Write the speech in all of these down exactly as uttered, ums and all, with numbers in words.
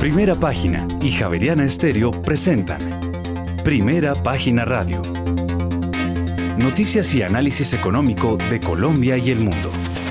Primera Página y Javeriana Estéreo presentan Primera Página Radio. Noticias y análisis económico de Colombia y el mundo.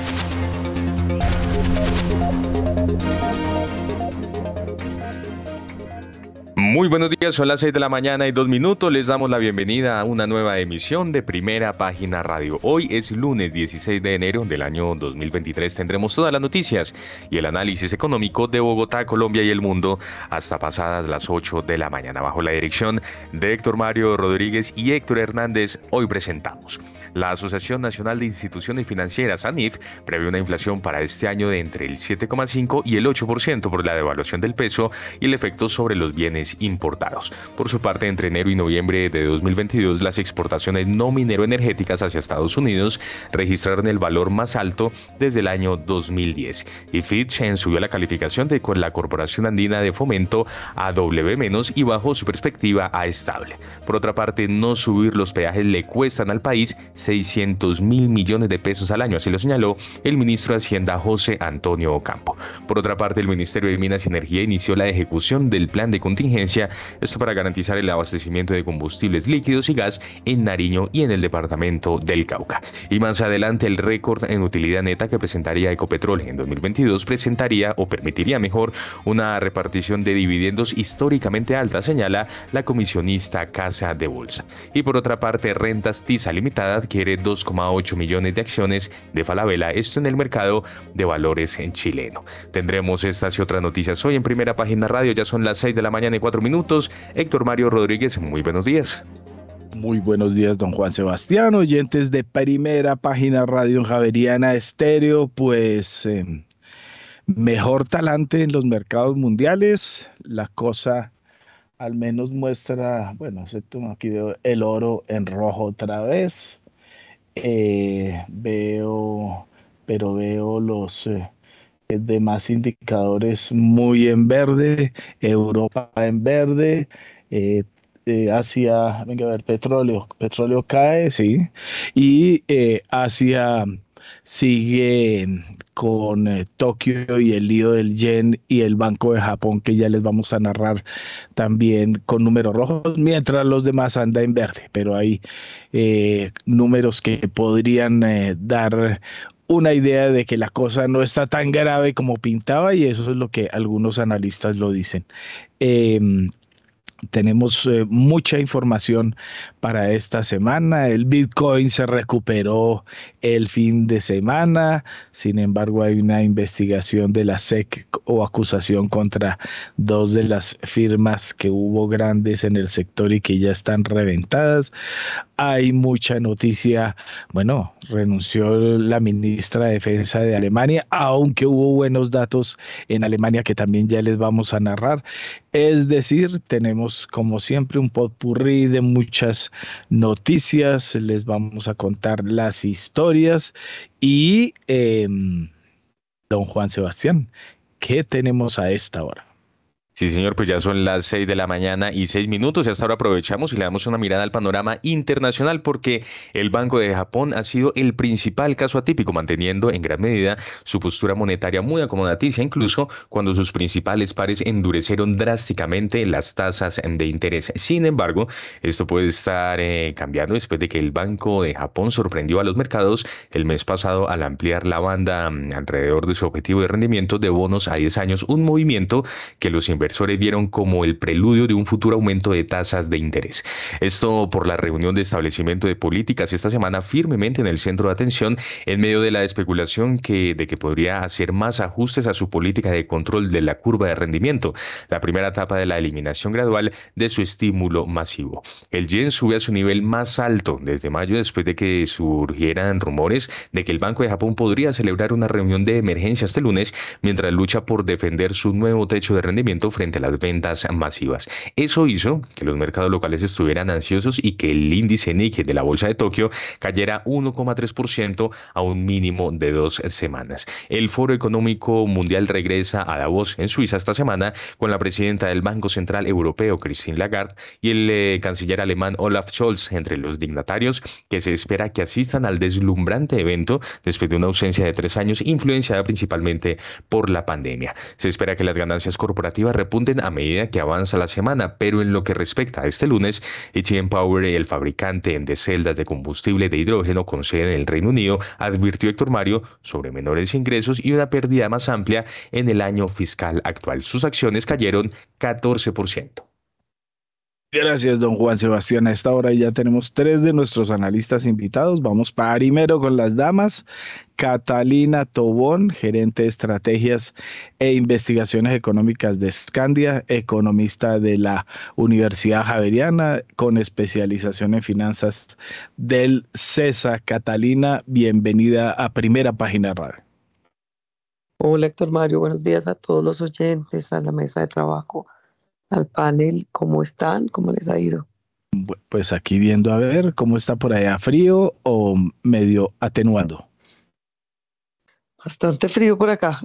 Muy buenos días, son las seis de la mañana y dos minutos. Les damos la bienvenida a una nueva emisión de Primera Página Radio. Hoy es lunes dieciséis de enero del año dos mil veintitrés. Tendremos todas las noticias y el análisis económico de Bogotá, Colombia y el mundo hasta pasadas las ocho de la mañana. Bajo la dirección de Héctor Mario Rodríguez y Héctor Hernández, hoy presentamos. La Asociación Nacional de Instituciones Financieras, ANIF, prevé una inflación para este año de entre el siete coma cinco y el ocho por ciento por la devaluación del peso y el efecto sobre los bienes importados. Por su parte, entre enero y noviembre de dos mil veintidós, las exportaciones no minero-energéticas hacia Estados Unidos registraron el valor más alto desde el año dos mil diez. Y Fitch subió la calificación de la Corporación Andina de Fomento a doble menos y bajó su perspectiva a estable. Por otra parte, no subir los peajes le cuestan al país seiscientos mil millones de pesos al año, así lo señaló el ministro de Hacienda José Antonio Ocampo. Por otra parte, el Ministerio de Minas y Energía inició la ejecución del plan de contingencia, esto para garantizar el abastecimiento de combustibles líquidos y gas en Nariño y en el departamento del Cauca. Y más adelante, el récord en utilidad neta que presentaría Ecopetrol en dos mil veintidós presentaría o permitiría mejor una repartición de dividendos históricamente alta, señala la comisionista Casa de Bolsa. Y por otra parte, Rentas Tiza Limitada adquiere dos coma ocho millones de acciones de Falabella, esto en el mercado de valores en chileno. Tendremos estas y otras noticias hoy en Primera Página Radio. Ya son las seis de la mañana y cuatro minutos. Héctor Mario Rodríguez, muy buenos días. Muy buenos días, don Juan Sebastián, oyentes de Primera Página Radio en Javeriana Estéreo. Pues eh, mejor talante en los mercados mundiales. La cosa al menos muestra, bueno, excepto aquí veo el oro en rojo otra vez. Eh, veo, pero veo los eh, demás indicadores muy en verde. Europa en verde. Eh, Eh, Asia, venga a ver, petróleo, petróleo cae, sí, y eh, Asia sigue con eh, Tokio y el lío del yen y el Banco de Japón, que ya les vamos a narrar también con números rojos, mientras los demás andan en verde, pero hay eh, números que podrían eh, dar una idea de que la cosa no está tan grave como pintaba, y eso es lo que algunos analistas lo dicen. Eh, Tenemos eh, mucha información para esta semana. El Bitcoin se recuperó el fin de semana. Sin embargo, hay una investigación de la S E C o acusación contra dos de las firmas que hubo grandes en el sector y que ya están reventadas. Hay mucha noticia. Bueno, renunció la ministra de Defensa de Alemania, aunque hubo buenos datos en Alemania que también ya les vamos a narrar. Es decir, tenemos como siempre un potpurrí de muchas noticias. Les vamos a contar las historias y eh, don Juan Sebastián, ¿qué tenemos a esta hora? Sí, señor, pues ya son las seis de la mañana y seis minutos y hasta ahora aprovechamos y le damos una mirada al panorama internacional porque el Banco de Japón ha sido el principal caso atípico, manteniendo en gran medida su postura monetaria muy acomodaticia, incluso cuando sus principales pares endurecieron drásticamente las tasas de interés. Sin embargo, esto puede estar eh, cambiando después de que el Banco de Japón sorprendió a los mercados el mes pasado al ampliar la banda um, alrededor de su objetivo de rendimiento de bonos a diez años, un movimiento que los inversores inversores vieron como el preludio de un futuro aumento de tasas de interés. Esto por la reunión de establecimiento de políticas esta semana firmemente en el centro de atención en medio de la especulación que, de que podría hacer más ajustes a su política de control de la curva de rendimiento, la primera etapa de la eliminación gradual de su estímulo masivo. El yen sube a su nivel más alto desde mayo después de que surgieran rumores de que el Banco de Japón podría celebrar una reunión de emergencia este lunes mientras lucha por defender su nuevo techo de rendimiento frente a las ventas masivas. Eso hizo que los mercados locales estuvieran ansiosos y que el índice Nikkei de la bolsa de Tokio cayera uno coma tres por ciento a un mínimo de dos semanas. El Foro Económico Mundial regresa a Davos, en Suiza, esta semana con la presidenta del Banco Central Europeo, Christine Lagarde, y el eh, canciller alemán Olaf Scholz entre los dignatarios que se espera que asistan al deslumbrante evento después de una ausencia de tres años influenciada principalmente por la pandemia. Se espera que las ganancias corporativas repunten a medida que avanza la semana, pero en lo que respecta a este lunes, H M Power, el fabricante de celdas de combustible de hidrógeno con sede en el Reino Unido, advirtió Héctor Mario sobre menores ingresos y una pérdida más amplia en el año fiscal actual. Sus acciones cayeron catorce por ciento. Gracias, don Juan Sebastián. A esta hora ya tenemos tres de nuestros analistas invitados. Vamos primero con las damas. Catalina Tobón, gerente de estrategias e investigaciones económicas de Scandia, economista de la Universidad Javeriana con especialización en finanzas del CESA. Catalina, bienvenida a Primera Página Radio. Hola, Héctor Mario. Buenos días a todos los oyentes, a la mesa de trabajo, al panel. ¿Cómo están? ¿Cómo les ha ido? Pues aquí viendo a ver cómo está por allá, frío o medio atenuando. Bastante frío por acá.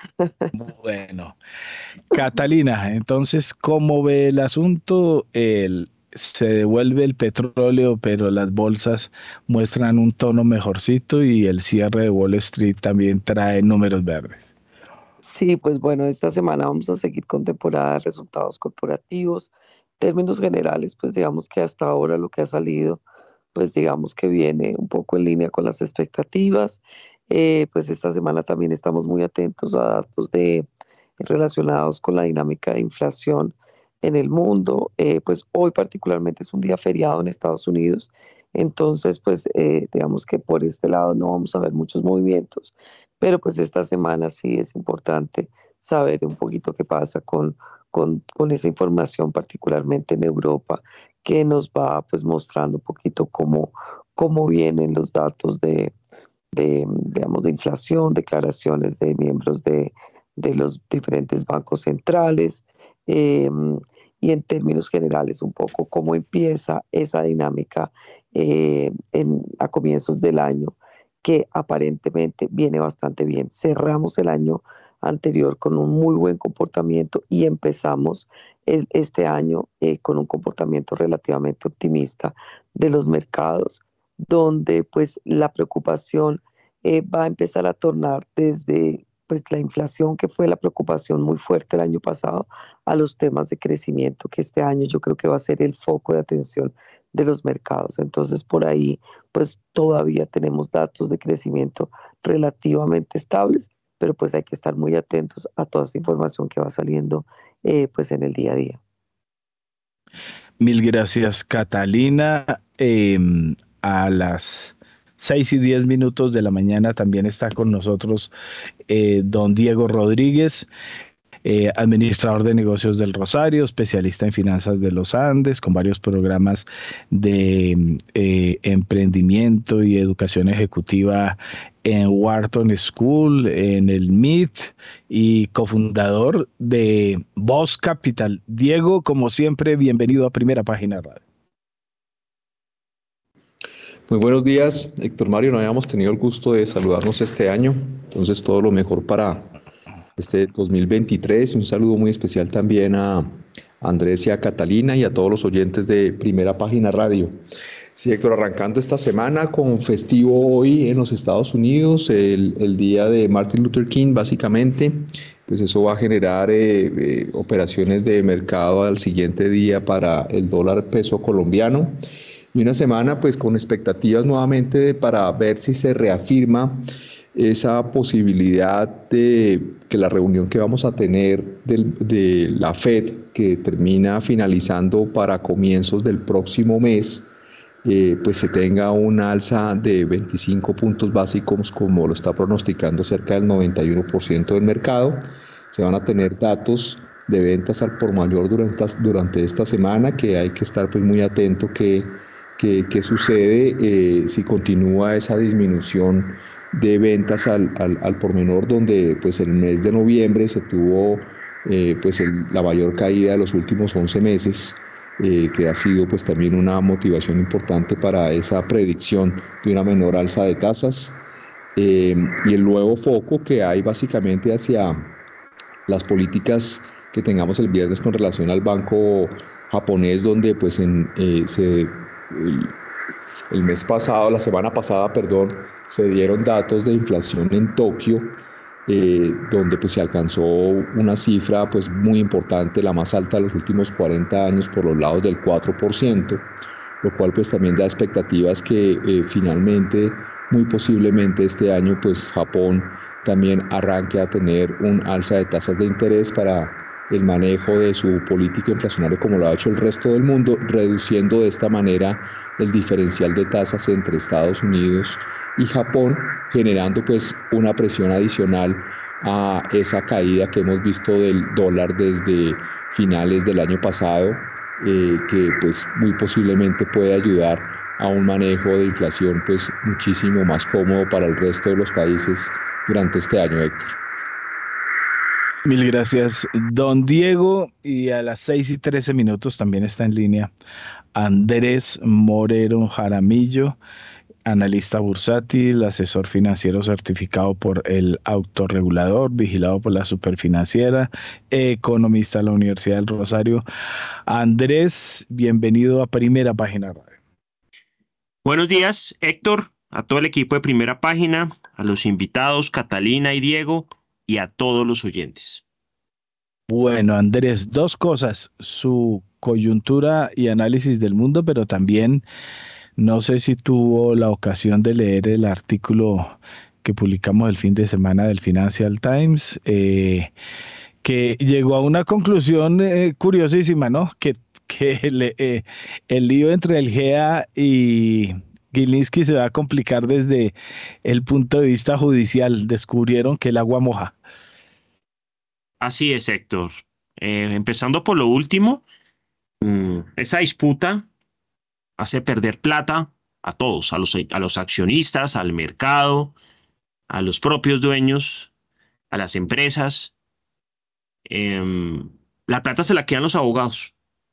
Bueno, Catalina, entonces, ¿cómo ve el asunto? El, se devuelve el petróleo, pero las bolsas muestran un tono mejorcito y el cierre de Wall Street también trae números verdes. Sí, pues bueno, esta semana vamos a seguir con temporada de resultados corporativos. En términos generales, pues digamos que hasta ahora lo que ha salido, pues digamos que viene un poco en línea con las expectativas. Eh, pues esta semana también estamos muy atentos a datos de, relacionados con la dinámica de inflación en el mundo. Eh, pues hoy particularmente es un día feriado en Estados Unidos, entonces pues eh, digamos que por este lado no vamos a ver muchos movimientos, pero pues esta semana sí es importante saber un poquito qué pasa con, con, con esa información, particularmente en Europa, que nos va pues mostrando un poquito cómo, cómo vienen los datos de de, digamos, de inflación, declaraciones de miembros de, de los diferentes bancos centrales, eh, y en términos generales un poco cómo empieza esa dinámica eh, en, a comienzos del año, que aparentemente viene bastante bien. Cerramos el año anterior con un muy buen comportamiento y empezamos el, este año eh, con un comportamiento relativamente optimista de los mercados, donde pues la preocupación eh, va a empezar a tornar desde pues la inflación, que fue la preocupación muy fuerte el año pasado, a los temas de crecimiento, que este año yo creo que va a ser el foco de atención de los mercados. Entonces por ahí pues todavía tenemos datos de crecimiento relativamente estables, pero pues hay que estar muy atentos a toda esta información que va saliendo eh, pues en el día a día. Mil gracias, Catalina. Eh, a las seis y diez minutos de la mañana también está con nosotros eh, don Diego Rodríguez, eh, administrador de negocios del Rosario, especialista en finanzas de los Andes, con varios programas de eh, emprendimiento y educación ejecutiva en Wharton School, en el M I T, y cofundador de Voz Capital. Diego, como siempre, bienvenido a Primera Página Radio. Muy buenos días, Héctor Mario. No habíamos tenido el gusto de saludarnos este año, entonces todo lo mejor para este dos mil veintitrés. Un saludo muy especial también a Andrés y a Catalina y a todos los oyentes de Primera Página Radio. Sí, Héctor, arrancando esta semana con festivo hoy en los Estados Unidos, el, el día de Martin Luther King, básicamente, pues eso va a generar eh, eh, operaciones de mercado al siguiente día para el dólar peso colombiano. Y una semana pues con expectativas nuevamente de, para ver si se reafirma esa posibilidad de que la reunión que vamos a tener del, de la Fed, que termina finalizando para comienzos del próximo mes, eh, pues se tenga una alza de veinticinco puntos básicos, como lo está pronosticando cerca del noventa y uno por ciento del mercado. Se van a tener datos de ventas al por mayor durante, durante esta semana, que hay que estar pues muy atento que ¿Qué, qué sucede eh, si continúa esa disminución de ventas al, al, al por menor, donde pues el mes de noviembre se tuvo eh, pues el, la mayor caída de los últimos once meses, eh, que ha sido pues también una motivación importante para esa predicción de una menor alza de tasas, eh, y el nuevo foco que hay básicamente hacia las políticas que tengamos el viernes con relación al banco japonés, donde pues en, eh, se El, el mes pasado, la semana pasada, perdón, se dieron datos de inflación en Tokio eh, donde pues se alcanzó una cifra pues muy importante, la más alta de los últimos cuarenta años, por los lados del cuatro por ciento, lo cual pues también da expectativas que eh, finalmente, muy posiblemente este año, pues Japón también arranque a tener un alza de tasas de interés para el manejo de su política inflacionaria, como lo ha hecho el resto del mundo, reduciendo de esta manera el diferencial de tasas entre Estados Unidos y Japón, generando pues una presión adicional a esa caída que hemos visto del dólar desde finales del año pasado, eh, que pues muy posiblemente puede ayudar a un manejo de inflación pues muchísimo más cómodo para el resto de los países durante este año, Héctor. Mil gracias, don Diego. Y a las seis y trece minutos también está en línea Andrés Moreno Jaramillo, analista bursátil, asesor financiero certificado por el autorregulador, vigilado por la Superfinanciera, economista de la Universidad del Rosario. Andrés, bienvenido a Primera Página Radio. Buenos días, Héctor, a todo el equipo de Primera Página, a los invitados, Catalina y Diego, y a todos los oyentes. Bueno, Andrés, dos cosas, su coyuntura y análisis del mundo, pero también no sé si tuvo la ocasión de leer el artículo que publicamos el fin de semana del Financial Times, eh, que llegó a una conclusión eh, curiosísima, ¿no? Que, que el, eh, el lío entre el G E A y Gilinski se va a complicar desde el punto de vista judicial. Descubrieron que el agua moja. Así es, Héctor. Eh, empezando por lo último, mmm, esa disputa hace perder plata a todos, a los, a los accionistas, al mercado, a los propios dueños, a las empresas. Eh, la plata se la quedan los abogados.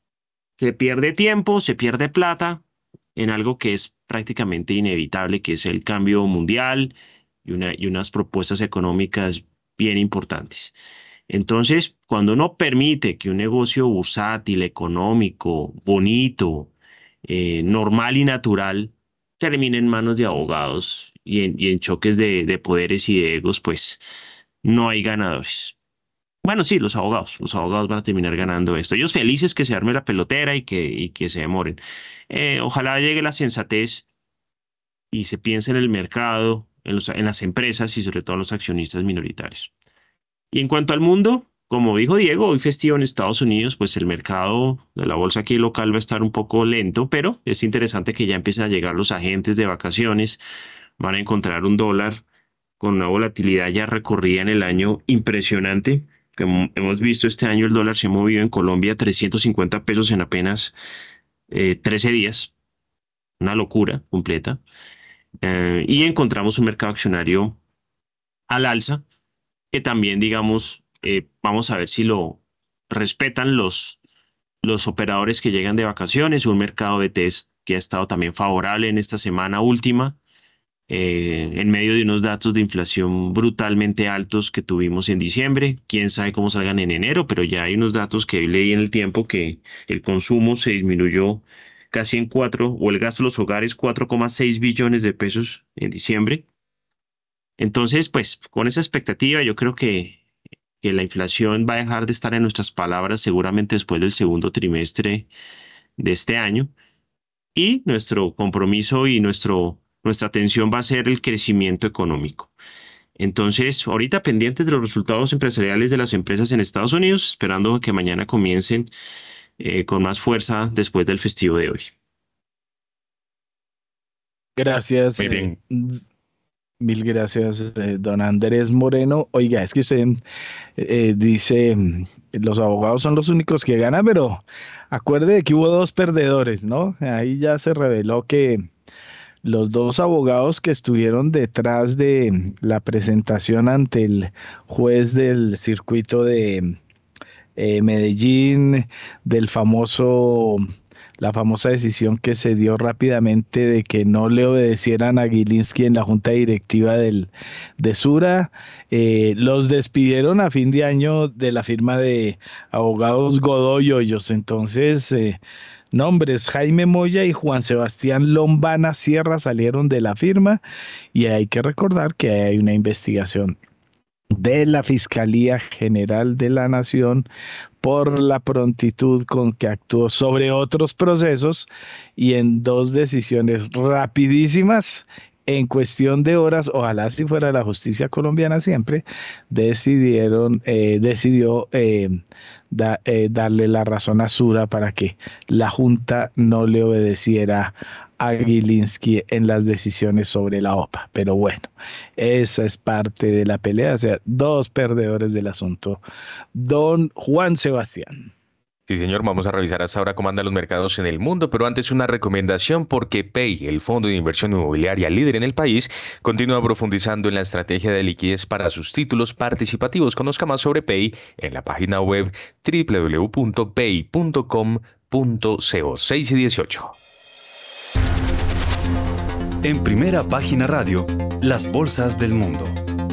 Se pierde tiempo, se pierde plata en algo que es prácticamente inevitable, que es el cambio mundial y, una, y unas propuestas económicas bien importantes. Entonces, cuando uno permite que un negocio bursátil, económico, bonito, eh, normal y natural termine en manos de abogados y en, y en choques de, de poderes y de egos, pues no hay ganadores. Bueno, sí, los abogados. Los abogados van a terminar ganando esto. Ellos felices que se arme la pelotera y que, y que se demoren. Eh, ojalá llegue la sensatez y se piense en el mercado, en, los, en las empresas y sobre todo en los accionistas minoritarios. Y en cuanto al mundo, como dijo Diego, hoy festivo en Estados Unidos, pues el mercado de la bolsa aquí local va a estar un poco lento, pero es interesante que ya empiecen a llegar los agentes de vacaciones. Van a encontrar un dólar con una volatilidad ya recorrida en el año impresionante. Como hemos visto, este año el dólar se ha movido en Colombia trescientos cincuenta pesos en apenas eh, trece días. Una locura completa. Eh, y encontramos un mercado accionario al alza, que también, digamos, eh, vamos a ver si lo respetan los, los operadores que llegan de vacaciones. Un mercado de test que ha estado también favorable en esta semana última, eh, en medio de unos datos de inflación brutalmente altos que tuvimos en diciembre. Quién sabe cómo salgan en enero, pero ya hay unos datos que leí en el tiempo que el consumo se disminuyó casi en cuatro, o el gasto de los hogares, cuatro coma seis billones de pesos en diciembre. Entonces, pues, con esa expectativa, yo creo que, que la inflación va a dejar de estar en nuestras palabras seguramente después del segundo trimestre de este año. Y nuestro compromiso y nuestro, nuestra atención va a ser el crecimiento económico. Entonces, ahorita pendientes de los resultados empresariales de las empresas en Estados Unidos, esperando que mañana comiencen eh, con más fuerza después del festivo de hoy. Gracias. Muy bien. Eh, Mil gracias, eh, don Andrés Moreno. Oiga, es que usted eh, dice, los abogados son los únicos que ganan, pero acuerde de que hubo dos perdedores, ¿no? Ahí ya se reveló que los dos abogados que estuvieron detrás de la presentación ante el juez del circuito de eh, Medellín, del famoso... la famosa decisión que se dio rápidamente de que no le obedecieran a Gilinski en la junta directiva del, de Sura. Eh, los despidieron a fin de año de la firma de abogados Godoy Hoyos. Entonces, eh, nombres Jaime Moya y Juan Sebastián Lombana Sierra salieron de la firma y hay que recordar que hay una investigación de la Fiscalía General de la Nación por la prontitud con que actuó sobre otros procesos y en dos decisiones rapidísimas, en cuestión de horas, ojalá si fuera la justicia colombiana siempre, decidieron, eh, decidió eh, da, eh, darle la razón a Sura para que la Junta no le obedeciera a Gilinski en las decisiones sobre la O P A. Pero bueno, esa es parte de la pelea, o sea, dos perdedores del asunto. Don Juan Sebastián. Sí, señor, vamos a revisar hasta ahora cómo andan los mercados en el mundo, pero antes una recomendación porque Pei, el fondo de inversión inmobiliaria líder en el país, continúa profundizando en la estrategia de liquidez para sus títulos participativos. Conozca más sobre Pei en la página web doble u doble u doble u punto pei punto com punto co. seis y dieciocho. En Primera Página Radio, las bolsas del mundo.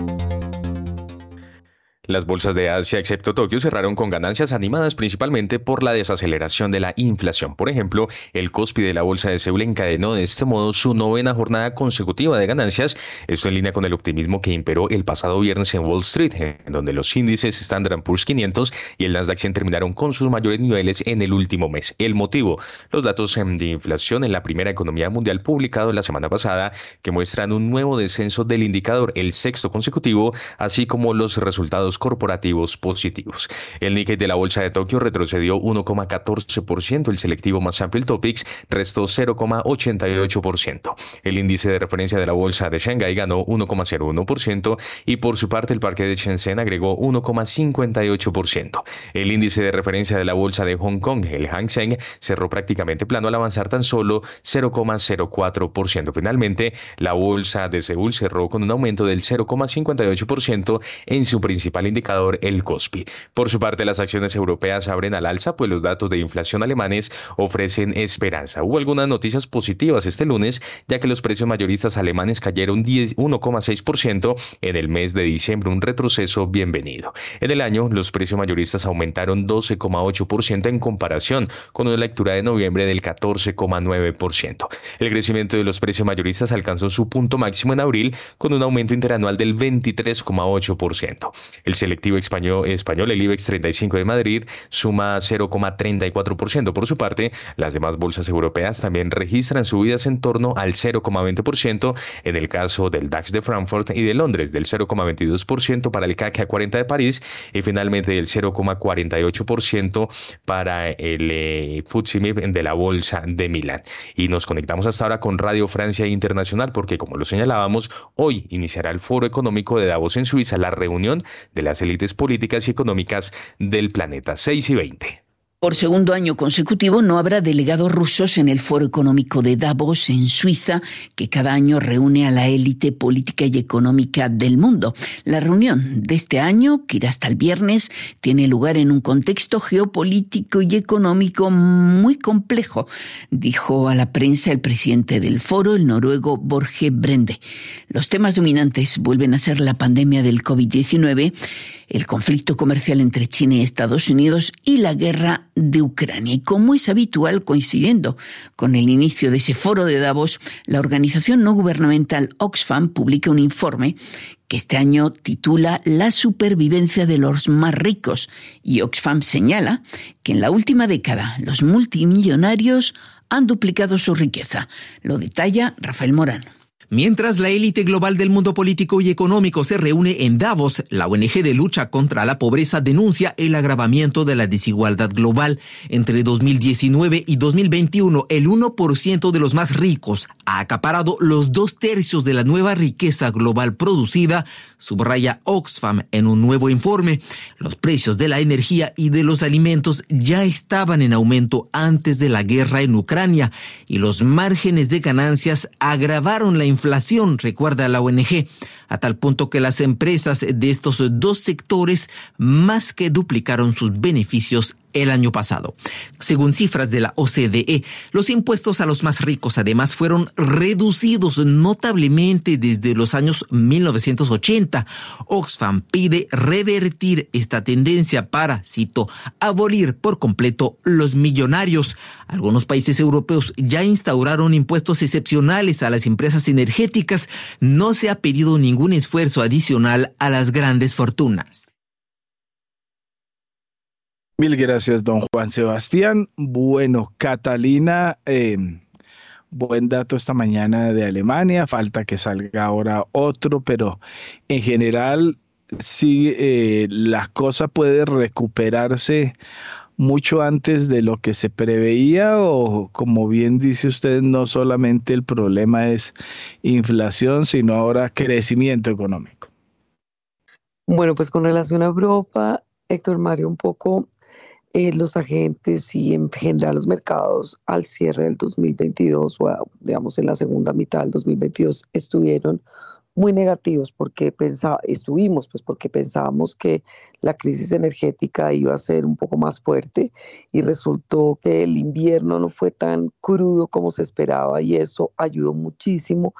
Las bolsas de Asia, excepto Tokio, cerraron con ganancias animadas principalmente por la desaceleración de la inflación. Por ejemplo, el Kospi de la bolsa de Seúl encadenó de este modo su novena jornada consecutiva de ganancias, esto en línea con el optimismo que imperó el pasado viernes en Wall Street, en donde los índices Standard and Poor's quinientos y el Nasdaq cien terminaron con sus mayores niveles en el último mes. El motivo, los datos de inflación en la primera economía mundial publicados la semana pasada, que muestran un nuevo descenso del indicador, el sexto consecutivo, así como los resultados corporativos positivos. El Nikkei de la bolsa de Tokio retrocedió uno coma catorce por ciento, el selectivo más amplio, el Topix, restó cero coma ochenta y ocho por ciento. El índice de referencia de la bolsa de Shanghái ganó uno coma cero uno por ciento y por su parte el parque de Shenzhen agregó uno coma cincuenta y ocho por ciento. El índice de referencia de la bolsa de Hong Kong, el Hang Seng, cerró prácticamente plano al avanzar tan solo cero coma cero cuatro por ciento. Finalmente, la bolsa de Seúl cerró con un aumento del cero coma cincuenta y ocho por ciento en su principal indicador, el Kospi. Por su parte, las acciones europeas abren al alza, pues los datos de inflación alemanes ofrecen esperanza. Hubo algunas noticias positivas este lunes, ya que los precios mayoristas alemanes cayeron uno coma seis por ciento en el mes de diciembre, un retroceso bienvenido. En el año, los precios mayoristas aumentaron doce coma ocho por ciento en comparación con una lectura de noviembre del catorce coma nueve por ciento. El crecimiento de los precios mayoristas alcanzó su punto máximo en abril, con un aumento interanual del veintitrés coma ocho por ciento. El selectivo español, español, el IBEX treinta y cinco de Madrid, suma cero coma treinta y cuatro por ciento. Por su parte, las demás bolsas europeas también registran subidas en torno al cero coma veinte por ciento, en el caso del DAX de Frankfurt y de Londres, del cero coma veintidós por ciento para el C A C cuarenta de París y finalmente del cero coma cuarenta y ocho por ciento para el eh, F T S E M I B de la bolsa de Milán. Y nos conectamos hasta ahora con Radio Francia Internacional porque, como lo señalábamos, hoy iniciará el Foro Económico de Davos en Suiza, la reunión de las élites políticas y económicas del planeta. seis y veinte. Por segundo año consecutivo no habrá delegados rusos en el Foro Económico de Davos en Suiza, que cada año reúne a la élite política y económica del mundo. La reunión de este año, que irá hasta el viernes, tiene lugar en un contexto geopolítico y económico muy complejo, dijo a la prensa el presidente del foro, el noruego Borge Brende. Los temas dominantes vuelven a ser la pandemia del COVID diecinueve, el conflicto comercial entre China y Estados Unidos y la guerra de Ucrania. Y como es habitual, coincidiendo con el inicio de ese foro de Davos, la organización no gubernamental Oxfam publica un informe que este año titula La supervivencia de los más ricos. Y Oxfam señala que en la última década los multimillonarios han duplicado su riqueza. Lo detalla Rafael Morán. Mientras la élite global del mundo político y económico se reúne en Davos, la O N G de lucha contra la pobreza denuncia el agravamiento de la desigualdad global. Entre dos mil diecinueve y dos mil veintiuno, el uno por ciento de los más ricos ha acaparado los dos tercios de la nueva riqueza global producida, subraya Oxfam en un nuevo informe. Los precios de la energía y de los alimentos ya estaban en aumento antes de la guerra en Ucrania y los márgenes de ganancias agravaron la inflación. Inflación, recuerda la O N G, a tal punto que las empresas de estos dos sectores más que duplicaron sus beneficios el año pasado. Según cifras de la O C D E, los impuestos a los más ricos además fueron reducidos notablemente desde los años mil novecientos ochenta. Oxfam pide revertir esta tendencia para, cito, abolir por completo los millonarios. Algunos países europeos ya instauraron impuestos excepcionales a las empresas energéticas. No se ha pedido ningún esfuerzo adicional a las grandes fortunas. Mil gracias, don Juan Sebastián. Bueno, Catalina, eh, buen dato esta mañana de Alemania. Falta que salga ahora otro, pero en general sí, eh, la cosa puede recuperarse mucho antes de lo que se preveía, o como bien dice usted, no solamente el problema es inflación, sino ahora crecimiento económico. Bueno, pues con relación a Europa, Héctor Mario, un poco eh, los agentes y en general los mercados al cierre del dos mil veintidós o a, digamos en la segunda mitad del dos mil veintidós estuvieron muy negativos porque pensaba, estuvimos pues porque pensábamos que la crisis energética iba a ser un poco más fuerte y resultó que el invierno no fue tan crudo como se esperaba y eso ayudó muchísimo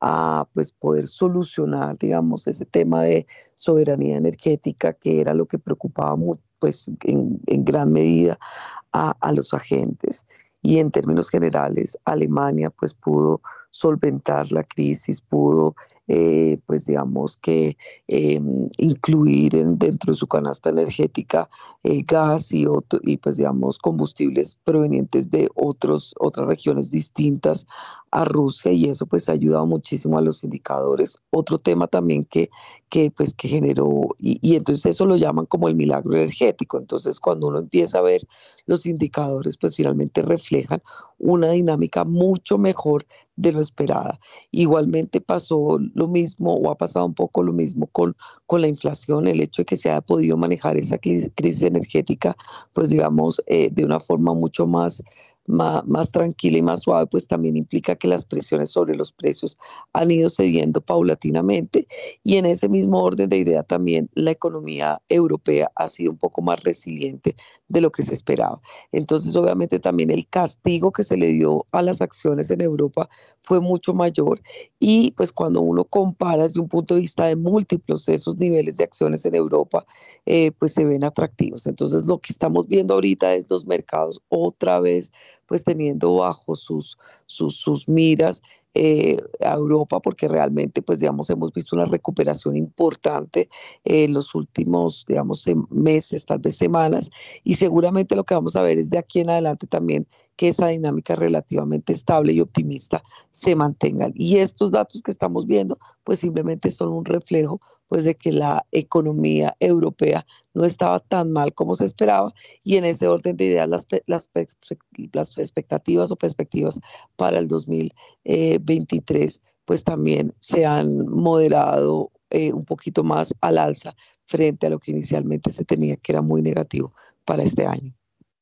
a pues poder solucionar, digamos, ese tema de soberanía energética que era lo que preocupaba mucho, pues en, en gran medida a, a los agentes. Y en términos generales, Alemania pues pudo solventar la crisis, pudo eh, pues digamos que eh, incluir en, dentro de su canasta energética eh, gas y, otro, y pues digamos combustibles provenientes de otros, otras regiones distintas a Rusia, y eso pues ha ayudado muchísimo a los indicadores. Otro tema también que, que pues que generó, y, y entonces eso lo llaman como el milagro energético. Entonces cuando uno empieza a ver los indicadores pues finalmente reflejan una dinámica mucho mejor de lo esperada. Igualmente pasó lo mismo o ha pasado un poco lo mismo con, con la inflación, el hecho de que se haya podido manejar esa crisis, crisis energética pues digamos eh, de una forma mucho más Más, más tranquila y más suave, pues también implica que las presiones sobre los precios han ido cediendo paulatinamente, y en ese mismo orden de idea también la economía europea ha sido un poco más resiliente de lo que se esperaba. Entonces obviamente también el castigo que se le dio a las acciones en Europa fue mucho mayor, y pues cuando uno compara desde un punto de vista de múltiplos esos niveles de acciones en Europa, eh, pues se ven atractivos. Entonces lo que estamos viendo ahorita es los mercados otra vez pues teniendo bajo sus, sus, sus miras eh, a Europa, porque realmente pues digamos hemos visto una recuperación importante eh, en los últimos digamos meses, tal vez semanas, y seguramente lo que vamos a ver es de aquí en adelante también que esa dinámica relativamente estable y optimista se mantengan. Y estos datos que estamos viendo pues simplemente son un reflejo pues de que la economía europea no estaba tan mal como se esperaba, y en ese orden de ideas las, las, las expectativas o perspectivas para el dos mil veintitrés pues también se han moderado eh, un poquito más al alza frente a lo que inicialmente se tenía, que era muy negativo para este año.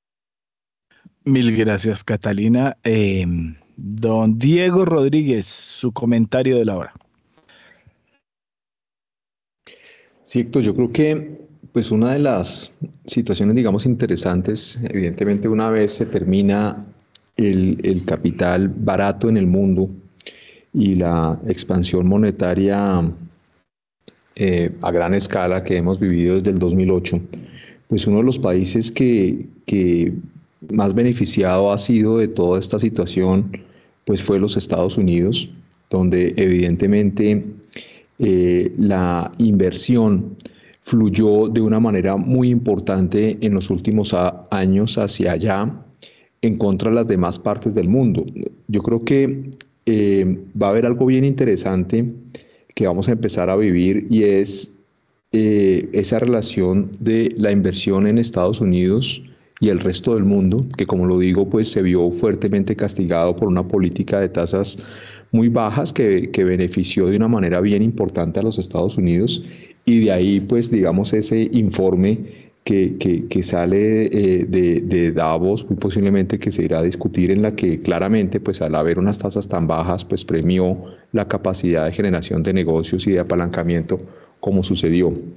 Mil gracias, Catalina. Eh, don Diego Rodríguez, su comentario de la hora. Sí, Héctor, yo creo que pues una de las situaciones, digamos, interesantes, evidentemente una vez se termina el, el capital barato en el mundo y la expansión monetaria eh, a gran escala que hemos vivido desde el dos mil ocho, pues uno de los países que, que más beneficiado ha sido de toda esta situación, pues fue los Estados Unidos, donde evidentemente eh, la inversión fluyó de una manera muy importante en los últimos a, años hacia allá, en contra de las demás partes del mundo. Yo creo que eh, va a haber algo bien interesante que vamos a empezar a vivir, y es eh, esa relación de la inversión en Estados Unidos y el resto del mundo, que como lo digo, pues se vio fuertemente castigado por una política de tasas muy bajas que, que benefició de una manera bien importante a los Estados Unidos, y de ahí pues digamos ese informe que, que, que sale eh, de, de Davos, muy posiblemente que se irá a discutir, en la que claramente pues al haber unas tasas tan bajas pues premió la capacidad de generación de negocios y de apalancamiento como sucedió.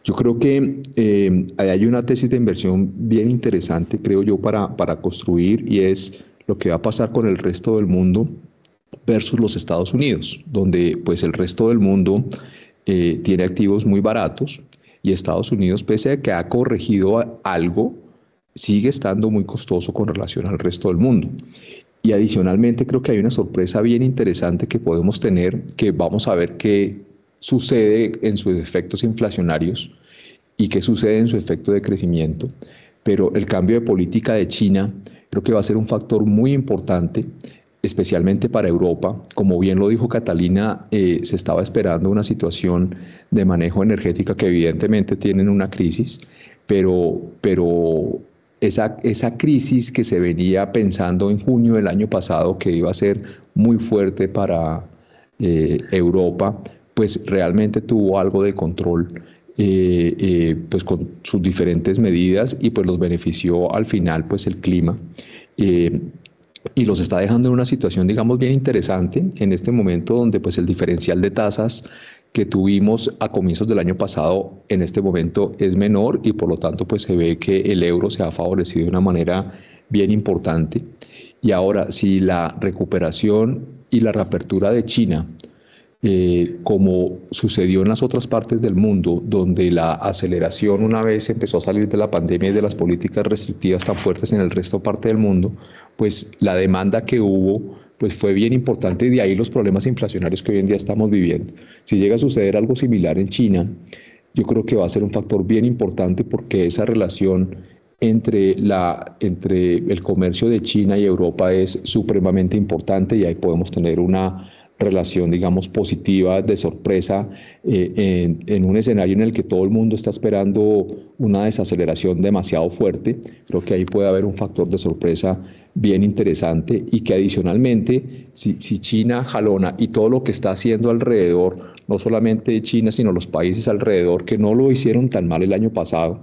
Yo creo que eh, hay una tesis de inversión bien interesante, creo yo, para, para construir, y es lo que va a pasar con el resto del mundo versus los Estados Unidos, donde pues el resto del mundo eh, tiene activos muy baratos y Estados Unidos, pese a que ha corregido algo, sigue estando muy costoso con relación al resto del mundo. Y adicionalmente creo que hay una sorpresa bien interesante que podemos tener, que vamos a ver qué sucede en sus efectos inflacionarios y qué sucede en su efecto de crecimiento. Pero el cambio de política de China creo que va a ser un factor muy importante, especialmente para Europa. Como bien lo dijo Catalina, eh, se estaba esperando una situación de manejo energética que evidentemente tienen una crisis, pero, pero esa, esa crisis que se venía pensando en junio del año pasado que iba a ser muy fuerte para eh, Europa, pues realmente tuvo algo de control eh, eh, pues con sus diferentes medidas y pues los benefició al final pues el clima. Eh, y los está dejando en una situación, digamos, bien interesante en este momento donde pues el diferencial de tasas que tuvimos a comienzos del año pasado en este momento es menor y por lo tanto pues se ve que el euro se ha favorecido de una manera bien importante. Y ahora, si la recuperación y la reapertura de China, Eh, como sucedió en las otras partes del mundo, donde la aceleración una vez empezó a salir de la pandemia y de las políticas restrictivas tan fuertes en el resto parte del mundo, pues la demanda que hubo pues fue bien importante y de ahí los problemas inflacionarios que hoy en día estamos viviendo. Si llega a suceder algo similar en China, yo creo que va a ser un factor bien importante porque esa relación entre, la, entre el comercio de China y Europa es supremamente importante y ahí podemos tener una relación, digamos, positiva, de sorpresa, eh, en, en un escenario en el que todo el mundo está esperando una desaceleración demasiado fuerte. Creo que ahí puede haber un factor de sorpresa bien interesante y que adicionalmente, si, si China jalona y todo lo que está haciendo alrededor, no solamente China, sino los países alrededor que no lo hicieron tan mal el año pasado,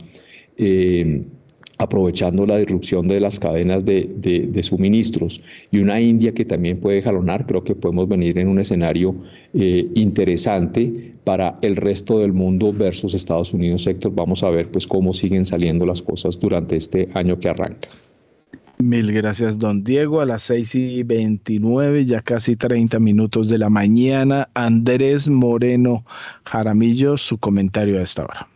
eh, aprovechando la disrupción de las cadenas de, de, de suministros y una India que también puede jalonar, creo que podemos venir en un escenario eh, interesante para el resto del mundo versus Estados Unidos, Héctor. Vamos a ver pues cómo siguen saliendo las cosas durante este año que arranca. Mil gracias, don Diego. A las seis y veintinueve, ya casi treinta minutos de la mañana, Andrés Moreno Jaramillo, su comentario a esta hora.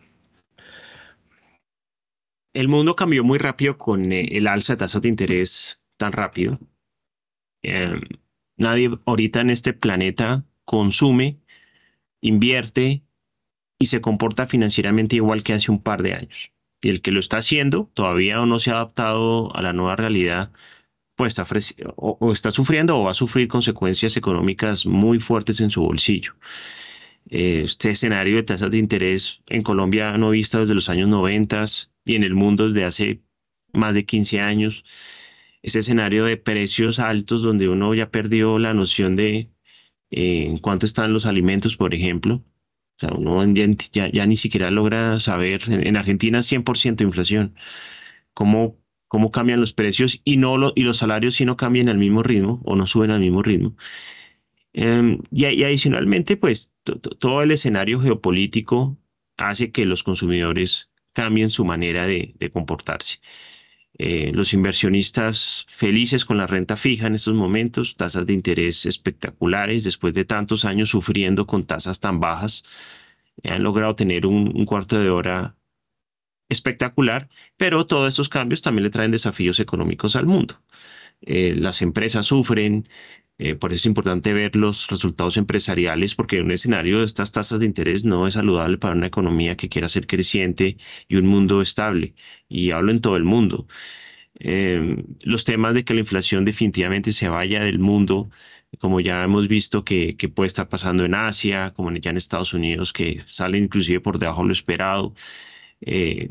El mundo cambió muy rápido con eh, el alza de tasas de interés tan rápido. Eh, nadie ahorita en este planeta consume, invierte y se comporta financieramente igual que hace un par de años. Y el que lo está haciendo todavía no se ha adaptado a la nueva realidad, pues está, o, o está sufriendo o va a sufrir consecuencias económicas muy fuertes en su bolsillo. Este escenario de tasas de interés en Colombia no visto desde los años noventa y en el mundo desde hace más de quince años. Ese escenario de precios altos donde uno ya perdió la noción de eh, en cuánto están los alimentos, por ejemplo. O sea, uno ya, ya, ya ni siquiera logra saber. En, en Argentina cien por ciento de inflación. ¿Cómo, cómo cambian los precios y, no lo, y los salarios si no cambian al mismo ritmo o no suben al mismo ritmo? Um, y, y adicionalmente, pues to, to, todo el escenario geopolítico hace que los consumidores cambien su manera de, de comportarse. Eh, los inversionistas felices con la renta fija en estos momentos, tasas de interés espectaculares, después de tantos años sufriendo con tasas tan bajas, eh, han logrado tener un, un cuarto de hora espectacular, pero todos estos cambios también le traen desafíos económicos al mundo. Eh, las empresas sufren. Eh, por eso es importante ver los resultados empresariales, porque un escenario de estas tasas de interés no es saludable para una economía que quiera ser creciente y un mundo estable. Y hablo en todo el mundo. Eh, los temas de que la inflación definitivamente se vaya del mundo, como ya hemos visto que, que puede estar pasando en Asia, como ya en Estados Unidos, que sale inclusive por debajo de lo esperado, eh,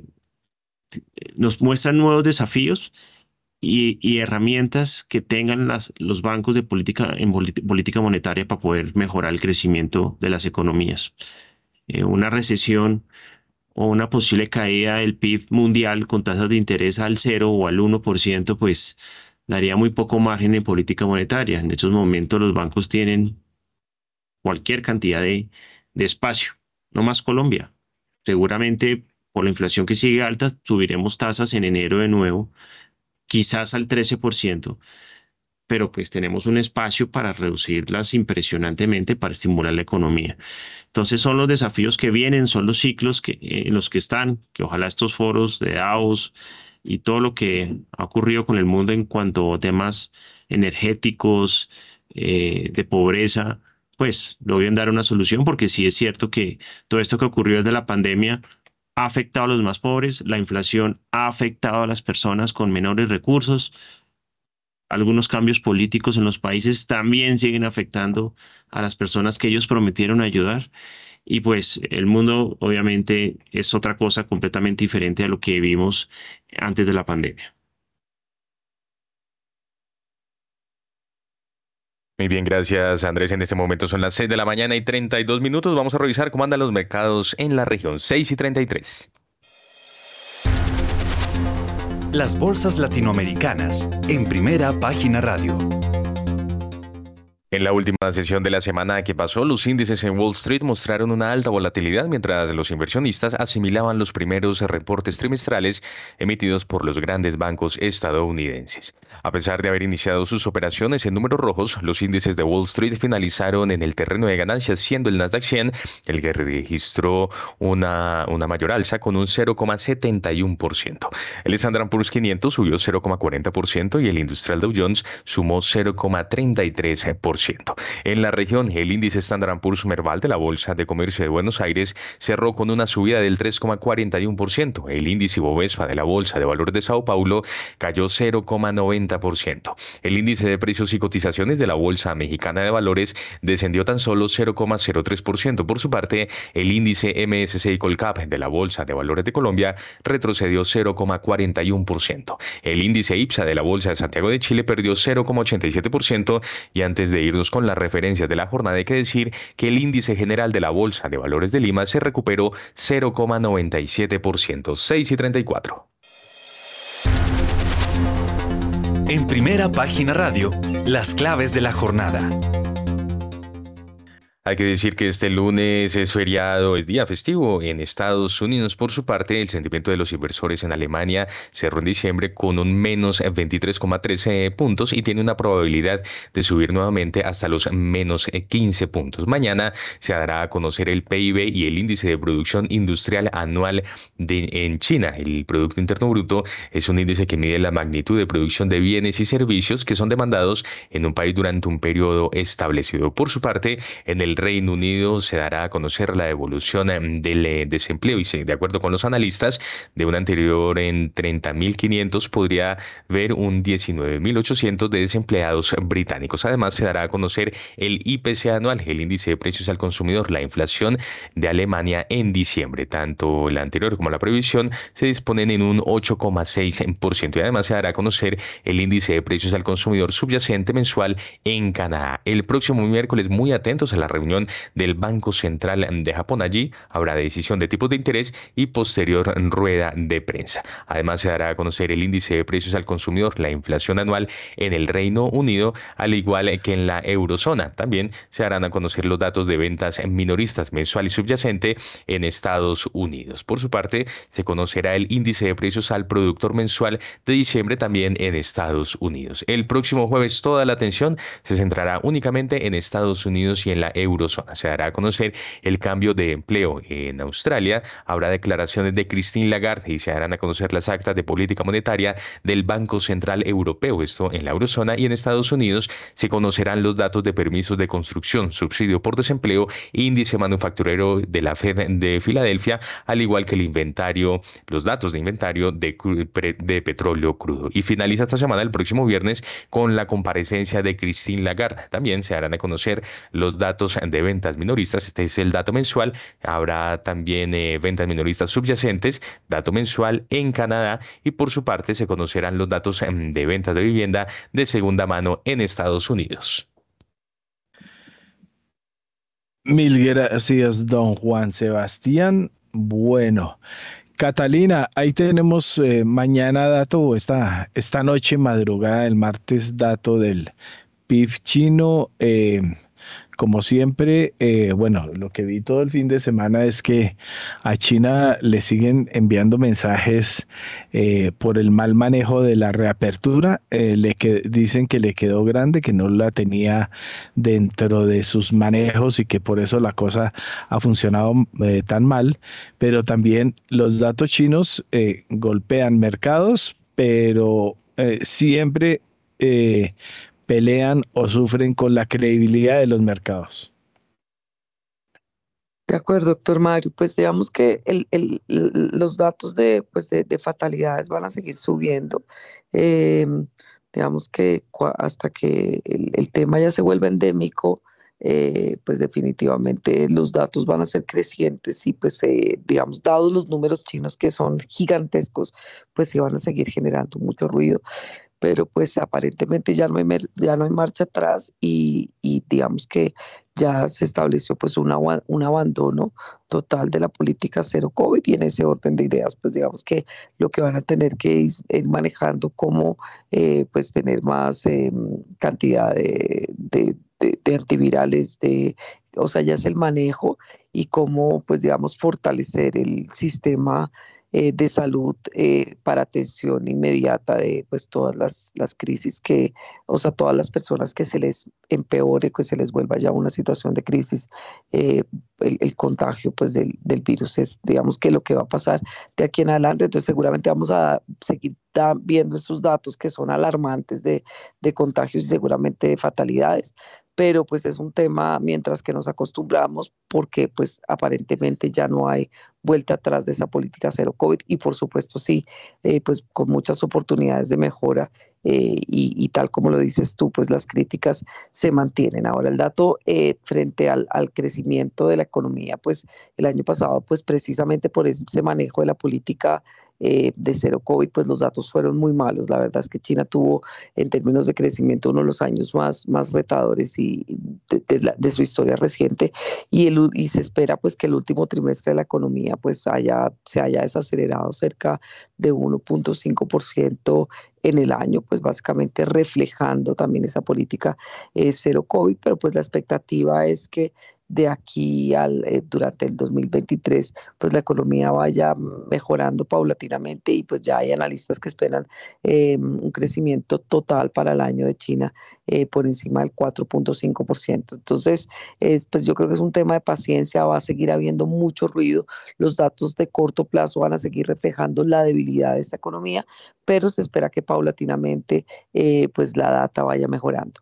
nos muestran nuevos desafíos. Y, y herramientas que tengan las, los bancos de política, en política monetaria para poder mejorar el crecimiento de las economías. Eh, una recesión o una posible caída del P I B mundial con tasas de interés al cero o al uno por ciento, pues daría muy poco margen en política monetaria. En estos momentos los bancos tienen cualquier cantidad de, de espacio, no más Colombia. seguramente por la inflación que sigue alta, subiremos tasas en enero de nuevo, quizás al trece por ciento, pero pues tenemos un espacio para reducirlas impresionantemente para estimular la economía. Entonces son los desafíos que vienen, son los ciclos que, en los que están, que ojalá estos foros de Davos y todo lo que ha ocurrido con el mundo en cuanto a temas energéticos, eh, de pobreza, pues logren dar una solución, porque sí es cierto que todo esto que ocurrió desde la pandemia ha afectado a los más pobres, la inflación ha afectado a las personas con menores recursos, algunos cambios políticos en los países también siguen afectando a las personas que ellos prometieron ayudar. Y pues el mundo obviamente es otra cosa completamente diferente a lo que vimos antes de la pandemia. Muy bien, gracias Andrés. En este momento son las seis de la mañana y treinta y dos minutos. Vamos a revisar cómo andan los mercados en la región. seis y treinta y tres. Las bolsas latinoamericanas en Primera Página Radio. En la última sesión de la semana que pasó, los índices en Wall Street mostraron una alta volatilidad mientras los inversionistas asimilaban los primeros reportes trimestrales emitidos por los grandes bancos estadounidenses. A pesar de haber iniciado sus operaciones en números rojos, los índices de Wall Street finalizaron en el terreno de ganancias, siendo el Nasdaq cien el que registró una, una mayor alza con un cero coma setenta y uno por ciento. El Standard and Poor's quinientos subió cero coma cuarenta por ciento y el Industrial Dow Jones sumó cero coma treinta y tres por ciento. En la región, el índice Standard and Poor's Merval de la Bolsa de Comercio de Buenos Aires cerró con una subida del tres coma cuarenta y uno por ciento. El índice Bovespa de la Bolsa de Valores de Sao Paulo cayó cero coma noventa por ciento. El índice de precios y cotizaciones de la Bolsa Mexicana de Valores descendió tan solo cero coma cero tres por ciento. Por su parte, el índice M S C I Colcap de la Bolsa de Valores de Colombia retrocedió cero coma cuarenta y uno por ciento. El índice IPSA de la Bolsa de Santiago de Chile perdió cero coma ochenta y siete por ciento. Y antes de irnos con las referencias de la jornada, hay que decir que el índice general de la Bolsa de Valores de Lima se recuperó cero coma noventa y siete por ciento. seis y treinta y cuatro. En Primera Página Radio, las claves de la jornada. Hay que decir que este lunes es feriado, es día festivo en Estados Unidos. Por su parte, el sentimiento de los inversores en Alemania cerró en diciembre con un menos veintitrés coma trece puntos y tiene una probabilidad de subir nuevamente hasta los menos quince puntos. Mañana se dará a conocer el P I B y el índice de producción industrial anual de, en China. El Producto Interno Bruto es un índice que mide la magnitud de producción de bienes y servicios que son demandados en un país durante un periodo establecido. Por su parte, en el Reino Unido se dará a conocer la evolución del desempleo y se, de acuerdo con los analistas, de un anterior en treinta mil quinientos podría ver un diecinueve mil ochocientos de desempleados británicos. Además se dará a conocer el I P C anual, el índice de precios al consumidor, la inflación de Alemania en diciembre. Tanto la anterior como la previsión se disponen en un ocho coma seis por ciento y además se dará a conocer el índice de precios al consumidor subyacente mensual en Canadá. El próximo miércoles, muy atentos a la reunión del Banco Central de Japón. Allí habrá decisión de tipos de interés y posterior rueda de prensa. Además se dará a conocer el índice de precios al consumidor, la inflación anual en el Reino Unido, al igual que en la eurozona. También se darán a conocer los datos de ventas minoristas mensual y subyacente en Estados Unidos. Por su parte, se conocerá el índice de precios al productor mensual de diciembre también en Estados Unidos. El próximo jueves toda la atención se centrará únicamente en Estados Unidos y en la eurozona. Se dará a conocer el cambio de empleo en Australia, habrá declaraciones de Christine Lagarde y se darán a conocer las actas de política monetaria del Banco Central Europeo, esto en la eurozona, y en Estados Unidos se conocerán los datos de permisos de construcción, subsidio por desempleo, índice manufacturero de la Fed de Filadelfia, al igual que el inventario, los datos de inventario de, de petróleo crudo. Y finaliza esta semana el próximo viernes con la comparecencia de Christine Lagarde. También se darán a conocer los datos de ventas minoristas, este es el dato mensual, habrá también eh, ventas minoristas subyacentes, dato mensual en Canadá, y por su parte se conocerán los datos de ventas de vivienda de segunda mano en Estados Unidos. Mil gracias, don Juan Sebastián. Bueno, Catalina, ahí tenemos eh, mañana dato, esta, esta noche madrugada, el martes, dato del P I B chino, eh, como siempre, eh, bueno, lo que vi todo el fin de semana es que a China le siguen enviando mensajes eh, por el mal manejo de la reapertura. Eh, le que, dicen que le quedó grande, que no la tenía dentro de sus manejos y que por eso la cosa ha funcionado eh, tan mal. Pero también los datos chinos eh, golpean mercados, pero eh, siempre eh, pelean o sufren con la credibilidad de los mercados. De acuerdo, doctor Mario. Pues digamos que el, el, los datos de, pues de, de fatalidades van a seguir subiendo. Eh, digamos que hasta que el, el tema ya se vuelva endémico, eh, pues definitivamente los datos van a ser crecientes y pues eh, digamos, dados los números chinos que son gigantescos, pues sí van a seguir generando mucho ruido. Pero pues aparentemente ya no hay, ya no hay marcha atrás y, y digamos que ya se estableció pues un, un abandono total de la política cero COVID, y en ese orden de ideas pues digamos que lo que van a tener que ir, ir manejando como eh, pues tener más eh, cantidad de, de, de, de antivirales, de, o sea, ya es el manejo y cómo pues digamos fortalecer el sistema Eh, de salud eh, para atención inmediata de pues todas las, las crisis que, o sea, todas las personas que se les empeore, que se les vuelva ya una situación de crisis, eh, el, el contagio pues del, del virus es, digamos, que lo que va a pasar de aquí en adelante. Entonces seguramente vamos a seguir da, viendo esos datos que son alarmantes de, de contagios y seguramente de fatalidades, pero pues es un tema mientras que nos acostumbramos, porque pues aparentemente ya no hay vuelta atrás de esa política cero COVID, y por supuesto sí, eh, pues con muchas oportunidades de mejora eh, y, y tal como lo dices tú, pues las críticas se mantienen. Ahora el dato eh, frente al, al crecimiento de la economía, pues el año pasado, pues precisamente por ese manejo de la política Eh, de cero COVID, pues los datos fueron muy malos. La verdad es que China tuvo en términos de crecimiento uno de los años más, más retadores y de, de, la, de su historia reciente, y, el, y se espera pues que el último trimestre de la economía pues haya, se haya desacelerado cerca de uno punto cinco por ciento en el año, pues básicamente reflejando también esa política eh, cero COVID, pero pues la expectativa es que de aquí al eh, durante el dos mil veintitrés pues la economía vaya mejorando paulatinamente, y pues ya hay analistas que esperan eh, un crecimiento total para el año de China eh, por encima del cuatro punto cinco por ciento. Entonces eh, pues yo creo que es un tema de paciencia, va a seguir habiendo mucho ruido, los datos de corto plazo van a seguir reflejando la debilidad de esta economía, pero se espera que paulatinamente eh, pues la data vaya mejorando.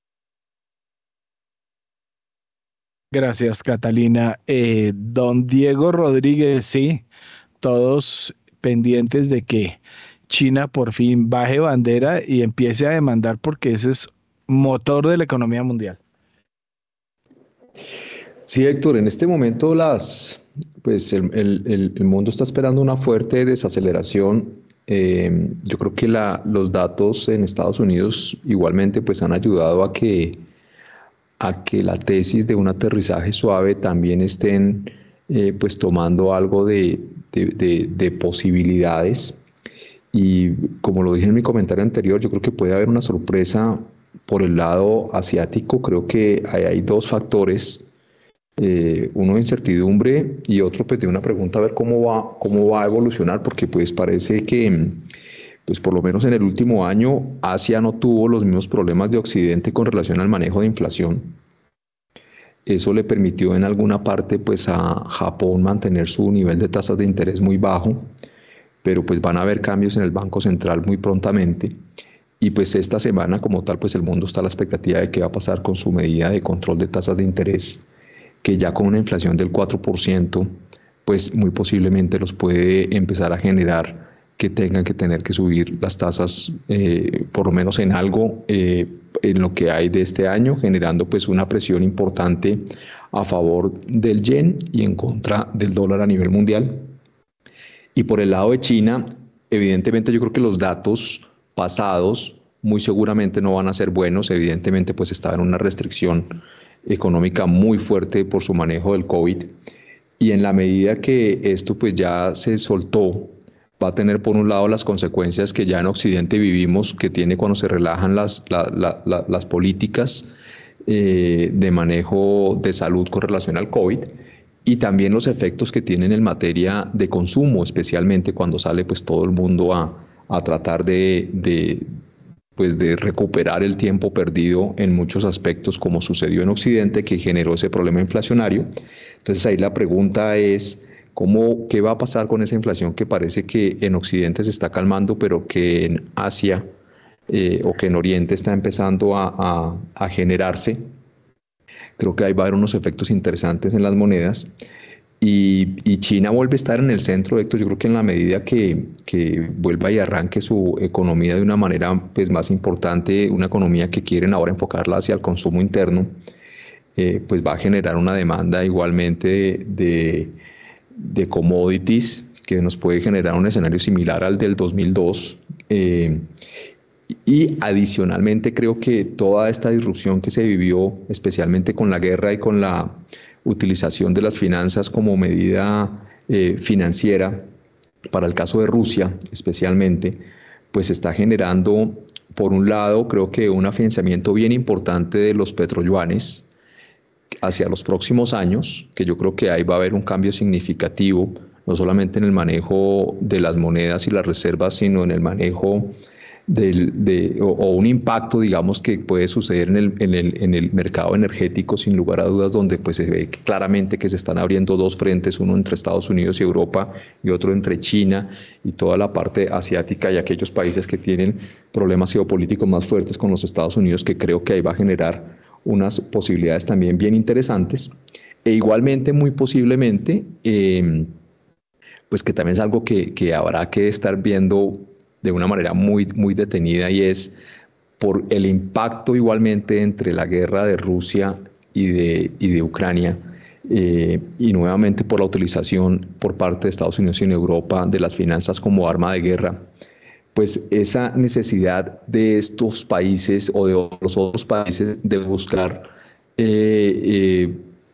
Gracias, Catalina. Eh, don Diego Rodríguez, sí, todos pendientes de que China por fin baje bandera y empiece a demandar, porque ese es motor de la economía mundial. Sí, Héctor, en este momento las, pues el, el, el mundo está esperando una fuerte desaceleración. Eh, yo creo que la, los datos en Estados Unidos igualmente pues han ayudado a que a que la tesis de un aterrizaje suave también estén eh, pues tomando algo de, de, de, de posibilidades. Y como lo dije en mi comentario anterior, yo creo que puede haber una sorpresa por el lado asiático. Creo que hay, hay dos factores, eh, uno de incertidumbre y otro pues de una pregunta a ver cómo va, cómo va a evolucionar, porque pues parece que pues por lo menos en el último año, Asia no tuvo los mismos problemas de Occidente con relación al manejo de inflación. Eso le permitió en alguna parte pues a Japón mantener su nivel de tasas de interés muy bajo, pero pues van a haber cambios en el Banco Central muy prontamente. Y pues esta semana como tal, pues el mundo está a la expectativa de qué va a pasar con su medida de control de tasas de interés, que ya con una inflación del cuatro por ciento, pues muy posiblemente los puede empezar a generar que tengan que tener que subir las tasas eh, por lo menos en algo eh, en lo que hay de este año, generando pues una presión importante a favor del yen y en contra del dólar a nivel mundial. Y por el lado de China, evidentemente yo creo que los datos pasados muy seguramente no van a ser buenos. Evidentemente pues estaba en una restricción económica muy fuerte por su manejo del COVID, y en la medida que esto pues ya se soltó, va a tener por un lado las consecuencias que ya en Occidente vivimos, que tiene cuando se relajan las, la, la, la, las políticas eh, de manejo de salud con relación al COVID, y también los efectos que tienen en materia de consumo, especialmente cuando sale pues todo el mundo a, a tratar de, de, pues, de recuperar el tiempo perdido en muchos aspectos, como sucedió en Occidente, que generó ese problema inflacionario. Entonces ahí la pregunta es, ¿cómo, qué va a pasar con esa inflación que parece que en Occidente se está calmando, pero que en Asia eh, o que en Oriente está empezando a, a, a generarse? Creo que ahí va a haber unos efectos interesantes en las monedas. Y, y China vuelve a estar en el centro, Héctor. Yo creo que en la medida que, que vuelva y arranque su economía de una manera pues, más importante, una economía que quieren ahora enfocarla hacia el consumo interno, eh, pues va a generar una demanda igualmente de, de, de commodities que nos puede generar un escenario similar al del dos mil dos. Eh, Y adicionalmente creo que toda esta disrupción que se vivió, especialmente con la guerra y con la utilización de las finanzas como medida eh, financiera, para el caso de Rusia especialmente, pues está generando, por un lado, creo que un afianzamiento bien importante de los petroyuanes hacia los próximos años, que yo creo que ahí va a haber un cambio significativo, no solamente en el manejo de las monedas y las reservas, sino en el manejo Del, de, o, o un impacto, digamos, que puede suceder en el, en, el, en el mercado energético, sin lugar a dudas, donde pues se ve claramente que se están abriendo dos frentes, uno entre Estados Unidos y Europa y otro entre China y toda la parte asiática y aquellos países que tienen problemas geopolíticos más fuertes con los Estados Unidos, que creo que ahí va a generar unas posibilidades también bien interesantes. E igualmente, muy posiblemente, eh, pues que también es algo que, que habrá que estar viendo de una manera muy, muy detenida, y es por el impacto igualmente entre la guerra de Rusia y de, y de Ucrania, eh, y nuevamente por la utilización por parte de Estados Unidos y en Europa de las finanzas como arma de guerra, pues esa necesidad de estos países o de los otros países de buscar eh, eh,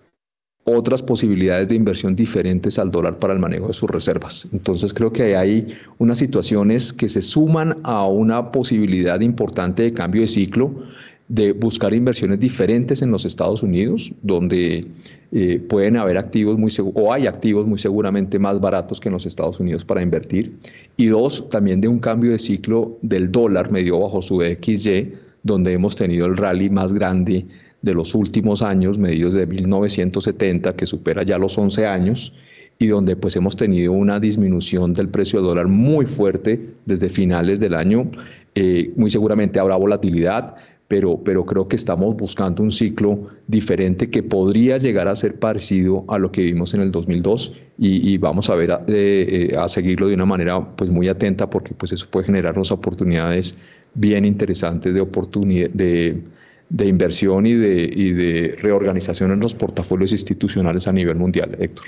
otras posibilidades de inversión diferentes al dólar para el manejo de sus reservas. Entonces creo que hay unas situaciones que se suman a una posibilidad importante de cambio de ciclo, de buscar inversiones diferentes en los Estados Unidos, donde eh, pueden haber activos muy o hay activos muy seguramente más baratos que en los Estados Unidos para invertir. Y dos, también de un cambio de ciclo del dólar medio bajo su equis ye, donde hemos tenido el rally más grande de los últimos años, medidos de mil novecientos setenta, que supera ya los once años, y donde pues hemos tenido una disminución del precio del dólar muy fuerte desde finales del año. Eh, muy seguramente habrá volatilidad, pero, pero creo que estamos buscando un ciclo diferente que podría llegar a ser parecido a lo que vimos en el dos mil dos, y, y vamos a ver a, eh, a seguirlo de una manera pues muy atenta, porque pues eso puede generarnos oportunidades bien interesantes de oportunidad de de inversión y de, y de reorganización en los portafolios institucionales a nivel mundial, Héctor.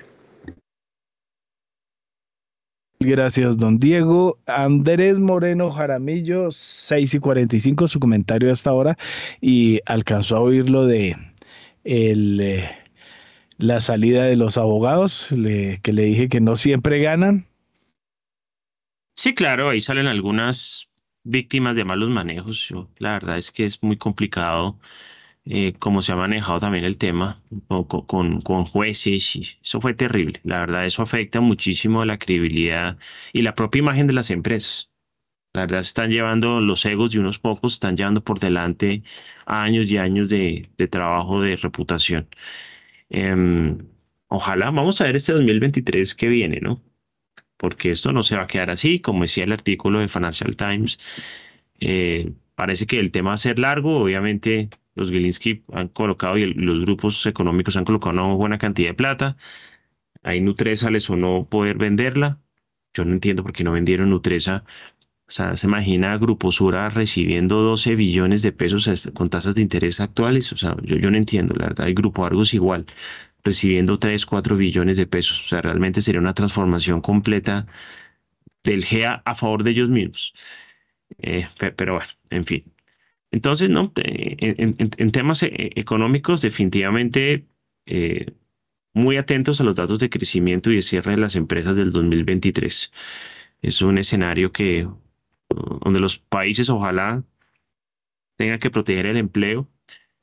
Gracias, don Diego. Andrés Moreno Jaramillo, seis y cuarenta y cinco, su comentario hasta ahora, y alcanzó a oír lo de el, eh, la salida de los abogados, le, que le dije que no siempre ganan. Sí, claro, ahí salen algunas víctimas de malos manejos. Yo, la verdad es que es muy complicado eh, cómo se ha manejado también el tema con, con, con jueces, y eso fue terrible. La verdad, eso afecta muchísimo a la credibilidad y la propia imagen de las empresas. La verdad, están llevando los egos de unos pocos, están llevando por delante años y años de, de trabajo, de reputación. Eh, ojalá, vamos a ver este dos mil veintitrés que viene, ¿no? Porque esto no se va a quedar así, como decía el artículo de Financial Times. Eh, parece que el tema va a ser largo. Obviamente los Gilinski han colocado y el, los grupos económicos han colocado una buena cantidad de plata. Ahí Nutresa les sonó poder venderla. Yo no entiendo por qué no vendieron Nutresa. O sea, se imagina Gruposura recibiendo doce billones de pesos con tasas de interés actuales. O sea, yo, yo no entiendo, la verdad. Hay Grupo Argos igual, recibiendo tres, cuatro billones de pesos. O sea, realmente sería una transformación completa del G E A a favor de ellos mismos. Eh, pero bueno, en fin. Entonces, no, en, en, en temas económicos, definitivamente eh, muy atentos a los datos de crecimiento y de cierre de las empresas del dos mil veintitrés. Es un escenario que donde los países ojalá tengan que proteger el empleo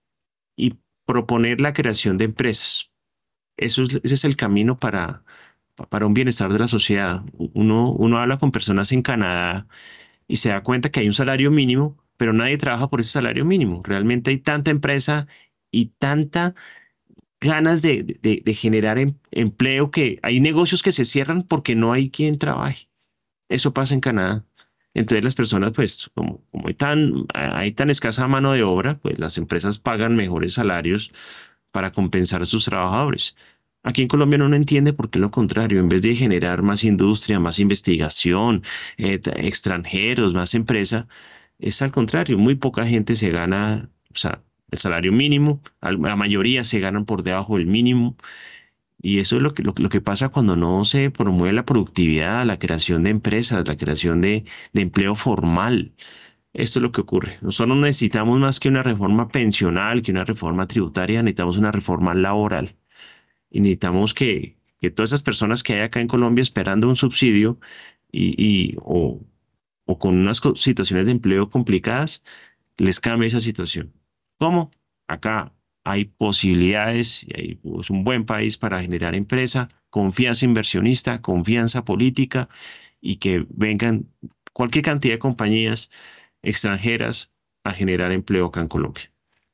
y proponer la creación de empresas. Eso es, ese es el camino para, para un bienestar de la sociedad. Uno, uno habla con personas en Canadá y se da cuenta que hay un salario mínimo, pero nadie trabaja por ese salario mínimo. Realmente hay tanta empresa y tanta ganas de, de, de generar em, empleo que hay negocios que se cierran porque no hay quien trabaje. Eso pasa en Canadá. Entonces las personas, pues, como, como hay tan, hay tan escasa mano de obra, pues las empresas pagan mejores salarios para compensar a sus trabajadores. Aquí en Colombia no entiende por qué lo contrario, en vez de generar más industria, más investigación, eh, extranjeros, más empresa, es al contrario, muy poca gente se gana, o sea, el salario mínimo, la mayoría se ganan por debajo del mínimo, y eso es lo que, lo, lo que pasa cuando no se promueve la productividad, la creación de empresas, la creación de, de empleo formal. Esto es lo que ocurre. Nosotros no necesitamos más que una reforma pensional, que una reforma tributaria, necesitamos una reforma laboral. Y necesitamos que, que todas esas personas que hay acá en Colombia esperando un subsidio y, y, o, o con unas situaciones de empleo complicadas, les cambie esa situación. ¿Cómo? Acá hay posibilidades, y hay, es un buen país para generar empresa, confianza inversionista, confianza política y que vengan cualquier cantidad de compañías extranjeras a generar empleo acá en Colombia.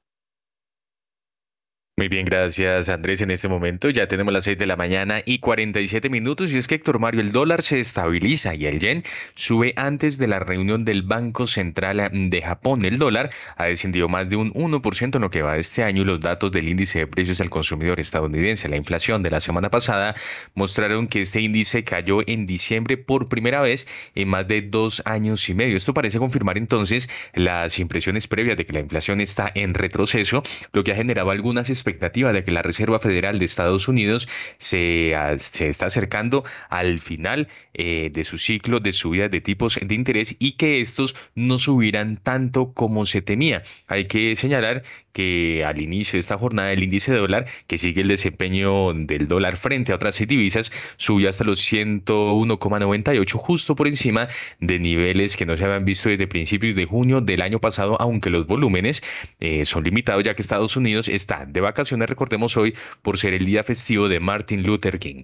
Muy bien, gracias Andrés. En este momento ya tenemos las seis de la mañana y cuarenta y siete minutos y es que Héctor Mario, el dólar se estabiliza y el yen sube antes de la reunión del Banco Central de Japón. El dólar ha descendido más de un uno por ciento en lo que va de este año y los datos del índice de precios al consumidor estadounidense, la inflación de la semana pasada, mostraron que este índice cayó en diciembre por primera vez en más de dos años y medio. Esto parece confirmar entonces las impresiones previas de que la inflación está en retroceso, lo que ha generado algunas expectativas expectativa de que la Reserva Federal de Estados Unidos se, se está acercando al final eh, de su ciclo de subida de tipos de interés y que estos no subirán tanto como se temía. Hay que señalar que al inicio de esta jornada el índice de dólar, que sigue el desempeño del dólar frente a otras divisas, subió hasta los ciento uno coma noventa y ocho, justo por encima de niveles que no se habían visto desde principios de junio del año pasado, aunque los volúmenes eh, son limitados ya que Estados Unidos está de vacaciones, recordemos hoy, por ser el día festivo de Martin Luther King.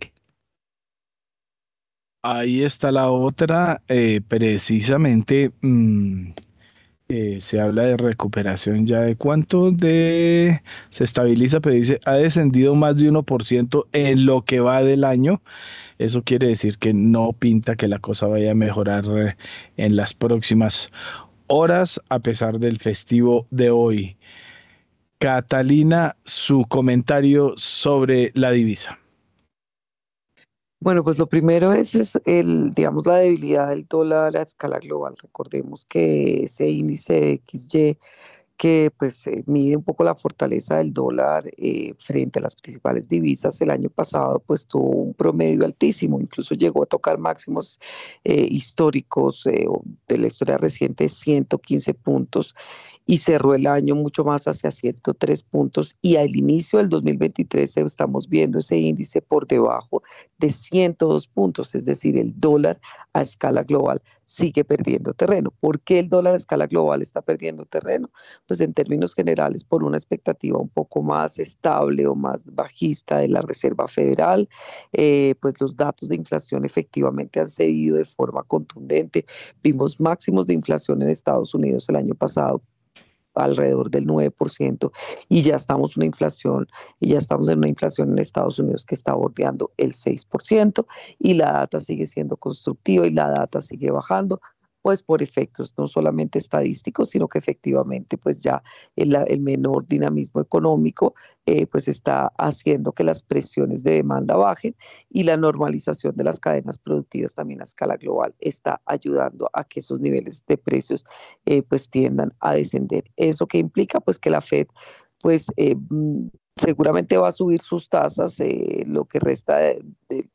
Ahí está la otra, eh, precisamente mmm, eh, se habla de recuperación ya de cuánto de se estabiliza, pero dice ha descendido más de uno por ciento en lo que va del año. Eso quiere decir que no pinta que la cosa vaya a mejorar eh, en las próximas horas a pesar del festivo de hoy. Catalina, su comentario sobre la divisa. Bueno, pues lo primero es, es el, digamos, la debilidad del dólar a escala global. Recordemos que ese índice de equis ye que pues eh, mide un poco la fortaleza del dólar eh, frente a las principales divisas el año pasado, pues tuvo un promedio altísimo, incluso llegó a tocar máximos eh, históricos eh, de la historia reciente de ciento quince puntos y cerró el año mucho más hacia ciento tres puntos y al inicio del dos mil veintitrés estamos viendo ese índice por debajo de ciento dos puntos, es decir, el dólar a escala global sigue perdiendo terreno. ¿Por qué el dólar a escala global está perdiendo terreno? Pues en términos generales por una expectativa un poco más estable o más bajista de la Reserva Federal, eh, pues los datos de inflación efectivamente han cedido de forma contundente. Vimos máximos de inflación en Estados Unidos el año pasado alrededor del nueve por ciento y ya estamos una inflación y ya estamos en una inflación en Estados Unidos que está bordeando el seis por ciento y la data sigue siendo constructiva y la data sigue bajando, pues por efectos no solamente estadísticos, sino que efectivamente pues ya el, el menor dinamismo económico eh, pues está haciendo que las presiones de demanda bajen y la normalización de las cadenas productivas también a escala global está ayudando a que esos niveles de precios eh, pues tiendan a descender. ¿Eso qué implica? Pues que la Fed pues eh, seguramente va a subir sus tasas eh, lo que resta de, de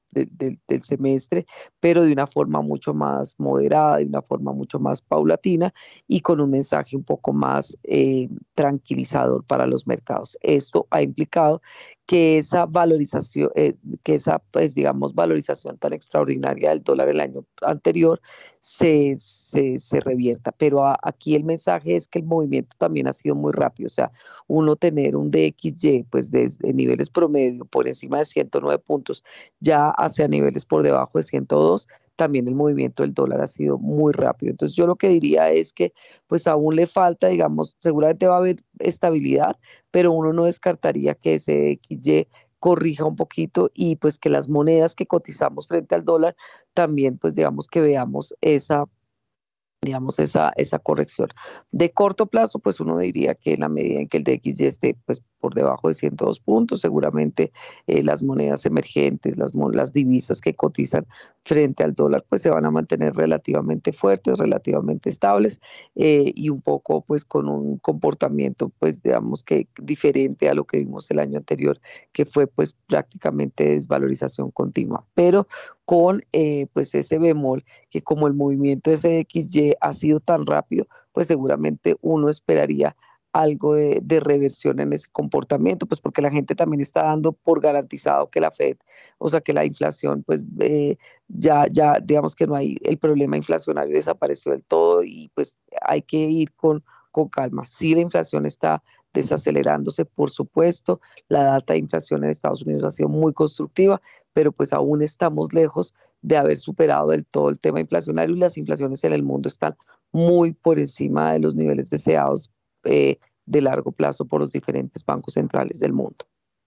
de, de, del semestre, pero de una forma mucho más moderada, de una forma mucho más paulatina y con un mensaje un poco más eh, tranquilizador para los mercados. Esto ha implicado que esa valorización, eh, que esa, pues, digamos, valorización tan extraordinaria del dólar el año anterior se, se, se revierta. Pero a, aquí el mensaje es que el movimiento también ha sido muy rápido. O sea, uno tener un D X Y, pues, desde niveles promedio por encima de ciento nueve puntos, ya hacia niveles por debajo de ciento dos, también el movimiento del dólar ha sido muy rápido. Entonces yo lo que diría es que pues aún le falta, digamos, seguramente va a haber estabilidad, pero uno no descartaría que ese X Y corrija un poquito y pues que las monedas que cotizamos frente al dólar también pues digamos que veamos esa digamos, esa, esa corrección. De corto plazo, pues uno diría que en la medida en que el D X Y esté pues, por debajo de ciento dos puntos, seguramente eh, las monedas emergentes, las, las divisas que cotizan frente al dólar, pues se van a mantener relativamente fuertes, relativamente estables eh, y un poco pues con un comportamiento, pues digamos que diferente a lo que vimos el año anterior, que fue pues prácticamente desvalorización continua, pero con eh, pues ese bemol que como el movimiento de ese X Y ha sido tan rápido, pues seguramente uno esperaría algo de, de reversión en ese comportamiento, pues porque la gente también está dando por garantizado que la Fed, o sea que la inflación, pues eh, ya, ya digamos que no hay, el problema inflacionario desapareció del todo y pues hay que ir con, con calma. Sí, la inflación está desacelerándose, por supuesto, la data de inflación en Estados Unidos ha sido muy constructiva, pero pues aún estamos lejos de haber superado del todo el tema inflacionario y las inflaciones en el mundo están muy por encima de los niveles deseados eh, de largo plazo por los diferentes bancos centrales del mundo.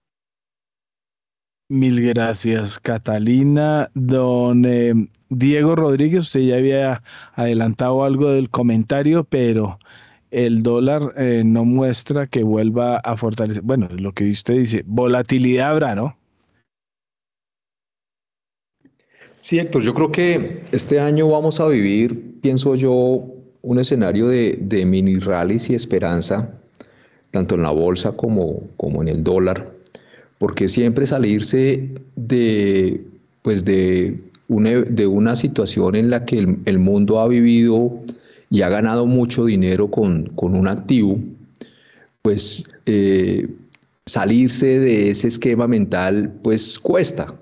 Mil gracias, Catalina. Don eh, Diego Rodríguez, usted ya había adelantado algo del comentario, pero el dólar eh, no muestra que vuelva a fortalecer. Bueno, lo que usted dice, volatilidad habrá, ¿no? Sí, Héctor, yo creo que este año vamos a vivir, pienso yo, un escenario de, de mini rallies y esperanza, tanto en la bolsa como, como en el dólar, porque siempre salirse de, pues de, una, de una situación en la que el, el mundo ha vivido y ha ganado mucho dinero con, con un activo, pues eh, salirse de ese esquema mental pues cuesta.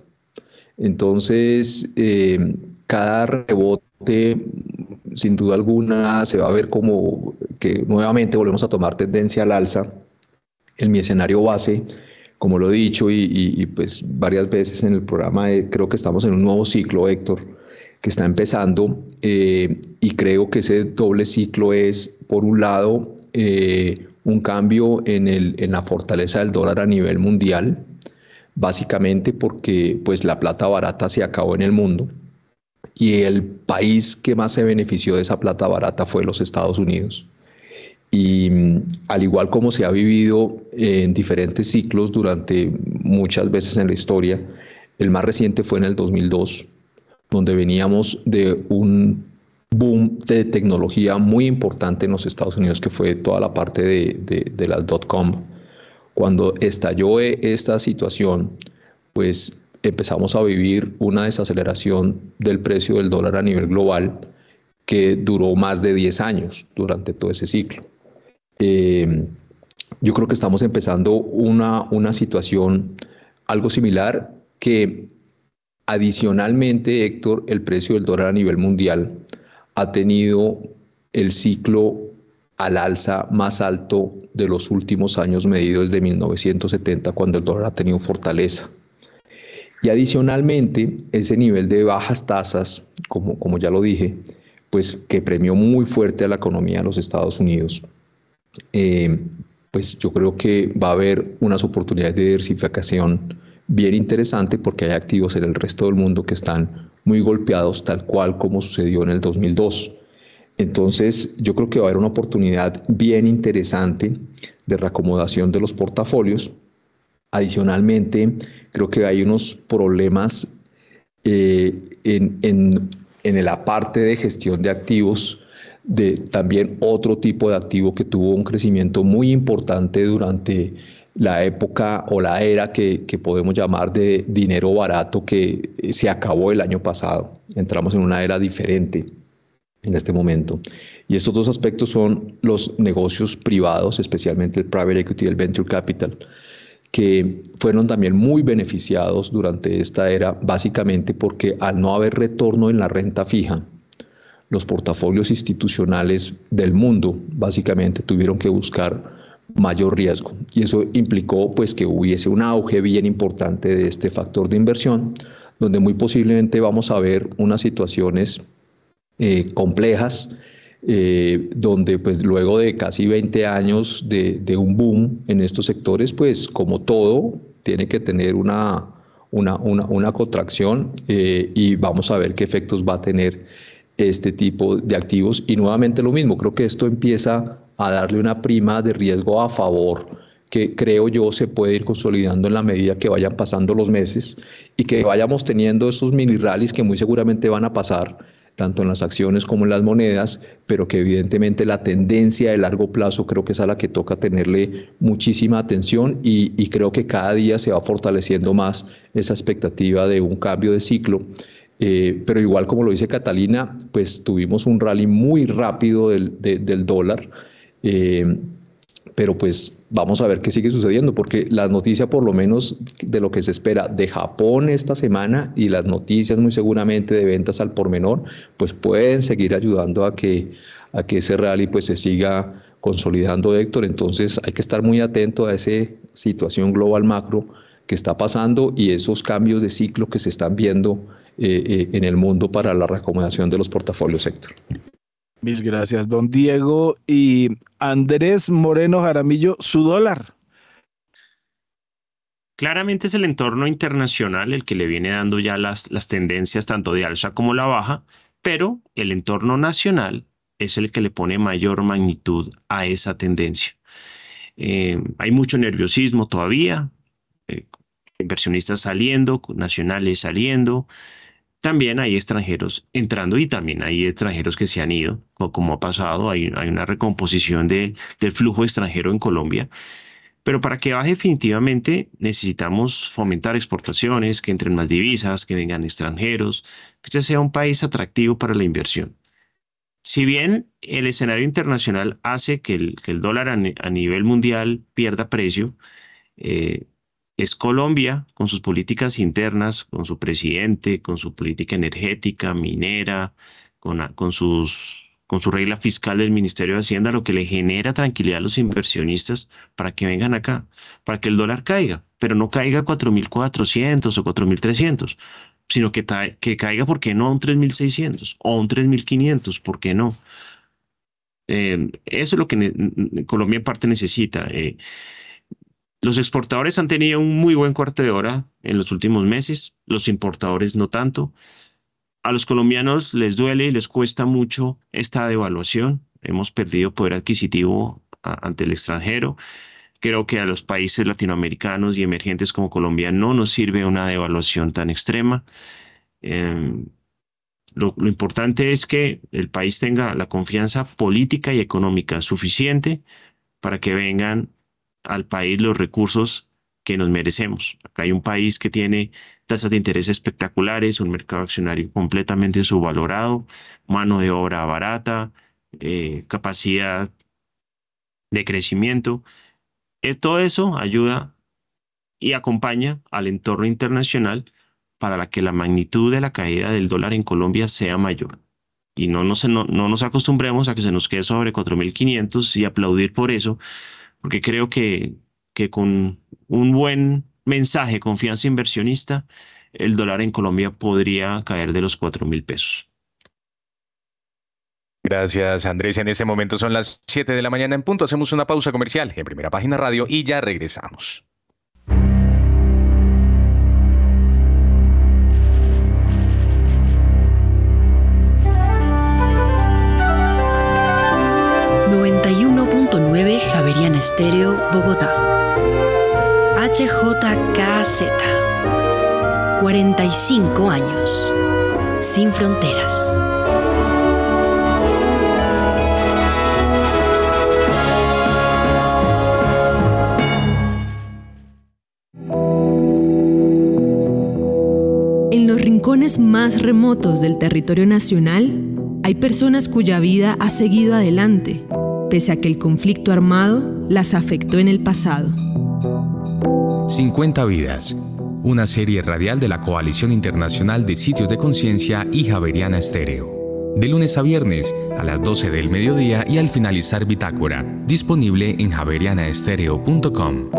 Entonces, eh, cada rebote, sin duda alguna, se va a ver como que nuevamente volvemos a tomar tendencia al alza. En mi escenario base, como lo he dicho y, y, y pues varias veces en el programa, eh, creo que estamos en un nuevo ciclo, Héctor, que está empezando eh, y creo que ese doble ciclo es, por un lado, eh, un cambio en, el, en la fortaleza del dólar a nivel mundial, básicamente porque pues la plata barata se acabó en el mundo y el país que más se benefició de esa plata barata fue los Estados Unidos. Y al igual como se ha vivido en diferentes ciclos durante muchas veces en la historia, el más reciente fue en el dos mil dos, donde veníamos de un boom de tecnología muy importante en los Estados Unidos, que fue toda la parte de, de, de las dot-com. Cuando estalló esta situación, pues empezamos a vivir una desaceleración del precio del dólar a nivel global que duró más de diez años durante todo ese ciclo. Eh, yo creo que estamos empezando una, una situación algo similar que adicionalmente, Héctor, el precio del dólar a nivel mundial ha tenido el ciclo al alza más alto de los últimos años medido desde mil novecientos setenta, cuando el dólar ha tenido fortaleza. Y adicionalmente, ese nivel de bajas tasas, como, como ya lo dije, pues que premió muy fuerte a la economía de los Estados Unidos, eh, pues yo creo que va a haber unas oportunidades de diversificación bien interesante porque hay activos en el resto del mundo que están muy golpeados, tal cual como sucedió en el dos mil dos. Entonces, yo creo que va a haber una oportunidad bien interesante de reacomodación de los portafolios. Adicionalmente, creo que hay unos problemas eh, en, en, en la parte de gestión de activos, de también otro tipo de activo que tuvo un crecimiento muy importante durante la época o la era que, que podemos llamar de dinero barato que se acabó el año pasado. Entramos en una era diferente en este momento. Y estos dos aspectos son los negocios privados, especialmente el private equity y el venture capital, que fueron también muy beneficiados durante esta era, básicamente porque al no haber retorno en la renta fija, los portafolios institucionales del mundo básicamente tuvieron que buscar mayor riesgo. Y eso implicó pues que hubiese un auge bien importante de este factor de inversión, donde muy posiblemente vamos a ver unas situaciones eh, complejas, Eh, donde pues luego de casi veinte años de, de un boom en estos sectores, pues como todo, tiene que tener una, una, una, una contracción eh, y vamos a ver qué efectos va a tener este tipo de activos. Y nuevamente lo mismo, creo que esto empieza a darle una prima de riesgo a favor, que creo yo se puede ir consolidando en la medida que vayan pasando los meses y que vayamos teniendo esos mini rallies que muy seguramente van a pasar, tanto en las acciones como en las monedas, pero que evidentemente la tendencia de largo plazo creo que es a la que toca tenerle muchísima atención y, y creo que cada día se va fortaleciendo más esa expectativa de un cambio de ciclo. Eh, pero igual como lo dice Catalina, pues tuvimos un rally muy rápido del, de, del dólar, eh, pero pues vamos a ver qué sigue sucediendo, porque la noticia por lo menos de lo que se espera de Japón esta semana y las noticias muy seguramente de ventas al por menor, pues pueden seguir ayudando a que, a que ese rally pues se siga consolidando, Héctor. Entonces hay que estar muy atento a esa situación global macro que está pasando y esos cambios de ciclo que se están viendo eh, eh, en el mundo para la recomendación de los portafolios, Héctor. Mil gracias, don Diego. Y Andrés Moreno Jaramillo, su dólar. Claramente es el entorno internacional el que le viene dando ya las, las tendencias tanto de alza como la baja, pero el entorno nacional es el que le pone mayor magnitud a esa tendencia. Eh, hay mucho nerviosismo todavía, eh, inversionistas saliendo, nacionales saliendo. También hay extranjeros entrando y también hay extranjeros que se han ido, o como ha pasado, hay, hay una recomposición de, del flujo extranjero en Colombia. Pero para que baje definitivamente necesitamos fomentar exportaciones, que entren más divisas, que vengan extranjeros, que este sea un país atractivo para la inversión. Si bien el escenario internacional hace que el, que el dólar a, a nivel mundial pierda precio, eh, es Colombia, con sus políticas internas, con su presidente, con su política energética, minera, con, con, sus, con su regla fiscal del Ministerio de Hacienda, lo que le genera tranquilidad a los inversionistas para que vengan acá, para que el dólar caiga, pero no caiga a cuatro mil cuatrocientos o cuatro mil trescientos, sino que, que caiga, ¿por qué no?, a un tres mil seiscientos o a un tres mil quinientos, ¿por qué no? Eh, eso es lo que Colombia en parte necesita. Eh, Los exportadores han tenido un muy buen cuarto de hora en los últimos meses, los importadores no tanto. A los colombianos les duele y les cuesta mucho esta devaluación. Hemos perdido poder adquisitivo a, ante el extranjero. Creo que a los países latinoamericanos y emergentes como Colombia no nos sirve una devaluación tan extrema. Eh, lo, lo importante es que el país tenga la confianza política y económica suficiente para que vengan al país los recursos que nos merecemos. Acá hay un país que tiene tasas de interés espectaculares, un mercado accionario completamente subvalorado, mano de obra barata, eh, capacidad de crecimiento. Eh, todo eso ayuda y acompaña al entorno internacional para la que la magnitud de la caída del dólar en Colombia sea mayor. Y no nos, no, no nos acostumbremos a que se nos quede sobre cuatro mil quinientos y aplaudir por eso, porque creo que, que con un buen mensaje de confianza inversionista, el dólar en Colombia podría caer de los cuatro mil pesos. Gracias, Andrés. En este momento son las siete de la mañana en punto. Hacemos una pausa comercial en Primera Página Radio y ya regresamos. noventa y uno punto nueve Javeriana Estéreo, Bogotá. H J K Z. cuarenta y cinco años. Sin fronteras. rincones más remotos del territorio nacional, hay personas cuya vida ha seguido adelante, pese a que el conflicto armado las afectó en el pasado. cincuenta vidas, una serie radial de la Coalición Internacional de Sitios de Conciencia y Javeriana Estéreo. De lunes a viernes a las doce del mediodía y al finalizar Bitácora, disponible en javeriana estéreo punto com.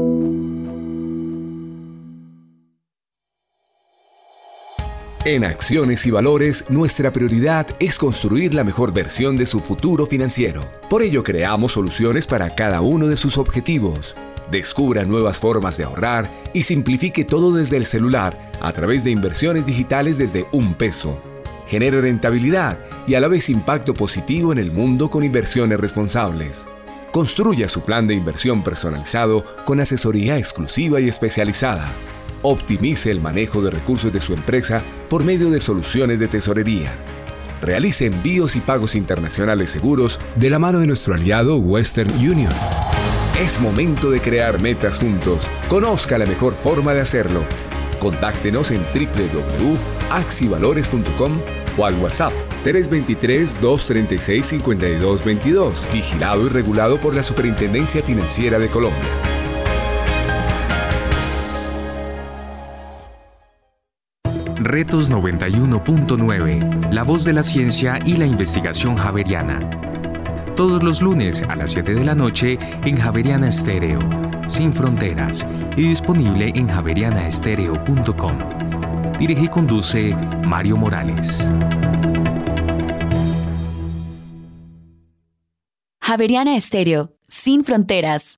En Acciones y Valores, nuestra prioridad es construir la mejor versión de su futuro financiero. Por ello, creamos soluciones para cada uno de sus objetivos. Descubra nuevas formas de ahorrar y simplifique todo desde el celular a través de inversiones digitales desde un peso. Genere rentabilidad y a la vez impacto positivo en el mundo con inversiones responsables. Construya su plan de inversión personalizado con asesoría exclusiva y especializada. Optimice el manejo de recursos de su empresa por medio de soluciones de tesorería. Realice envíos y pagos internacionales seguros de la mano de nuestro aliado Western Union. Es momento de crear metas juntos. Conozca la mejor forma de hacerlo. Contáctenos en doble u doble u doble u punto axivalores punto com o al WhatsApp tres dos tres, dos tres seis, cinco dos dos dos, vigilado y regulado por la Superintendencia Financiera de Colombia. Retos noventa y uno punto nueve, la voz de la ciencia y la investigación javeriana. Todos los lunes a las siete de la noche en Javeriana Estéreo, sin fronteras, y disponible en javeriana estéreo punto com. Dirige y conduce Mario Morales. Javeriana Estéreo, sin fronteras.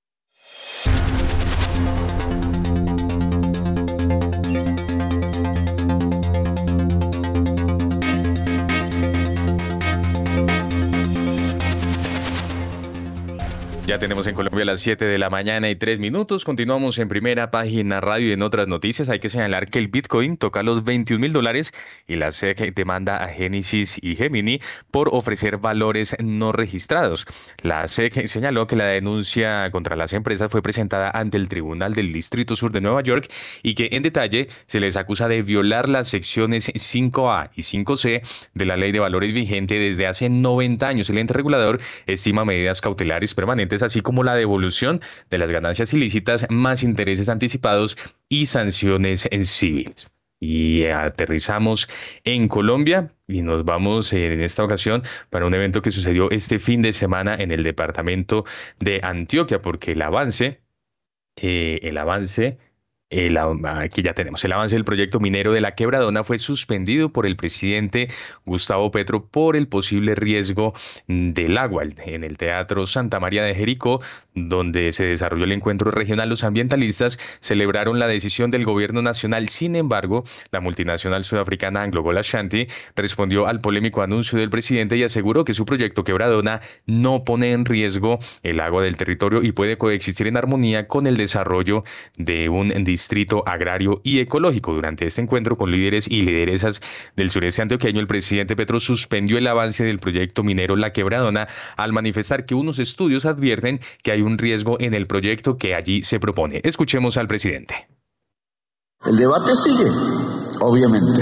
Ya tenemos en Colombia las siete de la mañana y tres minutos. Continuamos en Primera Página Radio y en otras noticias. Hay que señalar que el Bitcoin toca los veintiún mil dólares y la S E C demanda a Genesis y Gemini por ofrecer valores no registrados. La S E C señaló que la denuncia contra las empresas fue presentada ante el Tribunal del Distrito Sur de Nueva York y que en detalle se les acusa de violar las secciones cinco A y cinco C de la Ley de Valores vigente desde hace noventa años. El ente regulador estima medidas cautelares permanentes, así como la devolución de las ganancias ilícitas, más intereses anticipados y sanciones civiles. Y aterrizamos en Colombia y nos vamos en esta ocasión para un evento que sucedió este fin de semana en el departamento de Antioquia, porque el avance, eh, el avance... El, aquí ya tenemos el avance del proyecto minero de la Quebradona fue suspendido por el presidente Gustavo Petro por el posible riesgo del agua. En el Teatro Santa María de Jericó, donde se desarrolló el encuentro regional, los ambientalistas celebraron la decisión del gobierno nacional. Sin embargo, la multinacional sudafricana AngloGold Ashanti respondió al polémico anuncio del presidente y aseguró que su proyecto Quebradona no pone en riesgo el agua del territorio y puede coexistir en armonía con el desarrollo de un distrito agrario y ecológico. Durante este encuentro con líderes y lideresas del sureste antioqueño, el presidente Petro suspendió el avance del proyecto minero La Quebradona al manifestar que unos estudios advierten que hay un riesgo en el proyecto que allí se propone. Escuchemos al presidente. El debate sigue, obviamente.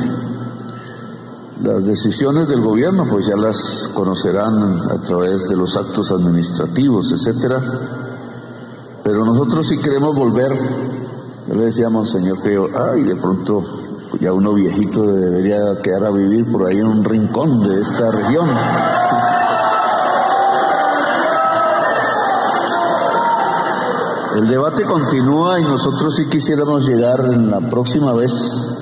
Las decisiones del gobierno pues ya las conocerán a través de los actos administrativos, etcétera. Pero nosotros sí queremos volver. Yo le decía a Monseñor Creo, ay, de pronto ya uno viejito debería quedar a vivir por ahí en un rincón de esta región. El debate continúa y nosotros sí quisiéramos llegar en la próxima vez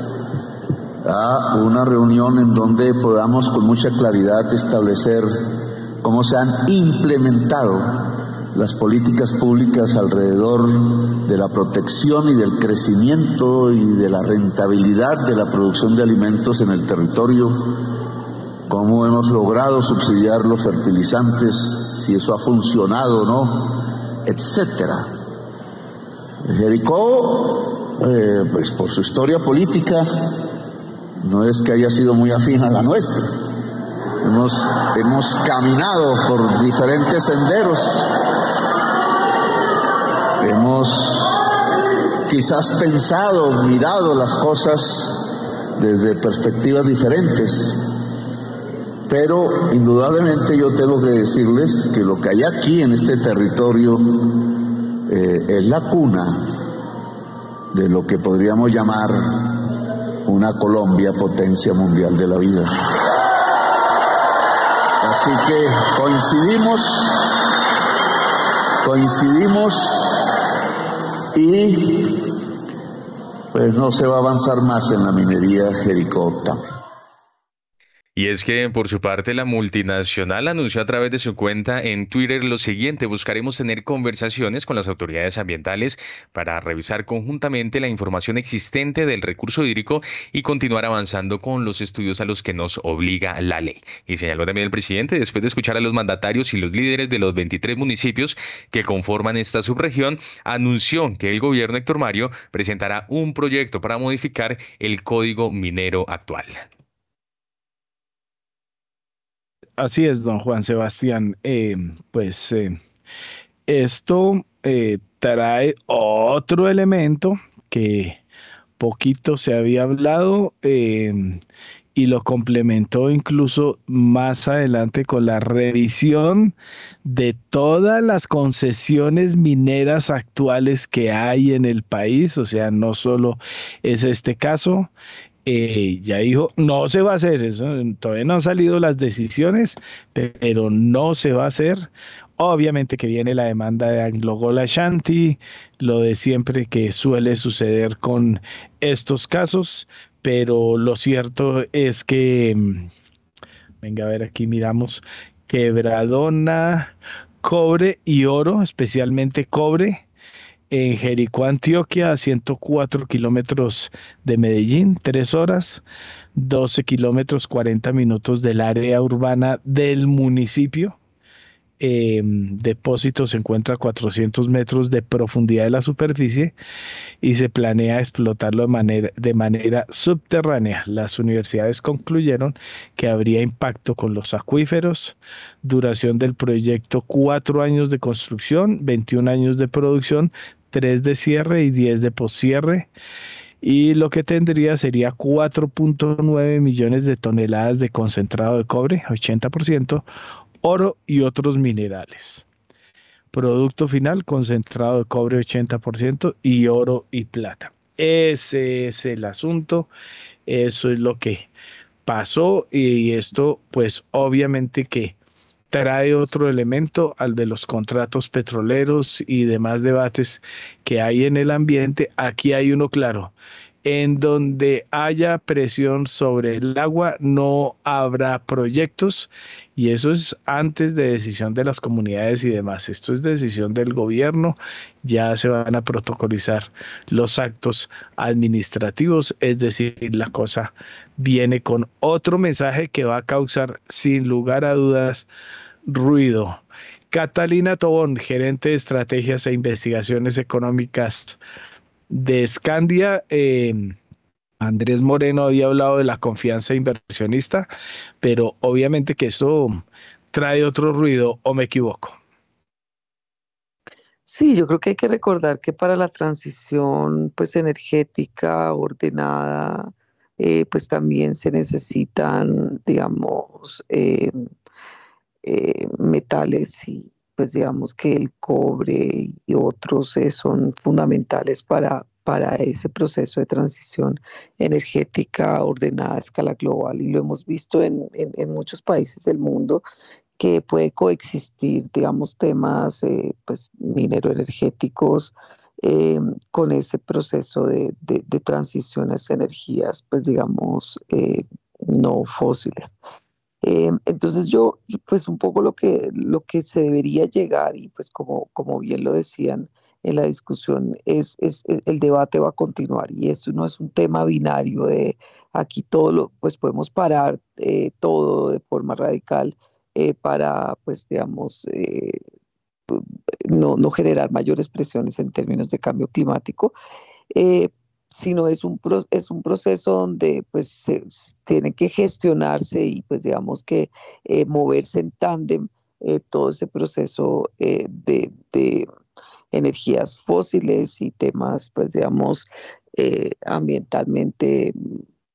a una reunión en donde podamos con mucha claridad establecer cómo se han implementado las políticas públicas alrededor de la protección y del crecimiento y de la rentabilidad de la producción de alimentos en el territorio, cómo hemos logrado subsidiar los fertilizantes, si eso ha funcionado o no, etcétera. Jericó, eh, pues por su historia política, no es que haya sido muy afín a la nuestra. Hemos, hemos caminado por diferentes senderos. Hemos quizás pensado, mirado las cosas desde perspectivas diferentes. Pero indudablemente yo tengo que decirles que lo que hay aquí en este territorio eh, es la cuna de lo que podríamos llamar una Colombia potencia mundial de la vida. Así que coincidimos, coincidimos y pues no se va a avanzar más en la minería Jericó-Octán. Y es que, por su parte, la multinacional anunció a través de su cuenta en Twitter lo siguiente: buscaremos tener conversaciones con las autoridades ambientales para revisar conjuntamente la información existente del recurso hídrico y continuar avanzando con los estudios a los que nos obliga la ley. Y señaló también el presidente, después de escuchar a los mandatarios y los líderes de los veintitrés municipios que conforman esta subregión, anunció que el gobierno Héctor Mario presentará un proyecto para modificar el código minero actual. Así es, don Juan Sebastián. Eh, pues eh, esto eh, trae otro elemento que poquito se había hablado eh, y lo complementó incluso más adelante con la revisión de todas las concesiones mineras actuales que hay en el país. O sea, no solo es este caso. Eh, ya dijo, no se va a hacer eso, todavía no han salido las decisiones, pero no se va a hacer. Obviamente que viene la demanda de AngloGold Ashanti, lo de siempre que suele suceder con estos casos, pero lo cierto es que, venga a ver, aquí miramos, Quebradona, cobre y oro, especialmente cobre, en Jericó, Antioquia, a ciento cuatro kilómetros de Medellín, tres horas, doce kilómetros, cuarenta minutos del área urbana del municipio. Eh, depósito se encuentra a cuatrocientos metros de profundidad de la superficie y se planea explotarlo de manera, de manera subterránea. Las universidades concluyeron que habría impacto con los acuíferos. Duración del proyecto: cuatro años de construcción, veintiún años de producción, tres de cierre y diez de poscierre, y lo que tendría sería cuatro punto nueve millones de toneladas de concentrado de cobre, ochenta por ciento, oro y otros minerales. Producto final: concentrado de cobre ochenta por ciento y oro y plata. Ese es el asunto, eso es lo que pasó, y esto pues obviamente que trae otro elemento al de los contratos petroleros y demás debates que hay en el ambiente. Aquí hay uno claro: en donde haya presión sobre el agua no habrá proyectos, y eso es antes de decisión de las comunidades y demás. Esto es decisión del gobierno, ya se van a protocolizar los actos administrativos, es decir, la cosa viene con otro mensaje que va a causar sin lugar a dudas ruido. Catalina Tobón, gerente de estrategias e investigaciones económicas de Scandia. eh, Andrés Moreno había hablado de la confianza inversionista, pero obviamente que esto trae otro ruido, ¿o me equivoco? Sí, yo creo que hay que recordar que para la transición pues energética ordenada, eh, pues también se necesitan, digamos, eh, eh, metales, y pues digamos que el cobre y otros eh, son fundamentales para, para ese proceso de transición energética ordenada a escala global, y lo hemos visto en, en, en muchos países del mundo, que puede coexistir, digamos, temas eh, pues minero-energéticos eh, con ese proceso de, de, de transición a esas energías, pues digamos, eh, no fósiles. Eh, entonces yo, yo, pues un poco lo que, lo que se debería llegar, y pues como, como bien lo decían en la discusión, es, es, es el debate va a continuar, y eso no es un tema binario de aquí todo lo, pues podemos parar eh, todo de forma radical eh, para, pues digamos, eh, no, no generar mayores presiones en términos de cambio climático. Eh, sino es un, pro, es un proceso donde pues se, se tiene que gestionarse y pues digamos que eh, moverse en tándem eh, todo ese proceso eh, de, de energías fósiles y temas pues digamos eh, ambientalmente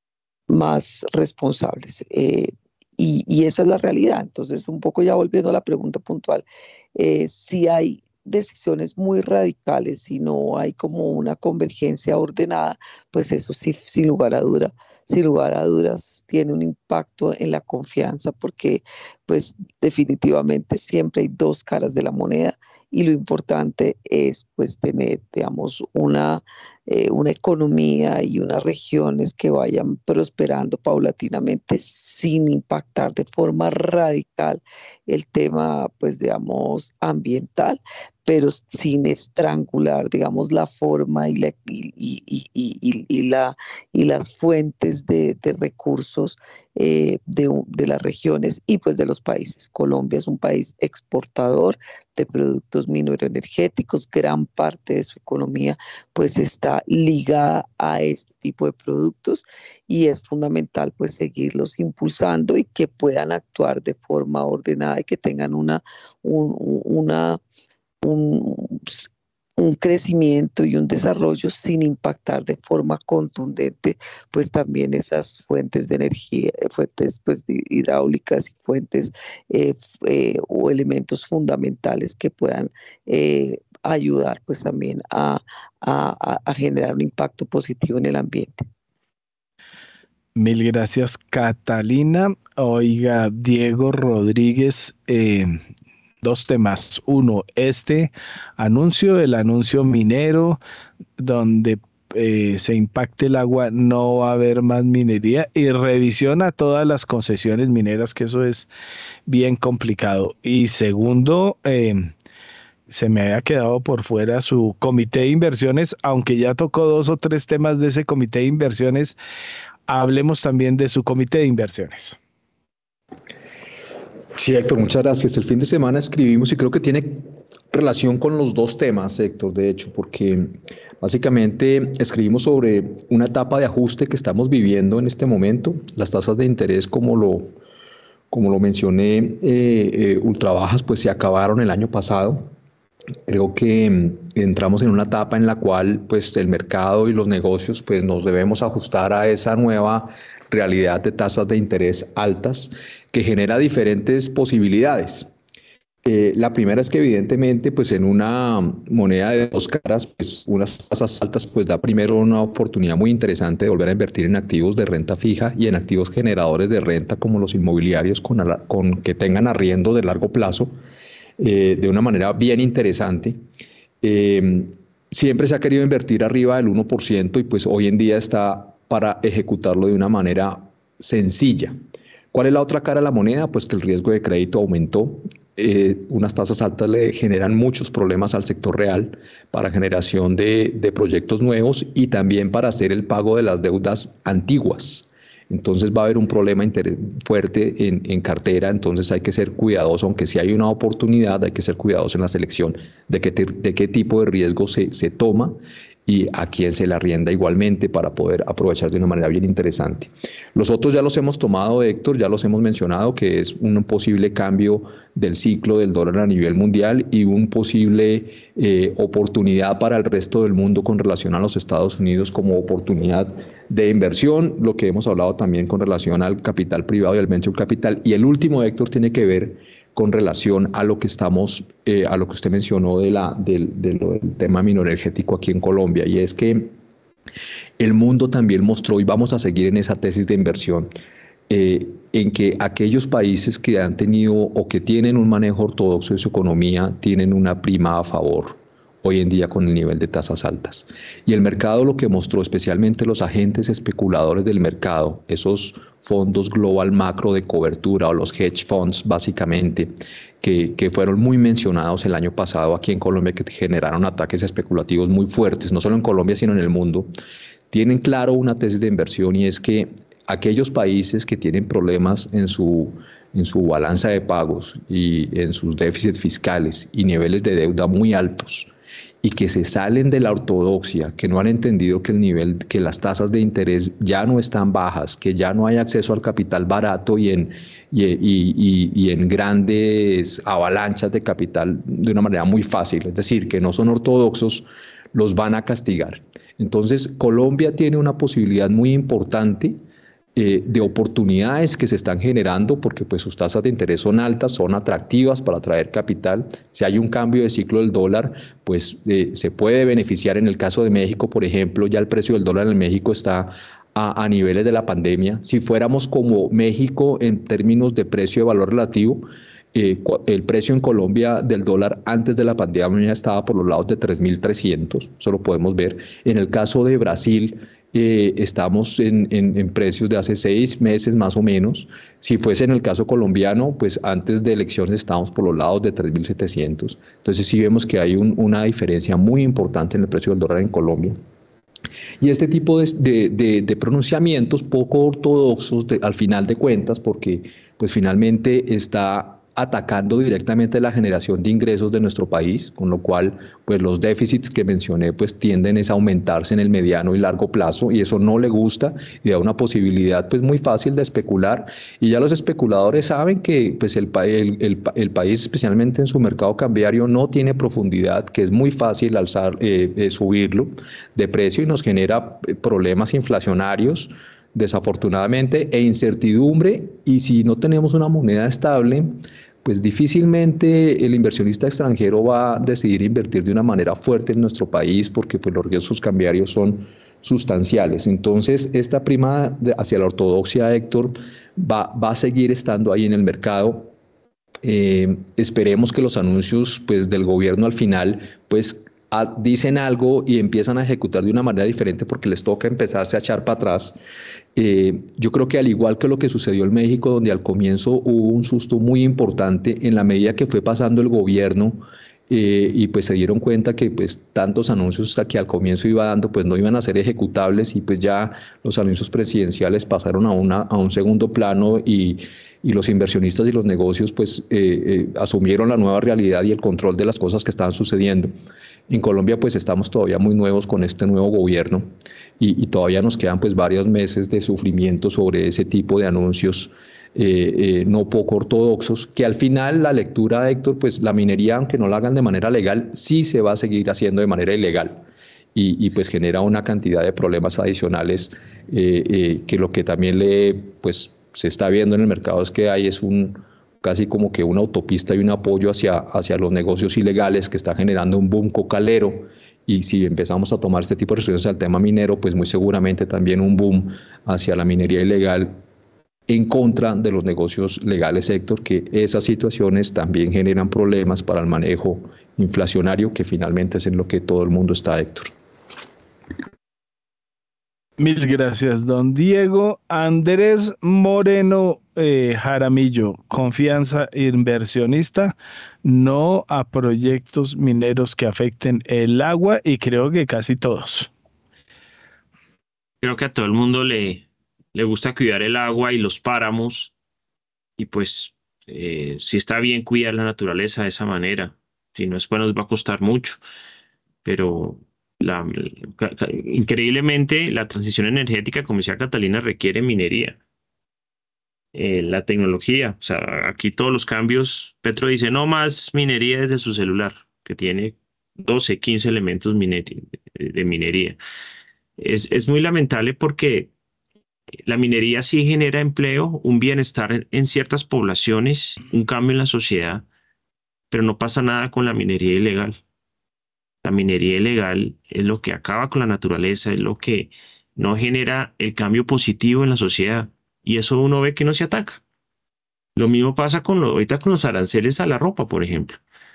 más responsables. Eh, y, y esa es la realidad. Entonces, un poco ya volviendo a la pregunta puntual, eh, si hay decisiones muy radicales, si no hay como una convergencia ordenada, pues eso sí, sin lugar a duda, sin lugar a dudas, tiene un impacto en la confianza, porque pues definitivamente siempre hay dos caras de la moneda, y lo importante es pues tener, digamos, una, eh, una economía y unas regiones que vayan prosperando paulatinamente sin impactar de forma radical el tema, pues digamos, ambiental, pero sin estrangular, digamos, la forma y, la, y, y, y, y, y, la, y las fuentes de, de recursos eh, de, de las regiones y pues de los países. Colombia es un país exportador de productos mineroenergéticos, gran parte de su economía pues está ligada a este tipo de productos, y es fundamental pues seguirlos impulsando y que puedan actuar de forma ordenada y que tengan una, un, una Un, un crecimiento y un desarrollo sin impactar de forma contundente pues también esas fuentes de energía, fuentes pues hidráulicas y fuentes eh, eh, o elementos fundamentales que puedan eh, ayudar pues también a, a, a generar un impacto positivo en el ambiente. Mil gracias, Catalina. Oiga, Diego Rodríguez, eh, dos temas. Uno, este anuncio, el anuncio minero, donde eh, se impacte el agua, no va a haber más minería, y revisión a todas las concesiones mineras, que eso es bien complicado. Y segundo, eh, se me había quedado por fuera su comité de inversiones, aunque ya tocó dos o tres temas de ese comité de inversiones. Hablemos también de su comité de inversiones. Sí, Héctor, muchas gracias. El fin de semana escribimos, y creo que tiene relación con los dos temas, Héctor, de hecho, porque básicamente escribimos sobre una etapa de ajuste que estamos viviendo en este momento. Las tasas de interés, como lo, como lo mencioné, eh, eh, ultra bajas, pues se acabaron el año pasado. Creo que entramos en una etapa en la cual pues el mercado y los negocios pues nos debemos ajustar a esa nueva realidad de tasas de interés altas, que genera diferentes posibilidades. Eh, la primera es que evidentemente pues en una moneda de dos caras, pues unas tasas altas pues da primero una oportunidad muy interesante de volver a invertir en activos de renta fija y en activos generadores de renta como los inmobiliarios con, con que tengan arriendo de largo plazo, eh, de una manera bien interesante. Eh, siempre se ha querido invertir arriba del uno por ciento, y pues hoy en día está para ejecutarlo de una manera sencilla. ¿Cuál es la otra cara de la moneda? Pues que el riesgo de crédito aumentó. Eh, unas tasas altas le generan muchos problemas al sector real para generación de, de proyectos nuevos y también para hacer el pago de las deudas antiguas. Entonces va a haber un problema fuerte en, en cartera, entonces hay que ser cuidadoso, aunque si hay una oportunidad, hay que ser cuidadoso en la selección de qué, de qué tipo de riesgo se, se toma y a quién se le arrienda igualmente para poder aprovechar de una manera bien interesante. Los otros ya los hemos tomado, Héctor, ya los hemos mencionado, que es un posible cambio del ciclo del dólar a nivel mundial y un posible eh, oportunidad para el resto del mundo con relación a los Estados Unidos como oportunidad de inversión, lo que hemos hablado también con relación al capital privado y al venture capital. Y el último, Héctor, tiene que ver con relación a lo que estamos, eh, a lo que usted mencionó de la, del, de lo, del tema mineroenergético aquí en Colombia, y es que el mundo también mostró, y vamos a seguir en esa tesis de inversión, eh, en que aquellos países que han tenido o que tienen un manejo ortodoxo de su economía tienen una prima a favor hoy en día con el nivel de tasas altas. Y el mercado lo que mostró, especialmente los agentes especuladores del mercado, esos fondos global macro de cobertura o los hedge funds básicamente, que, que fueron muy mencionados el año pasado aquí en Colombia, que generaron ataques especulativos muy fuertes, no solo en Colombia sino en el mundo, tienen claro una tesis de inversión, y es que aquellos países que tienen problemas en su en su balanza de pagos y en sus déficits fiscales y niveles de deuda muy altos, y que se salen de la ortodoxia, que no han entendido que el nivel, que las tasas de interés ya no están bajas, que ya no hay acceso al capital barato y en, y, y, y, y en grandes avalanchas de capital de una manera muy fácil, es decir, que no son ortodoxos, los van a castigar. Entonces, Colombia tiene una posibilidad muy importante eh, de oportunidades que se están generando porque pues sus tasas de interés son altas, son atractivas para atraer capital. Si hay un cambio de ciclo del dólar, pues eh, se puede beneficiar. En el caso de México, por ejemplo, ya el precio del dólar en México está a, a niveles de la pandemia. Si fuéramos como México en términos de precio de valor relativo, Eh, el precio en Colombia del dólar antes de la pandemia estaba por los lados de tres mil trescientos, eso lo podemos ver. En el caso de Brasil, eh, estamos en, en, en precios de hace seis meses más o menos. Si fuese en el caso colombiano, pues antes de elecciones estábamos por los lados de tres mil setecientos. Entonces sí vemos que hay un, una diferencia muy importante en el precio del dólar en Colombia. Y este tipo de, de, de, de pronunciamientos poco ortodoxos de, al final de cuentas, porque pues finalmente está atacando directamente la generación de ingresos de nuestro país, con lo cual pues los déficits que mencioné pues tienden a aumentarse en el mediano y largo plazo, y eso no le gusta y da una posibilidad pues muy fácil de especular. Y ya los especuladores saben que pues el, el, el, el país, especialmente en su mercado cambiario, no tiene profundidad, que es muy fácil alzar, eh, eh, subirlo de precio y nos genera problemas inflacionarios desafortunadamente e incertidumbre. Y si no tenemos una moneda estable, pues difícilmente el inversionista extranjero va a decidir invertir de una manera fuerte en nuestro país, porque pues los riesgos cambiarios son sustanciales. Entonces esta prima de, hacia la ortodoxia, Héctor, va, va a seguir estando ahí en el mercado. Eh, esperemos que los anuncios pues del gobierno al final pues a, dicen algo y empiezan a ejecutar de una manera diferente, porque les toca empezarse a echar para atrás. Eh, yo creo que al igual que lo que sucedió en México, donde al comienzo hubo un susto muy importante, en la medida que fue pasando el gobierno eh, y pues se dieron cuenta que pues tantos anuncios que al comienzo iba dando pues no iban a ser ejecutables, y pues ya los anuncios presidenciales pasaron a, una, a un segundo plano, y y los inversionistas y los negocios pues eh, eh, asumieron la nueva realidad y el control de las cosas que estaban sucediendo. En Colombia pues estamos todavía muy nuevos con este nuevo gobierno, y, y todavía nos quedan pues varios meses de sufrimiento sobre ese tipo de anuncios eh, eh, no poco ortodoxos, que al final la lectura, Héctor, pues la minería, aunque no la hagan de manera legal, sí se va a seguir haciendo de manera ilegal. Y, y pues genera una cantidad de problemas adicionales eh, eh, que lo que también le pues se está viendo en el mercado es que hay es un casi como que una autopista y un apoyo hacia, hacia los negocios ilegales, que está generando un boom cocalero. Y si empezamos a tomar este tipo de restricciones al tema minero, pues muy seguramente también un boom hacia la minería ilegal en contra de los negocios legales, Héctor, que esas situaciones también generan problemas para el manejo inflacionario, que finalmente es en lo que todo el mundo está, Héctor. Mil gracias, don Diego. Andrés Moreno eh, Jaramillo, confianza inversionista, no a proyectos mineros que afecten el agua, y creo que casi todos. Creo que a todo el mundo le, le gusta cuidar el agua y los páramos, y pues eh, sí está bien cuidar la naturaleza de esa manera. Si no, después nos va a costar mucho, pero La, increíblemente la transición energética, como decía Catalina, requiere minería, eh, la tecnología. O sea, aquí todos los cambios, Petro dice no más minería desde su celular, que tiene doce, quince elementos mineri de minería. Es, es muy lamentable, porque la minería sí genera empleo, un bienestar en, en ciertas poblaciones, un cambio en la sociedad, pero no pasa nada con la minería ilegal. La minería ilegal es lo que acaba con la naturaleza, es lo que no genera el cambio positivo en la sociedad, y eso uno ve que no se ataca. Lo mismo pasa con lo, ahorita con los aranceles a la ropa, por ejemplo.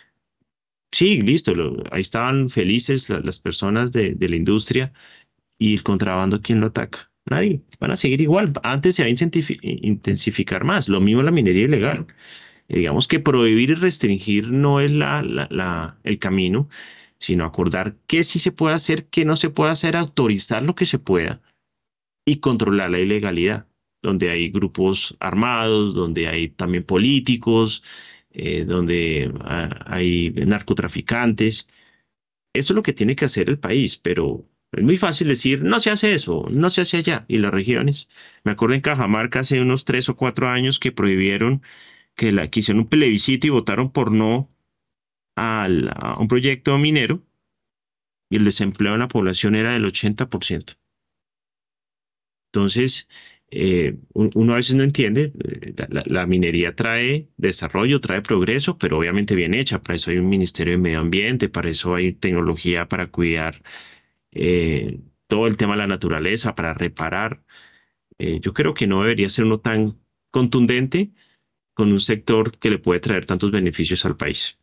Sí, listo, lo, ahí estaban felices la, las personas de, de la industria, y el contrabando, ¿quién lo ataca? Nadie. Van a seguir igual. Antes se va a intensificar más. Lo mismo la minería ilegal. Eh, digamos que prohibir y restringir no es la, la, la, el camino, sino acordar qué sí se puede hacer, qué no se puede hacer, autorizar lo que se pueda y controlar la ilegalidad, donde hay grupos armados, donde hay también políticos, eh, donde uh, hay narcotraficantes. Eso es lo que tiene que hacer el país, pero es muy fácil decir, no se hace eso, no se hace allá. Y las regiones, me acuerdo en Cajamarca hace unos tres o cuatro años que prohibieron, que, la, que hicieron un plebiscito y votaron por no Al, a un proyecto minero, y el desempleo en la población era del ochenta por ciento. Entonces, eh, uno a veces no entiende. La, la minería trae desarrollo, trae progreso, pero obviamente bien hecha. Para eso hay un Ministerio de Medio Ambiente, para eso hay tecnología para cuidar eh, todo el tema de la naturaleza, para reparar. Eh, yo creo que no debería ser uno tan contundente con un sector que le puede traer tantos beneficios al país.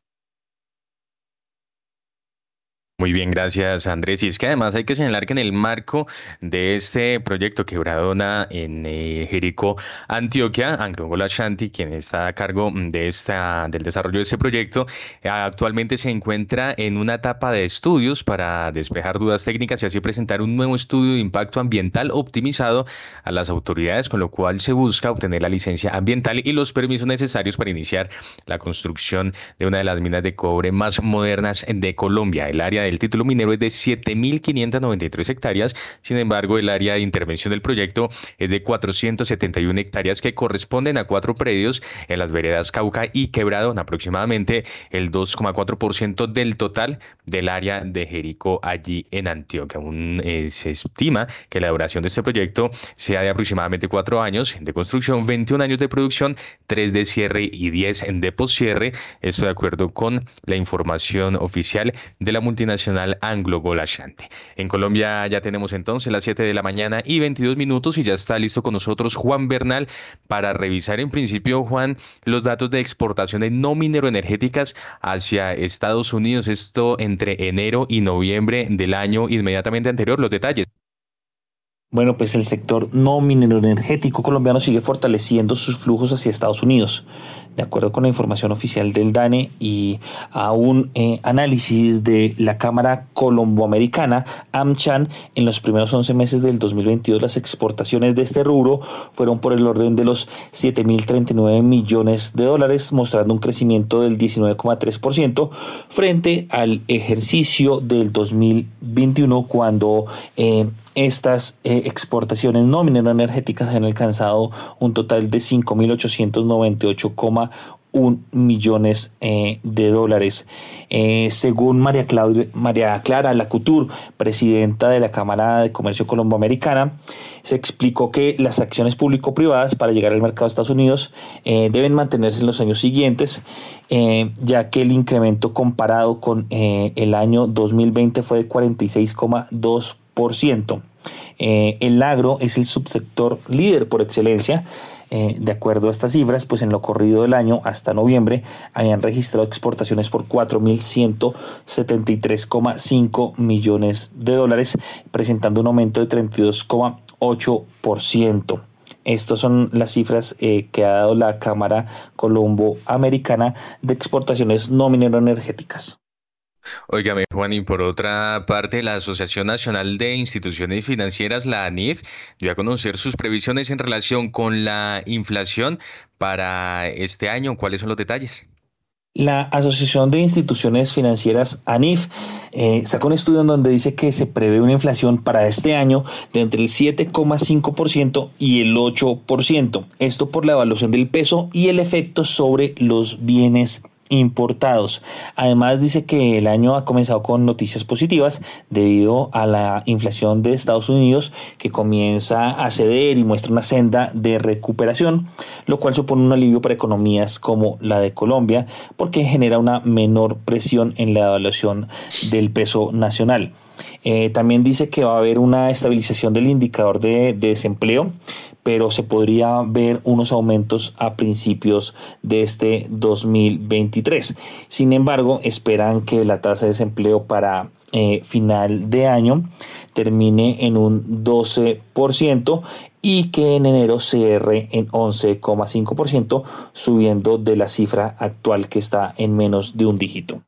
Muy bien, gracias Andrés. Y es que además hay que señalar que en el marco de este proyecto Quebradona en eh, Jericó, Antioquia, AngloGold Ashanti, quien está a cargo de esta, del desarrollo de este proyecto, eh, actualmente se encuentra en una etapa de estudios para despejar dudas técnicas y así presentar un nuevo estudio de impacto ambiental optimizado a las autoridades, con lo cual se busca obtener la licencia ambiental y los permisos necesarios para iniciar la construcción de una de las minas de cobre más modernas de Colombia. El área de El título minero es de siete mil quinientas noventa y tres hectáreas, sin embargo el área de intervención del proyecto es de cuatrocientas setenta y una hectáreas que corresponden a cuatro predios en las veredas Cauca y Quebradona, aproximadamente el dos coma cuatro por ciento del total del área de Jericó allí en Antioquia. Un, eh, se estima que la duración de este proyecto sea de aproximadamente cuatro años de construcción, veintiún años de producción, tres de cierre y diez de poscierre, esto de acuerdo con la información oficial de la multinacional AngloGold Ashanti. En Colombia ya tenemos entonces las siete de la mañana y veintidós minutos y ya está listo con nosotros Juan Bernal para revisar en principio, Juan, los datos de exportaciones no mineroenergéticas hacia Estados Unidos, esto entre enero y noviembre del año inmediatamente anterior. Los detalles. Bueno, pues el sector no mineroenergético colombiano sigue fortaleciendo sus flujos hacia Estados Unidos. De acuerdo con la información oficial del DANE y a un eh, análisis de la Cámara Colomboamericana, AmCham, en los primeros once meses del dos mil veintidós las exportaciones de este rubro fueron por el orden de los siete mil treinta y nueve millones de dólares, mostrando un crecimiento del diecinueve coma tres por ciento frente al ejercicio del dos mil veintiuno, cuando eh, estas eh, exportaciones no mineroenergéticas han alcanzado un total de cinco mil ochocientos noventa y ocho coma uno millones eh, de dólares. Eh, según María, Claudia, María Clara Lacouture, presidenta de la Cámara de Comercio Colomboamericana, se explicó que las acciones público-privadas para llegar al mercado de Estados Unidos eh, deben mantenerse en los años siguientes, eh, ya que el incremento comparado con eh, el año dos mil veinte fue de cuarenta y seis coma dos por ciento. Eh, el agro es el subsector líder por excelencia. Eh, de acuerdo a estas cifras, pues en lo corrido del año hasta noviembre habían registrado exportaciones por cuatro mil ciento setenta y tres coma cinco millones de dólares, presentando un aumento de treinta y dos coma ocho por ciento. Estas son las cifras eh, que ha dado la Cámara Colomboamericana de Exportaciones no mineroenergéticas. Óigame, Juan, y por otra parte, la Asociación Nacional de Instituciones Financieras, la ANIF, dio a conocer sus previsiones en relación con la inflación para este año. ¿Cuáles son los detalles? La Asociación de Instituciones Financieras, ANIF, eh, sacó un estudio en donde dice que se prevé una inflación para este año de entre el siete coma cinco por ciento y el ocho por ciento. Esto por la evaluación del peso y el efecto sobre los bienes importados. Además dice que el año ha comenzado con noticias positivas debido a la inflación de Estados Unidos, que comienza a ceder y muestra una senda de recuperación, lo cual supone un alivio para economías como la de Colombia porque genera una menor presión en la evaluación del peso nacional. Eh, también dice que va a haber una estabilización del indicador de, de desempleo, pero se podría ver unos aumentos a principios de este dos mil veintitrés. Sin embargo, esperan que la tasa de desempleo para eh, final de año termine en un doce por ciento y que en enero cierre en once coma cinco por ciento, subiendo de la cifra actual que está en menos de un dígito.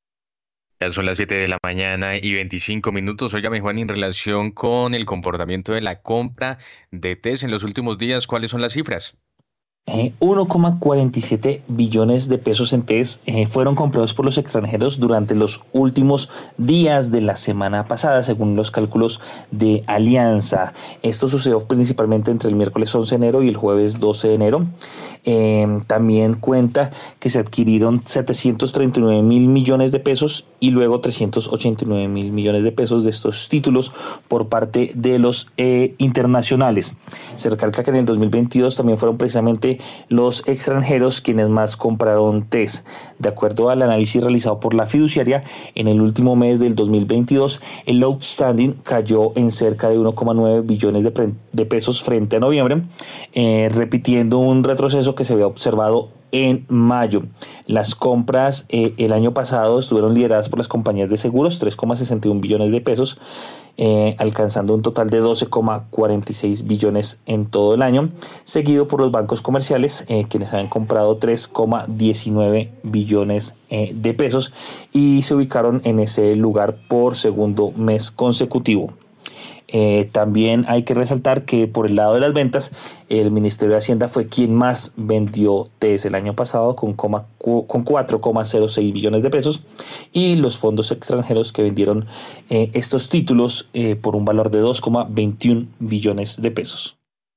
Ya son las siete de la mañana y veinticinco minutos. Óigame, Juan, en relación con el comportamiento de la compra de test en los últimos días, ¿cuáles son las cifras? Eh, uno coma cuarenta y siete billones de pesos en T E S eh, fueron comprados por los extranjeros durante los últimos días de la semana pasada, según los cálculos de Alianza. Esto sucedió principalmente entre el miércoles once de enero y el jueves doce de enero. Eh, también cuenta que se adquirieron setecientos treinta y nueve mil millones de pesos y luego trescientos ochenta y nueve mil millones de pesos de estos títulos por parte de los eh, internacionales. Se recalca que en el dos mil veintidós también fueron precisamente los extranjeros quienes más compraron T E S. De acuerdo al análisis realizado por la fiduciaria, en el último mes del dos mil veintidós, el outstanding cayó en cerca de uno coma nueve billones de, pre- de pesos frente a noviembre, eh, repitiendo un retroceso que se había observado en mayo. Las compras eh, el año pasado estuvieron lideradas por las compañías de seguros, tres coma sesenta y uno billones de pesos, eh, alcanzando un total de doce coma cuarenta y seis billones en todo el año, seguido por los bancos comerciales, eh, quienes habían comprado tres coma diecinueve billones eh, de pesos y se ubicaron en ese lugar por segundo mes consecutivo. Eh, también hay que resaltar que por el lado de las ventas, el Ministerio de Hacienda fue quien más vendió T E S el año pasado con, coma, con cuatro coma cero seis billones de pesos, y los fondos extranjeros que vendieron eh, estos títulos eh, por un valor de dos coma veintiuno billones de pesos.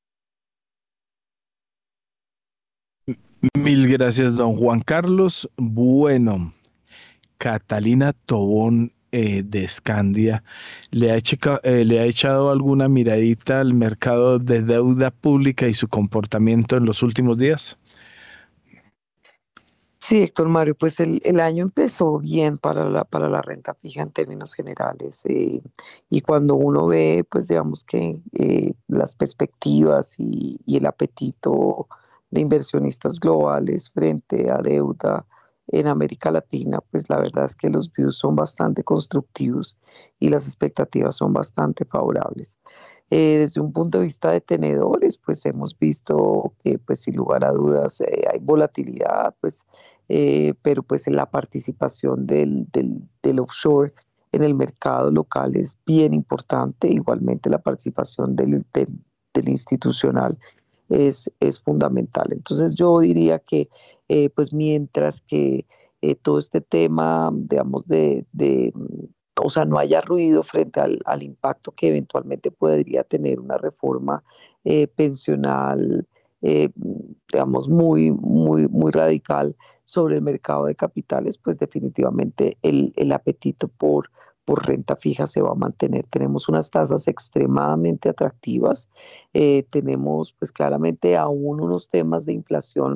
Mil gracias, don Juan Carlos. Bueno, Catalina Tobón Eh, de Scandia, ¿le ha, hecho, eh, ¿le ha echado alguna miradita al mercado de deuda pública y su comportamiento en los últimos días? Sí, Héctor Mario, pues el, el año empezó bien para la, para la renta fija en términos generales, eh, y cuando uno ve, pues digamos que eh, las perspectivas y, y el apetito de inversionistas globales frente a deuda en América Latina, pues la verdad es que los views son bastante constructivos y las expectativas son bastante favorables. Eh, desde un punto de vista de tenedores, pues hemos visto que pues sin lugar a dudas eh, hay volatilidad, pues, eh, pero pues en la participación del, del, del offshore en el mercado local es bien importante, igualmente la participación del, del, del institucional es, es fundamental. Entonces yo diría que eh, pues mientras que eh, todo este tema, digamos, de, de, o sea, no haya ruido frente al, al impacto que eventualmente podría tener una reforma eh, pensional, eh, digamos, muy, muy, muy radical sobre el mercado de capitales, pues definitivamente el, el apetito por por renta fija se va a mantener. Tenemos unas tasas extremadamente atractivas, eh, tenemos pues claramente aún unos temas de inflación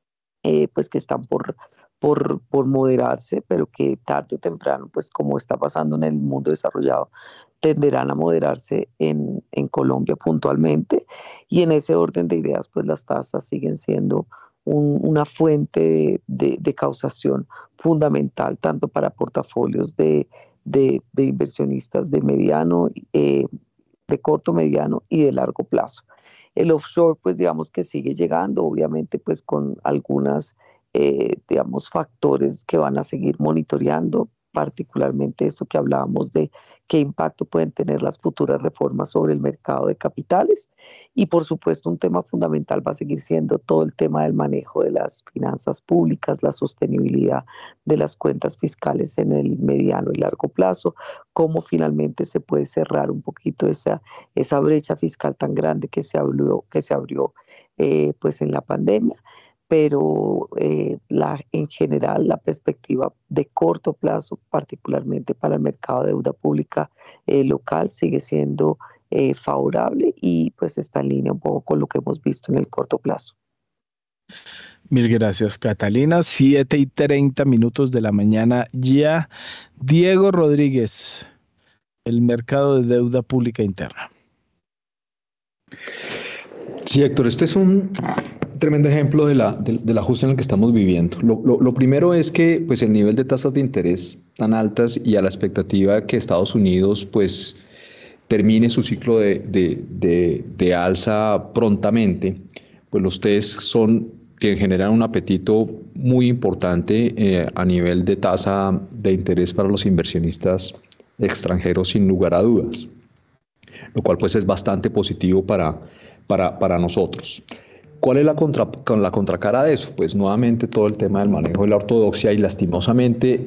eh, pues que están por, por, por moderarse, pero que tarde o temprano, pues como está pasando en el mundo desarrollado, tenderán a moderarse en, en Colombia puntualmente, y en ese orden de ideas pues las tasas siguen siendo un, una fuente de, de, de causación fundamental tanto para portafolios de De, de inversionistas de mediano, eh, de corto, mediano y de largo plazo. El offshore, pues digamos que sigue llegando, obviamente pues con algunas, eh, digamos, factores que van a seguir monitoreando, particularmente esto que hablábamos de qué impacto pueden tener las futuras reformas sobre el mercado de capitales, y por supuesto un tema fundamental va a seguir siendo todo el tema del manejo de las finanzas públicas, la sostenibilidad de las cuentas fiscales en el mediano y largo plazo, cómo finalmente se puede cerrar un poquito esa, esa brecha fiscal tan grande que se abrió, que se abrió eh, pues en la pandemia. Pero eh, la, en general la perspectiva de corto plazo, particularmente para el mercado de deuda pública eh, local, sigue siendo eh, favorable y pues está en línea un poco con lo que hemos visto en el corto plazo. Mil gracias, Catalina. siete y treinta minutos de la mañana ya. Diego Rodríguez, el mercado de deuda pública interna. Sí, Héctor, este es un tremendo ejemplo de la, de, del ajuste en el que estamos viviendo. Lo, lo, lo primero es que pues, el nivel de tasas de interés tan altas y a la expectativa de que Estados Unidos pues, termine su ciclo de, de, de, de alza prontamente, pues los T E S son que generan un apetito muy importante eh, a nivel de tasa de interés para los inversionistas extranjeros, sin lugar a dudas, lo cual pues es bastante positivo para, para, para nosotros. ¿cuál es la, contra, con la contracara de eso? Pues nuevamente todo el tema del manejo de la ortodoxia y lastimosamente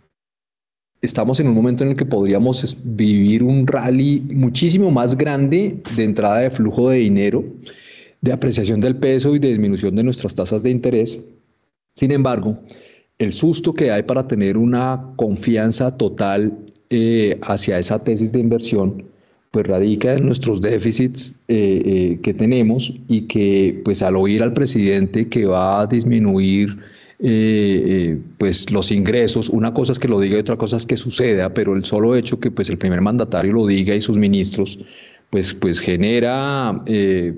estamos en un momento en el que podríamos vivir un rally muchísimo más grande de entrada de flujo de dinero, de apreciación del peso y de disminución de nuestras tasas de interés. Sin embargo, el susto que hay para tener una confianza total eh, hacia esa tesis de inversión, pues radica en nuestros déficits eh, eh, que tenemos y que pues al oír al presidente que va a disminuir eh, eh, pues los ingresos, una cosa es que lo diga y otra cosa es que suceda, pero el solo hecho que pues el primer mandatario lo diga y sus ministros pues, pues genera eh,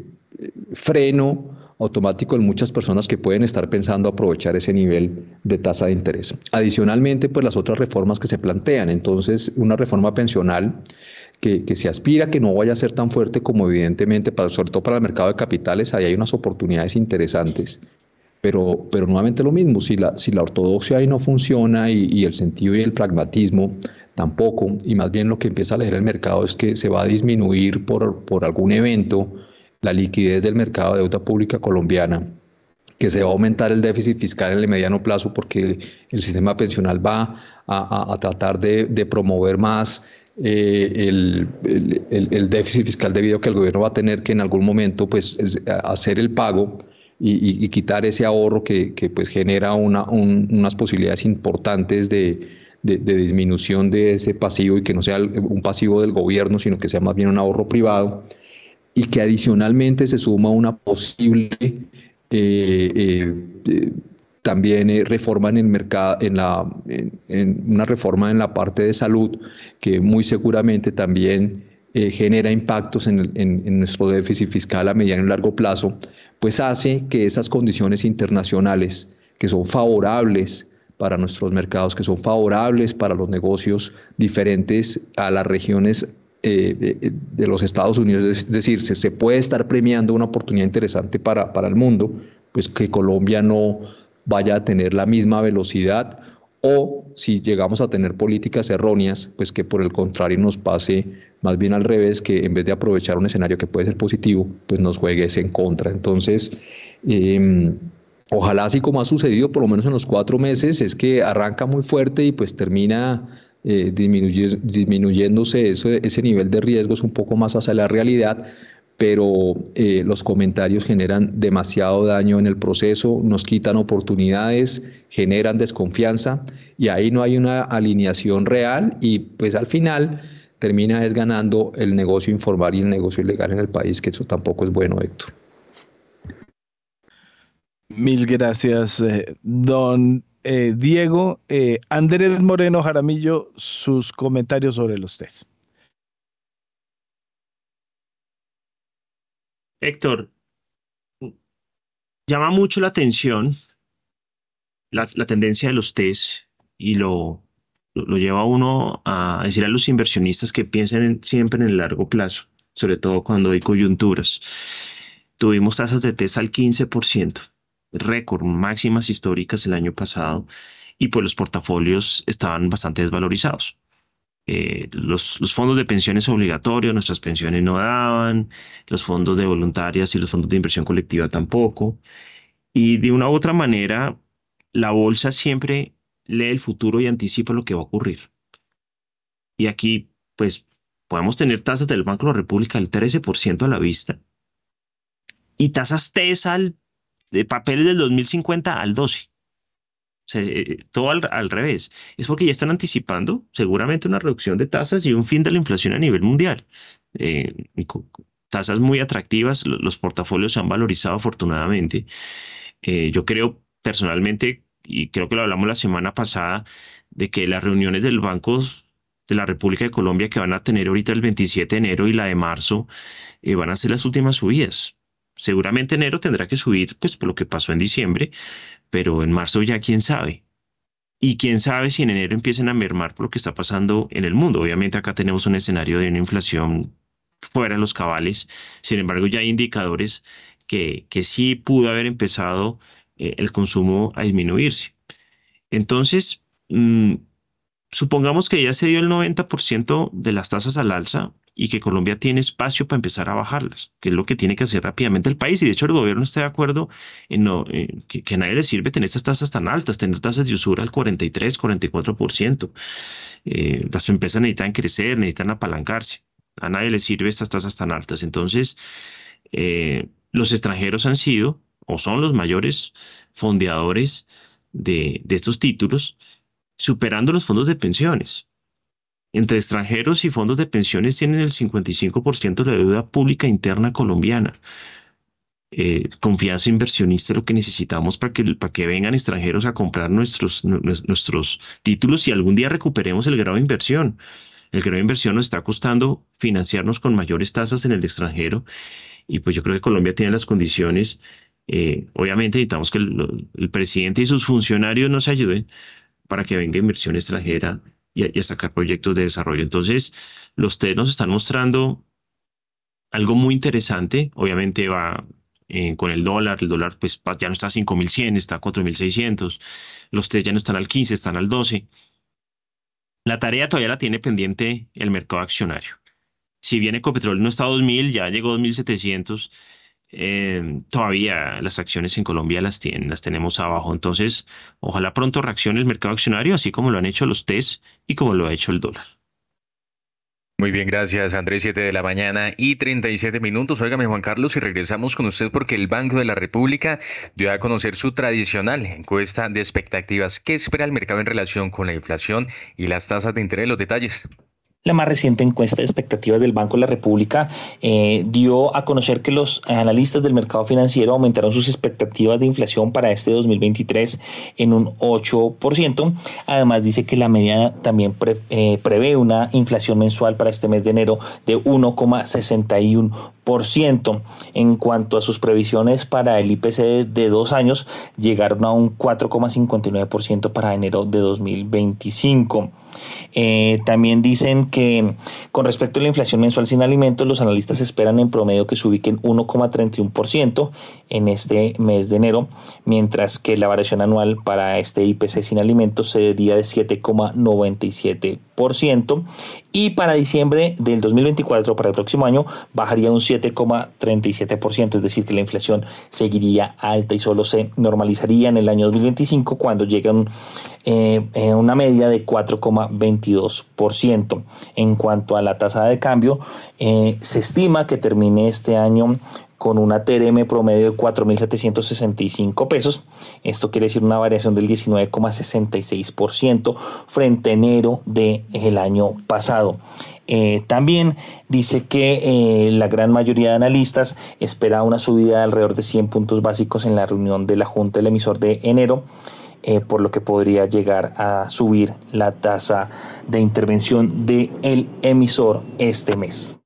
freno automático en muchas personas que pueden estar pensando aprovechar ese nivel de tasa de interés. Adicionalmente, pues las otras reformas que se plantean, entonces una reforma pensional que, que se aspira que no vaya a ser tan fuerte como evidentemente, para, sobre todo para el mercado de capitales, ahí hay unas oportunidades interesantes, pero, pero nuevamente lo mismo, si la, si la ortodoxia ahí no funciona y, y el sentido y el pragmatismo tampoco, y más bien lo que empieza a leer el mercado es que se va a disminuir por, por algún evento la liquidez del mercado de deuda pública colombiana, que se va a aumentar el déficit fiscal en el mediano plazo porque el sistema pensional va a, a, a tratar de, de promover más eh, el, el, el déficit fiscal debido a que el gobierno va a tener que en algún momento pues, es, hacer el pago y, y, y quitar ese ahorro que, que pues, genera una, un, unas posibilidades importantes de, de, de disminución de ese pasivo y que no sea un pasivo del gobierno, sino que sea más bien un ahorro privado. Y que adicionalmente se suma una posible eh, eh, eh, también eh, reforma en el mercado, en la, en, en una reforma en la parte de salud que muy seguramente también eh, genera impactos en, el, en, en nuestro déficit fiscal a mediano y largo plazo, pues hace que esas condiciones internacionales que son favorables para nuestros mercados, que son favorables para los negocios diferentes a las regiones Eh, de los Estados Unidos, es decir, se, se puede estar premiando una oportunidad interesante para, para el mundo, pues que Colombia no vaya a tener la misma velocidad o si llegamos a tener políticas erróneas, pues que por el contrario nos pase más bien al revés, que en vez de aprovechar un escenario que puede ser positivo, pues nos juegue ese en contra. Entonces, eh, ojalá así como ha sucedido por lo menos en los cuatro meses, es que arranca muy fuerte y pues termina Eh, disminuye, disminuyéndose eso, ese nivel de riesgos un poco más hacia la realidad, pero eh, los comentarios generan demasiado daño en el proceso, nos quitan oportunidades, generan desconfianza y ahí no hay una alineación real y pues al final termina es ganando el negocio informal y el negocio ilegal en el país, que eso tampoco es bueno, Héctor. Mil gracias, eh, don Eh, Diego. eh, Andrés Moreno Jaramillo, sus comentarios sobre los test. Héctor, llama mucho la atención la, la tendencia de los test y lo, lo, lo lleva a uno a decir a los inversionistas que piensen en, siempre en el largo plazo, sobre todo cuando hay coyunturas. Tuvimos tasas de test al quince por ciento. Récord, máximas históricas el año pasado, y pues los portafolios estaban bastante desvalorizados. Eh, los, los fondos de pensiones obligatorios, nuestras pensiones no daban, los fondos de voluntarias y los fondos de inversión colectiva tampoco, y de una u otra manera la bolsa siempre lee el futuro y anticipa lo que va a ocurrir. Y aquí pues podemos tener tasas del Banco de la República del trece por ciento a la vista y tasas test al de papeles del dos mil cincuenta al doce. O sea, eh, todo al, al revés. Es porque ya están anticipando seguramente una reducción de tasas y un fin de la inflación a nivel mundial. Eh, tasas muy atractivas, los portafolios se han valorizado afortunadamente. Eh, yo creo personalmente, y creo que lo hablamos la semana pasada, de que las reuniones del Banco de la República de Colombia que van a tener ahorita el veintisiete de enero y la de marzo eh, van a ser las últimas subidas. Seguramente enero tendrá que subir pues por lo que pasó en diciembre, pero en marzo ya quién sabe. Y quién sabe si en enero empiecen a mermar por lo que está pasando en el mundo. Obviamente acá tenemos un escenario de una inflación fuera de los cabales. Sin embargo, ya hay indicadores que, que sí pudo haber empezado eh, el consumo a disminuirse. Entonces, mmm, supongamos que ya se dio el noventa por ciento de las tasas al alza y que Colombia tiene espacio para empezar a bajarlas, que es lo que tiene que hacer rápidamente el país. Y de hecho el gobierno está de acuerdo en no, eh, que, que a nadie le sirve tener estas tasas tan altas, tener tasas de usura al cuarenta y tres, cuarenta y cuatro por ciento. Eh, las empresas necesitan crecer, necesitan apalancarse. A nadie le sirve estas tasas tan altas. Entonces, eh, los extranjeros han sido o son los mayores fondeadores de, de estos títulos, superando los fondos de pensiones. Entre extranjeros y fondos de pensiones tienen el cincuenta y cinco por ciento de la deuda pública interna colombiana. Eh, confianza inversionista es lo que necesitamos para que, para que vengan extranjeros a comprar nuestros, nuestros títulos y algún día recuperemos el grado de inversión. El grado de inversión nos está costando financiarnos con mayores tasas en el extranjero y pues yo creo que Colombia tiene las condiciones. Eh, obviamente necesitamos que el, el presidente y sus funcionarios nos ayuden para que venga inversión extranjera y a, y a sacar proyectos de desarrollo. Entonces, los test nos están mostrando algo muy interesante. Obviamente va eh, con el dólar. El dólar pues ya no está a cinco mil cien, está a cuatro mil seiscientos. Los test ya no están al quince, están al doce. La tarea todavía la tiene pendiente el mercado accionario. Si bien Ecopetrol no está a dos mil, ya llegó a dos mil setecientos. Eh, todavía las acciones en Colombia las tienen, las tenemos abajo. Entonces, ojalá pronto reaccione el mercado accionario, así como lo han hecho los test y como lo ha hecho el dólar. Muy bien, gracias Andrés, siete de la mañana y treinta y siete minutos. Óigame Juan Carlos, y regresamos con usted porque el Banco de la República dio a conocer su tradicional encuesta de expectativas. ¿Qué espera el mercado en relación con la inflación y las tasas de interés? Los detalles. La más reciente encuesta de expectativas del Banco de la República eh, dio a conocer que los analistas del mercado financiero aumentaron sus expectativas de inflación para este dos mil veintitrés en un ocho por ciento. Además dice que la mediana también pre, eh, prevé una inflación mensual para este mes de enero de uno coma sesenta y uno por ciento. En cuanto a sus previsiones para el I P C de dos años, llegaron a un cuatro coma cincuenta y nueve por ciento para enero de dos mil veinticinco. Eh, también dicen que con respecto a la inflación mensual sin alimentos, los analistas esperan en promedio que se ubique en uno coma treinta y uno por ciento en este mes de enero, mientras que la variación anual para este I P C sin alimentos sería de siete coma noventa y siete por ciento y para diciembre del dos mil veinticuatro, para el próximo año, bajaría un siete coma treinta y siete por ciento, es decir, que la inflación seguiría alta y solo se normalizaría en el año dos mil veinticinco cuando llegue a un, eh, una media de cuatro coma veintidós por ciento. En cuanto a la tasa de cambio, eh, se estima que termine este año con una T R M promedio de cuatro mil setecientos sesenta y cinco pesos. Esto quiere decir una variación del diecinueve coma sesenta y seis por ciento frente a enero del año pasado. Eh, también dice que eh, la gran mayoría de analistas espera una subida de alrededor de cien puntos básicos en la reunión de la Junta del Emisor de enero, eh, por lo que podría llegar a subir la tasa de intervención del emisor este mes.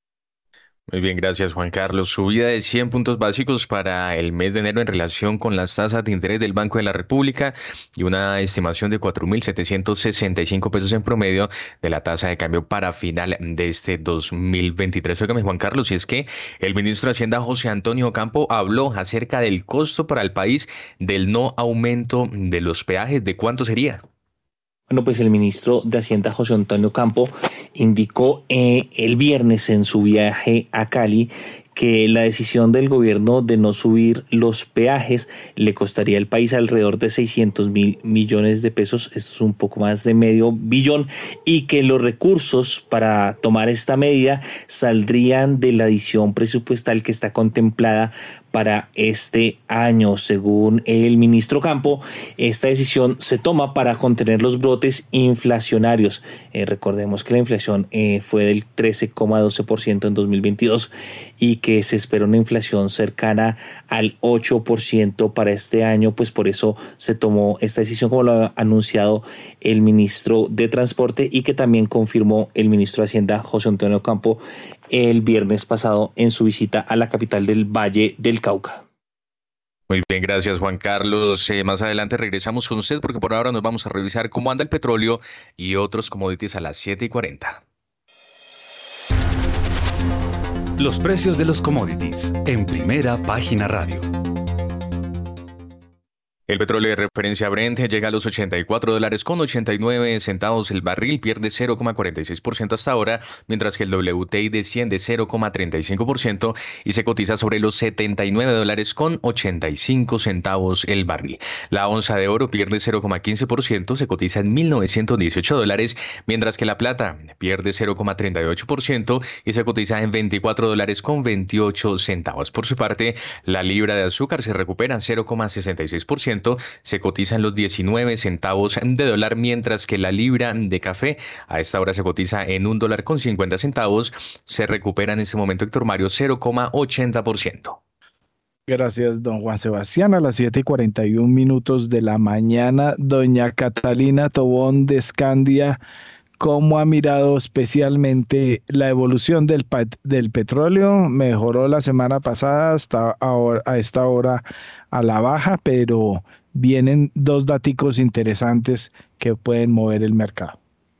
Muy bien, gracias Juan Carlos. Subida de cien puntos básicos para el mes de enero en relación con las tasas de interés del Banco de la República y una estimación de cuatro mil setecientos sesenta y cinco pesos en promedio de la tasa de cambio para final de este dos mil veintitrés. Óigame Juan Carlos, y es que el ministro de Hacienda José Antonio Campo habló acerca del costo para el país del no aumento de los peajes. ¿De cuánto sería? Bueno, pues el ministro de Hacienda, José Antonio Campo, indicó eh, el viernes en su viaje a Cali que la decisión del gobierno de no subir los peajes le costaría al país alrededor de seiscientos mil millones de pesos, esto es un poco más de medio billón, y que los recursos para tomar esta medida saldrían de la adición presupuestal que está contemplada para este año. Según el ministro Campo, esta decisión se toma para contener los brotes inflacionarios. Eh, recordemos que la inflación eh, fue del trece coma doce por ciento en dos mil veintidós y que se espera una inflación cercana al ocho por ciento para este año, pues por eso se tomó esta decisión, como lo ha anunciado el ministro de Transporte y que también confirmó el ministro de Hacienda, José Antonio Campo, el viernes pasado en su visita a la capital del Valle del Cauca. Muy bien, gracias Juan Carlos. Eh, más adelante regresamos con usted porque por ahora nos vamos a revisar cómo anda el petróleo y otros commodities a las siete y cuarenta. Los precios de los commodities en Primera Página Radio. El petróleo de referencia Brent llega a los ochenta y cuatro dólares con ochenta y nueve centavos el barril, pierde cero coma cuarenta y seis por ciento hasta ahora, mientras que el W T I desciende cero coma treinta y cinco por ciento y se cotiza sobre los setenta y nueve dólares con ochenta y cinco centavos el barril. La onza de oro pierde cero coma quince por ciento, se cotiza en mil novecientos dieciocho dólares, mientras que la plata pierde cero coma treinta y ocho por ciento y se cotiza en veinticuatro dólares con veintiocho centavos. Por su parte, la libra de azúcar se recupera cero coma sesenta y seis por ciento, se cotiza en los diecinueve centavos de dólar, mientras que la libra de café a esta hora se cotiza en un dólar con cincuenta centavos, se recupera en este momento, Héctor Mario, cero coma ochenta por ciento. Gracias, don Juan Sebastián. A las siete y cuarenta y un minutos de la mañana, doña Catalina Tobón de Scandia, ¿cómo ha mirado especialmente la evolución del, del petróleo? Mejoró la semana pasada, hasta ahora, a esta hora a la baja, pero vienen dos daticos interesantes que pueden mover el mercado.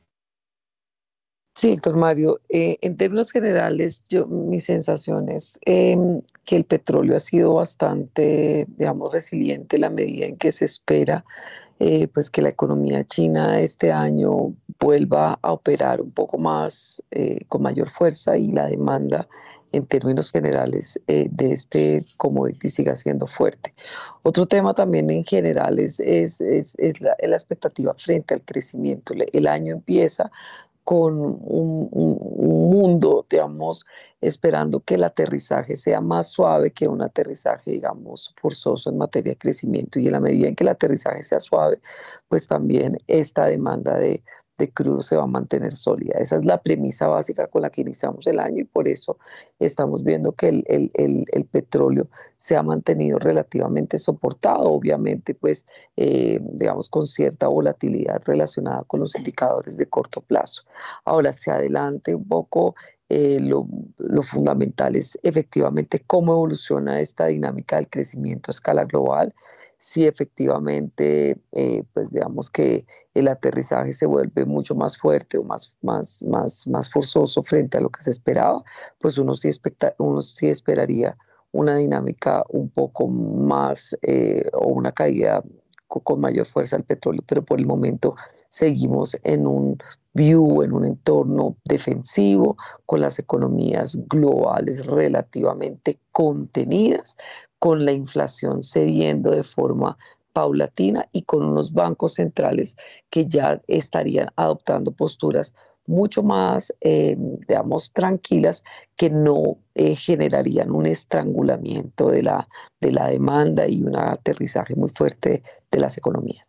Sí, Héctor Mario, eh, en términos generales, yo, mi sensación es eh, que el petróleo ha sido bastante, digamos, resiliente en la medida en que se espera Eh, pues que la economía china este año vuelva a operar un poco más, eh, con mayor fuerza, y la demanda en términos generales eh, de este commodity siga siendo fuerte. Otro tema también en general es, es, es, es la, la expectativa frente al crecimiento. El año empieza con un, un, un mundo, digamos, esperando que el aterrizaje sea más suave que un aterrizaje, digamos, forzoso en materia de crecimiento. Y en la medida en que el aterrizaje sea suave, pues también esta demanda de, de crudo se va a mantener sólida. Esa es la premisa básica con la que iniciamos el año, y por eso estamos viendo que el, el, el, el petróleo se ha mantenido relativamente soportado, obviamente, pues, eh, digamos, con cierta volatilidad relacionada con los indicadores de corto plazo. Ahora, hacia adelante un poco, eh, lo, lo fundamental es efectivamente cómo evoluciona esta dinámica del crecimiento a escala global. Si efectivamente, eh, pues digamos que el aterrizaje se vuelve mucho más fuerte o más, más, más, más forzoso frente a lo que se esperaba, pues uno sí, expecta, uno sí esperaría una dinámica un poco más eh, o una caída con, con mayor fuerza del petróleo, pero por el momento seguimos en un view, en un entorno defensivo, con las economías globales relativamente contenidas, con la inflación cediendo de forma paulatina y con unos bancos centrales que ya estarían adoptando posturas mucho más, eh, digamos, tranquilas, que no eh, generarían un estrangulamiento de la, de la demanda y un aterrizaje muy fuerte de las economías.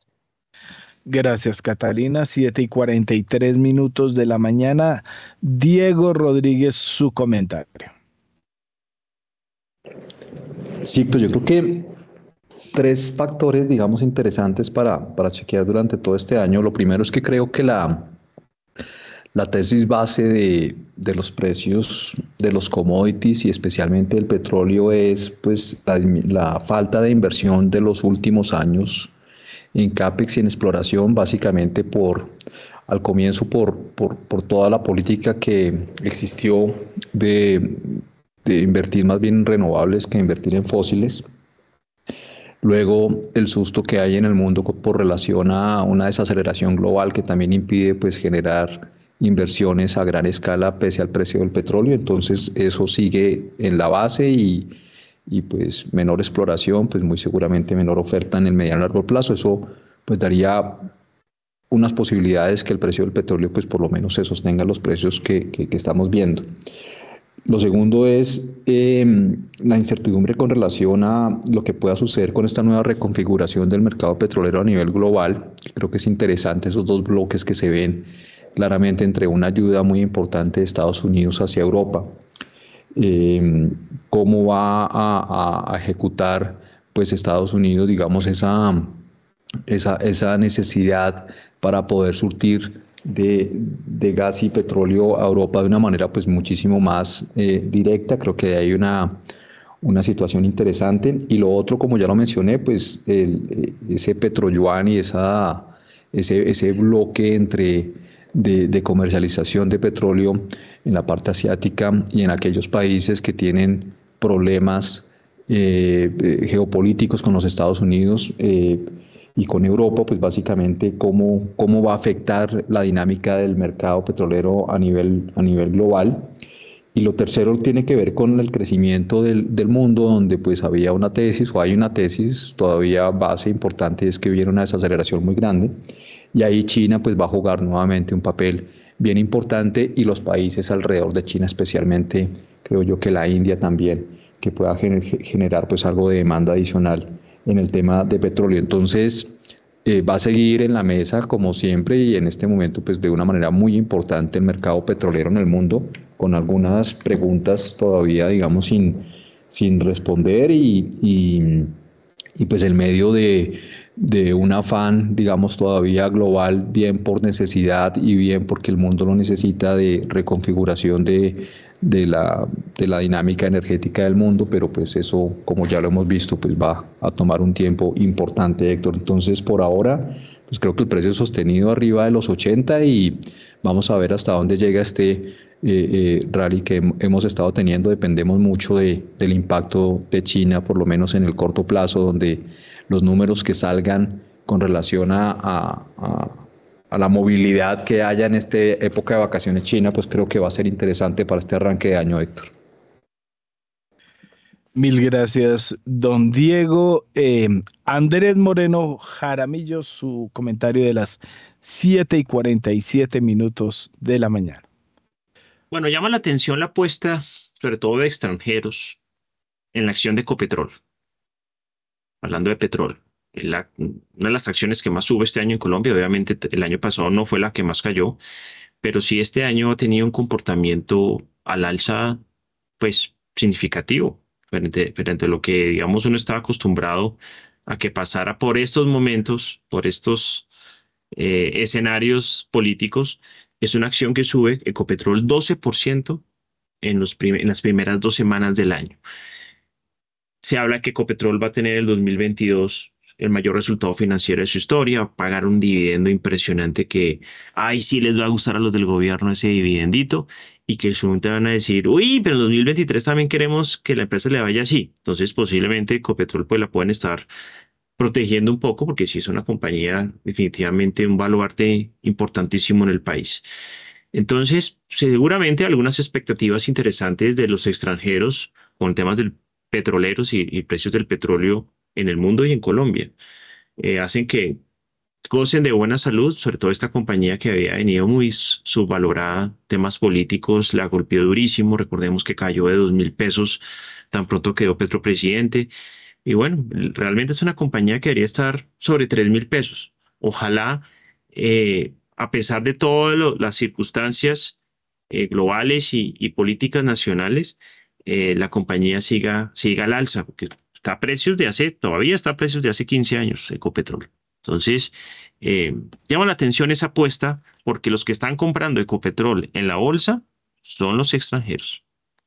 Gracias, Catalina. siete y cuarenta y tres minutos de la mañana. Diego Rodríguez, su comentario. Sí, pues yo creo que tres factores, digamos, interesantes para, para chequear durante todo este año. Lo primero es que creo que la, la tesis base de, de los precios de los commodities y especialmente el petróleo es pues la, la falta de inversión de los últimos años en CAPEX y en exploración, básicamente por al comienzo por, por, por toda la política que existió de, de invertir más bien en renovables que invertir en fósiles. Luego el susto que hay en el mundo por relación a una desaceleración global que también impide pues generar inversiones a gran escala pese al precio del petróleo. Entonces eso sigue en la base y y pues menor exploración, pues muy seguramente menor oferta en el mediano y largo plazo. Eso pues daría unas posibilidades que el precio del petróleo pues por lo menos se sostenga los precios que, que, que estamos viendo. Lo segundo es eh, la incertidumbre con relación a lo que pueda suceder con esta nueva reconfiguración del mercado petrolero a nivel global. Creo que es interesante esos dos bloques que se ven claramente entre una ayuda muy importante de Estados Unidos hacia Europa. Eh, cómo va a, a ejecutar pues Estados Unidos, digamos, esa, esa, esa necesidad para poder surtir de, de gas y petróleo a Europa de una manera pues muchísimo más eh, directa. Creo que hay una, una situación interesante. Y lo otro, como ya lo mencioné, pues el, ese petroyuan y esa, ese, ese bloque entre De, de comercialización de petróleo en la parte asiática y en aquellos países que tienen problemas eh, eh, geopolíticos con los Estados Unidos eh, y con Europa, pues básicamente cómo, cómo va a afectar la dinámica del mercado petrolero a nivel, a nivel global. Y lo tercero tiene que ver con el crecimiento del, del mundo, donde pues había una tesis o hay una tesis todavía base importante, es que viene una desaceleración muy grande, y ahí China pues va a jugar nuevamente un papel bien importante, y los países alrededor de China, especialmente creo yo que la India también, que pueda gener, generar pues algo de demanda adicional en el tema de petróleo. Entonces eh, va a seguir en la mesa como siempre, y en este momento pues de una manera muy importante el mercado petrolero en el mundo, con algunas preguntas todavía digamos sin, sin responder, y, y, y pues el medio de, de un afán digamos todavía global, bien por necesidad y bien porque el mundo lo necesita, de reconfiguración de, de, la, de la dinámica energética del mundo, pero pues eso, como ya lo hemos visto, pues va a tomar un tiempo importante, Héctor. Entonces por ahora pues creo que el precio es sostenido arriba de los ochenta, y vamos a ver hasta dónde llega este Eh, eh, rally que hemos estado teniendo. Dependemos mucho de, del impacto de China, por lo menos en el corto plazo, donde los números que salgan con relación a, a, a, a la movilidad que haya en esta época de vacaciones China, pues creo que va a ser interesante para este arranque de año, Héctor. Mil gracias, don Diego. Eh, Andrés Moreno Jaramillo, su comentario de las siete y cuarenta y siete minutos de la mañana. Bueno, llama la atención la apuesta, sobre todo de extranjeros, en la acción de Ecopetrol. Hablando de petróleo, la, una de las acciones que más sube este año en Colombia, obviamente el año pasado no fue la que más cayó, pero sí este año ha tenido un comportamiento al alza, pues, significativo, frente, frente a lo que, digamos, uno estaba acostumbrado a que pasara por estos momentos, por estos eh, escenarios políticos. Es una acción que sube Ecopetrol doce por ciento en, los prim- en las primeras dos semanas del año. Se habla que Ecopetrol va a tener el dos mil veintidós el mayor resultado financiero de su historia, va a pagar un dividendo impresionante que, ay, sí les va a gustar a los del gobierno ese dividendito, y que en su momento van a decir, uy, pero en dos mil veintitrés también queremos que la empresa le vaya así. Entonces posiblemente Ecopetrol pues la pueden estar protegiendo un poco, porque sí es una compañía definitivamente un baluarte importantísimo en el país. Entonces, seguramente algunas expectativas interesantes de los extranjeros con temas del petroleros y, y precios del petróleo en el mundo y en Colombia eh, hacen que gocen de buena salud, sobre todo esta compañía que había venido muy subvalorada, temas políticos, la golpeó durísimo. Recordemos que cayó de dos mil pesos tan pronto quedó Petro presidente. Y bueno, realmente es una compañía que debería estar sobre tres mil pesos. Ojalá, eh, a pesar de todas lo, las circunstancias eh, globales y, y políticas nacionales, eh, la compañía siga, siga al alza, porque está a precios de hace, todavía está a precios de hace quince años, Ecopetrol. Entonces, eh, llama la atención esa apuesta, porque los que están comprando Ecopetrol en la bolsa son los extranjeros.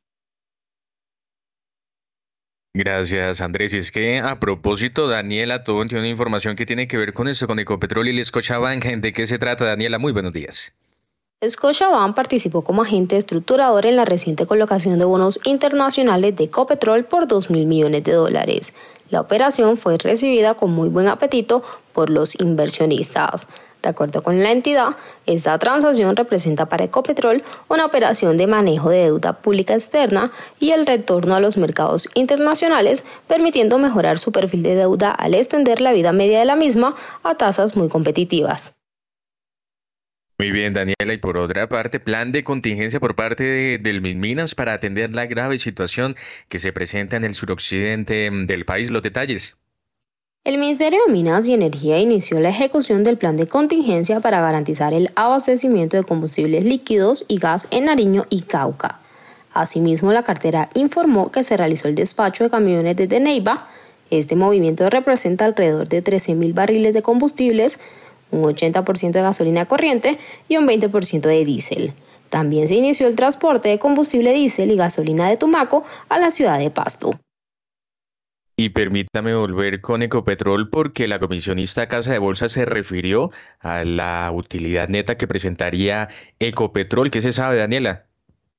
Gracias, Andrés. Y es que a propósito, Daniela Tobón tiene una información que tiene que ver con esto, con Ecopetrol y el Scotiabank. ¿De qué se trata, Daniela? Muy buenos días. Scotiabank participó como agente estructurador en la reciente colocación de bonos internacionales de Ecopetrol por dos mil millones de dólares. La operación fue recibida con muy buen apetito por los inversionistas. De acuerdo con la entidad, esta transacción representa para Ecopetrol una operación de manejo de deuda pública externa y el retorno a los mercados internacionales, permitiendo mejorar su perfil de deuda al extender la vida media de la misma a tasas muy competitivas. Muy bien, Daniela. Y por otra parte, plan de contingencia por parte de, del Minminas para atender la grave situación que se presenta en el suroccidente del país. Los detalles. El Ministerio de Minas y Energía inició la ejecución del plan de contingencia para garantizar el abastecimiento de combustibles líquidos y gas en Nariño y Cauca. Asimismo, la cartera informó que se realizó el despacho de camiones desde Neiva. Este movimiento representa alrededor de trece mil barriles de combustibles, un ochenta por ciento de gasolina corriente y un veinte por ciento de diésel. También se inició el transporte de combustible diésel y gasolina de Tumaco a la ciudad de Pasto. Y permítame volver con Ecopetrol, porque la comisionista Casa de Bolsa se refirió a la utilidad neta que presentaría Ecopetrol. ¿Qué se sabe, Daniela?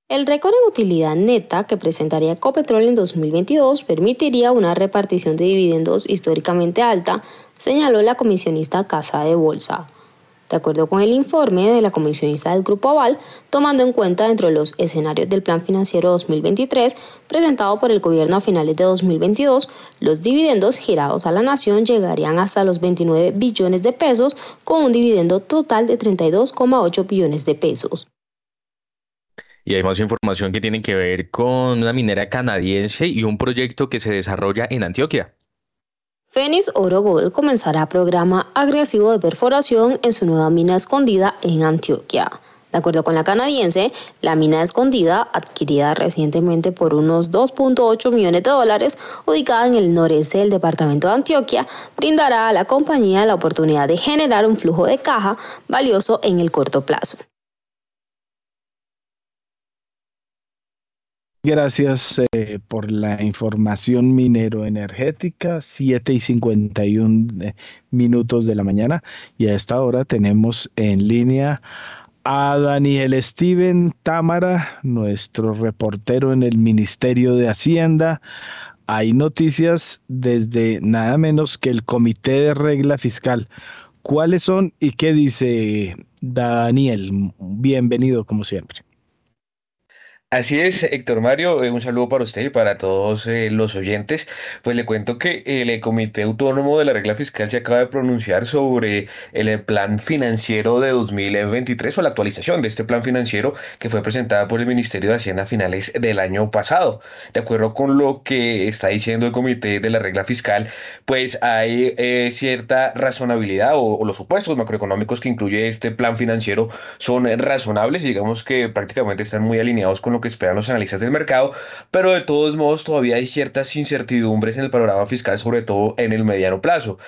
El récord en utilidad neta que presentaría Ecopetrol en dos mil veintidós permitiría una repartición de dividendos históricamente alta, señaló la comisionista Casa de Bolsa. De acuerdo con el informe de la comisionista del Grupo Aval, tomando en cuenta dentro de los escenarios del Plan Financiero dos mil veintitrés presentado por el gobierno a finales de dos mil veintidós, los dividendos girados a la nación llegarían hasta los veintinueve billones de pesos, con un dividendo total de treinta y dos coma ocho billones de pesos. Y hay más información que tiene que ver con una minera canadiense y un proyecto que se desarrolla en Antioquia. Phoenix Oro Gold comenzará programa agresivo de perforación en su nueva mina escondida en Antioquia. De acuerdo con la canadiense, la mina escondida, adquirida recientemente por unos dos punto ocho millones de dólares, ubicada en el noreste del departamento de Antioquia, brindará a la compañía la oportunidad de generar un flujo de caja valioso en el corto plazo. Gracias eh, por la información minero-energética, siete y cincuenta y uno eh, minutos de la mañana, y a esta hora tenemos en línea a Daniel Steven Támara, nuestro reportero en el Ministerio de Hacienda. Hay noticias desde nada menos que el Comité de Regla Fiscal. ¿Cuáles son y qué dice Daniel? Bienvenido como siempre. Así es, Héctor Mario, eh, un saludo para usted y para todos eh, los oyentes. Pues le cuento que el Comité Autónomo de la Regla Fiscal se acaba de pronunciar sobre el plan financiero de dos mil veintitrés o la actualización de este plan financiero que fue presentada por el Ministerio de Hacienda a finales del año pasado. De acuerdo con lo que está diciendo el Comité de la Regla Fiscal, pues hay eh, cierta razonabilidad o, o los supuestos macroeconómicos que incluye este plan financiero son razonables y digamos que prácticamente están muy alineados con lo que esperan los analistas del mercado, pero de todos modos todavía hay ciertas incertidumbres en el panorama fiscal, sobre todo en el mediano plazo.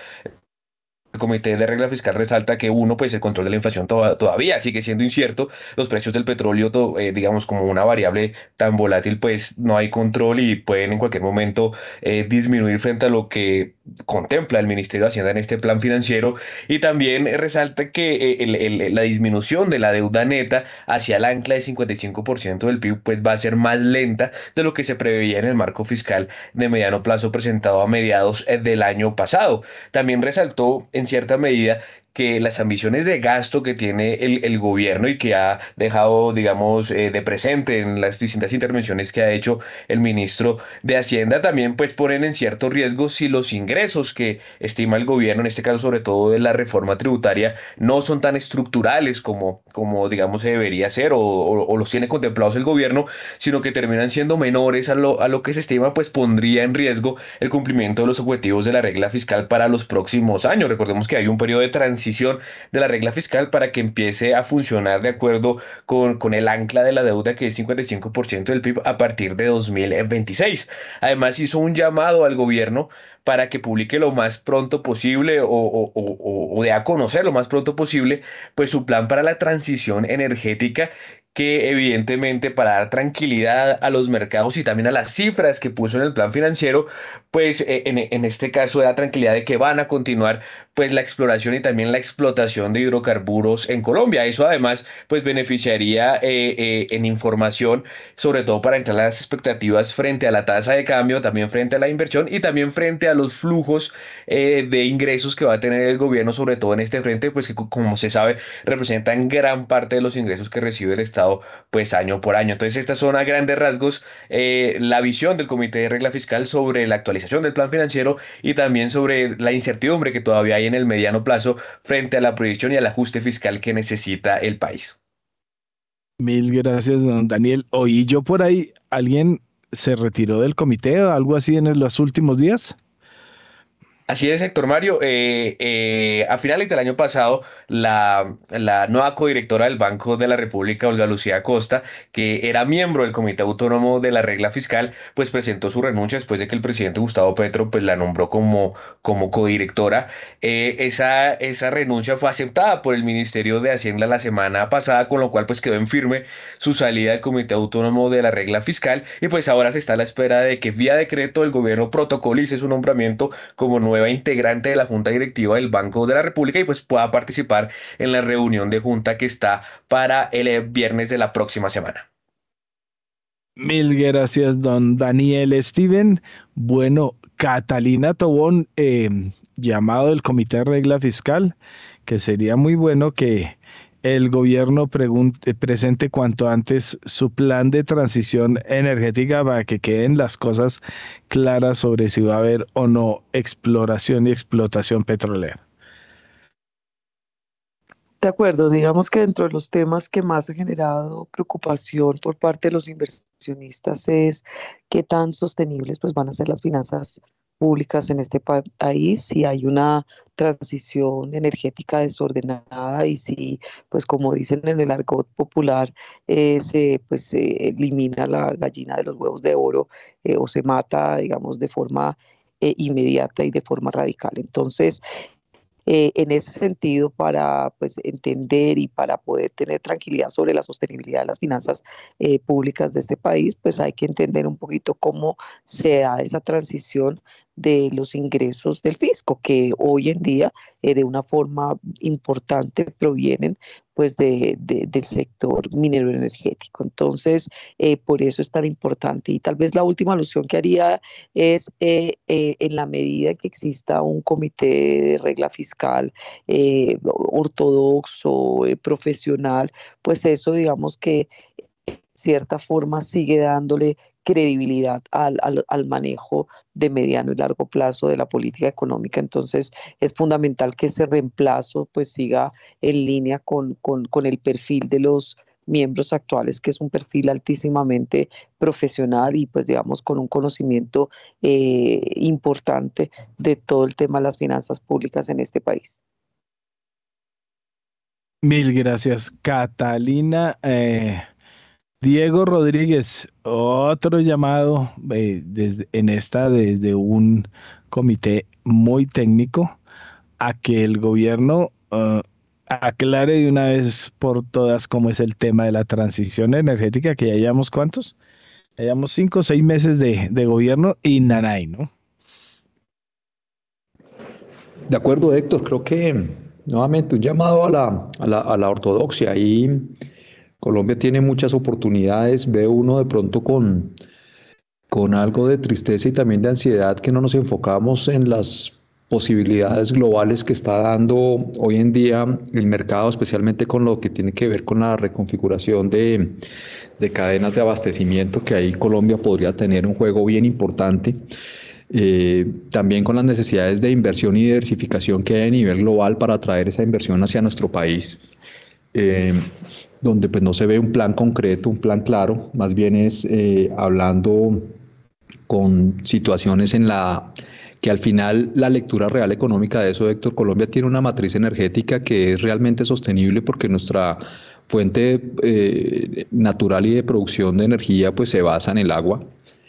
El Comité de Regla Fiscal resalta que uno, pues el control de la inflación to- todavía sigue siendo incierto, los precios del petróleo, to- eh, digamos como una variable tan volátil, pues no hay control y pueden en cualquier momento eh, disminuir frente a lo que contempla el Ministerio de Hacienda en este plan financiero, y también resalta que eh, el, el, la disminución de la deuda neta hacia el ancla de cincuenta y cinco por ciento del P I B pues va a ser más lenta de lo que se preveía en el marco fiscal de mediano plazo presentado a mediados eh, del año pasado. También resaltó en cierta medida que las ambiciones de gasto que tiene el, el gobierno y que ha dejado, digamos, eh, de presente en las distintas intervenciones que ha hecho el ministro de Hacienda, también pues ponen en cierto riesgo si los ingresos que estima el gobierno, en este caso sobre todo de la reforma tributaria, no son tan estructurales como, como digamos, se debería ser o, o, o los tiene contemplados el gobierno, sino que terminan siendo menores a lo, a lo que se estima, pues pondría en riesgo el cumplimiento de los objetivos de la regla fiscal para los próximos años. Recordemos que hay un periodo de transición de la regla fiscal para que empiece a funcionar de acuerdo con, con el ancla de la deuda, que es cincuenta y cinco por ciento del P I B a partir de dos mil veintiséis. Además hizo un llamado al gobierno para que publique lo más pronto posible o, o, o, o dé a conocer lo más pronto posible pues su plan para la transición energética, que evidentemente para dar tranquilidad a los mercados y también a las cifras que puso en el plan financiero, pues eh, en, en este caso da tranquilidad de que van a continuar pues la exploración y también la explotación de hidrocarburos en Colombia. Eso además pues beneficiaría eh, eh, en información, sobre todo para entrar las expectativas frente a la tasa de cambio, también frente a la inversión y también frente a los flujos eh, de ingresos que va a tener el gobierno, sobre todo en este frente, pues que como se sabe representan gran parte de los ingresos que recibe el Estado pues año por año. Entonces estas son a grandes rasgos eh, la visión del Comité de Regla Fiscal sobre la actualización del plan financiero y también sobre la incertidumbre que todavía hay en el mediano plazo frente a la proyección y al ajuste fiscal que necesita el país. Mil gracias, don Daniel. Oí yo por ahí, ¿alguien se retiró del comité o algo así en los últimos días? Así es, Héctor Mario. Eh, eh, a finales del año pasado, la, la nueva codirectora del Banco de la República, Olga Lucía Costa, que era miembro del Comité Autónomo de la Regla Fiscal, pues presentó su renuncia después de que el presidente Gustavo Petro pues la nombró como, como codirectora. Eh, esa, esa renuncia fue aceptada por el Ministerio de Hacienda la semana pasada, con lo cual pues quedó en firme su salida del Comité Autónomo de la Regla Fiscal, y pues ahora se está a la espera de que vía decreto el gobierno protocolice su nombramiento como nueva integrante de la Junta Directiva del Banco de la República y pues pueda participar en la reunión de junta que está para el viernes de la próxima semana. Mil gracias, don Daniel Steven. Bueno, Catalina Tobón, eh, llamado del Comité de Regla Fiscal, que sería muy bueno que el gobierno pregunte, presente cuanto antes su plan de transición energética para que queden las cosas claras sobre si va a haber o no exploración y explotación petrolera. De acuerdo, digamos que dentro de los temas que más ha generado preocupación por parte de los inversionistas es qué tan sostenibles pues, van a ser las finanzas públicas en este país, si hay una transición energética desordenada y si, pues como dicen en el argot popular, eh, se, pues, se elimina la gallina de los huevos de oro eh, o se mata, digamos, de forma eh, inmediata y de forma radical. Entonces, Eh, en ese sentido, para pues, entender y para poder tener tranquilidad sobre la sostenibilidad de las finanzas eh, públicas de este país, pues hay que entender un poquito cómo se da esa transición de los ingresos del fisco, que hoy en día eh, de una forma importante provienen pues de, de, del sector minero energético. Entonces, eh, por eso es tan importante. Y tal vez la última alusión que haría es eh, eh, en la medida que exista un comité de regla fiscal eh, ortodoxo, eh, profesional, pues eso digamos que de cierta forma sigue dándole credibilidad al, al, al manejo de mediano y largo plazo de la política económica. Entonces es fundamental que ese reemplazo pues siga en línea con, con, con el perfil de los miembros actuales, que es un perfil altísimamente profesional y pues digamos con un conocimiento eh, importante de todo el tema de las finanzas públicas en este país. Mil gracias, Catalina. Eh... Diego Rodríguez, otro llamado eh, desde, en esta desde un comité muy técnico a que el gobierno uh, aclare de una vez por todas cómo es el tema de la transición energética, que ya llevamos ¿cuántos? Ya llevamos cinco o seis meses de, de gobierno y nanay, ¿no? De acuerdo, Héctor, creo que nuevamente un llamado a la, a la, a la ortodoxia y Colombia tiene muchas oportunidades, ve uno de pronto con, con algo de tristeza y también de ansiedad que no nos enfocamos en las posibilidades globales que está dando hoy en día el mercado, especialmente con lo que tiene que ver con la reconfiguración de, de cadenas de abastecimiento, que ahí Colombia podría tener un juego bien importante. Eh, también con las necesidades de inversión y diversificación que hay a nivel global para atraer esa inversión hacia nuestro país. Eh, donde pues no se ve un plan concreto, un plan claro, más bien es eh, hablando con situaciones en la que al final la lectura real económica de eso, Héctor, Colombia tiene una matriz energética que es realmente sostenible porque nuestra fuente eh, natural y de producción de energía pues se basa en el agua.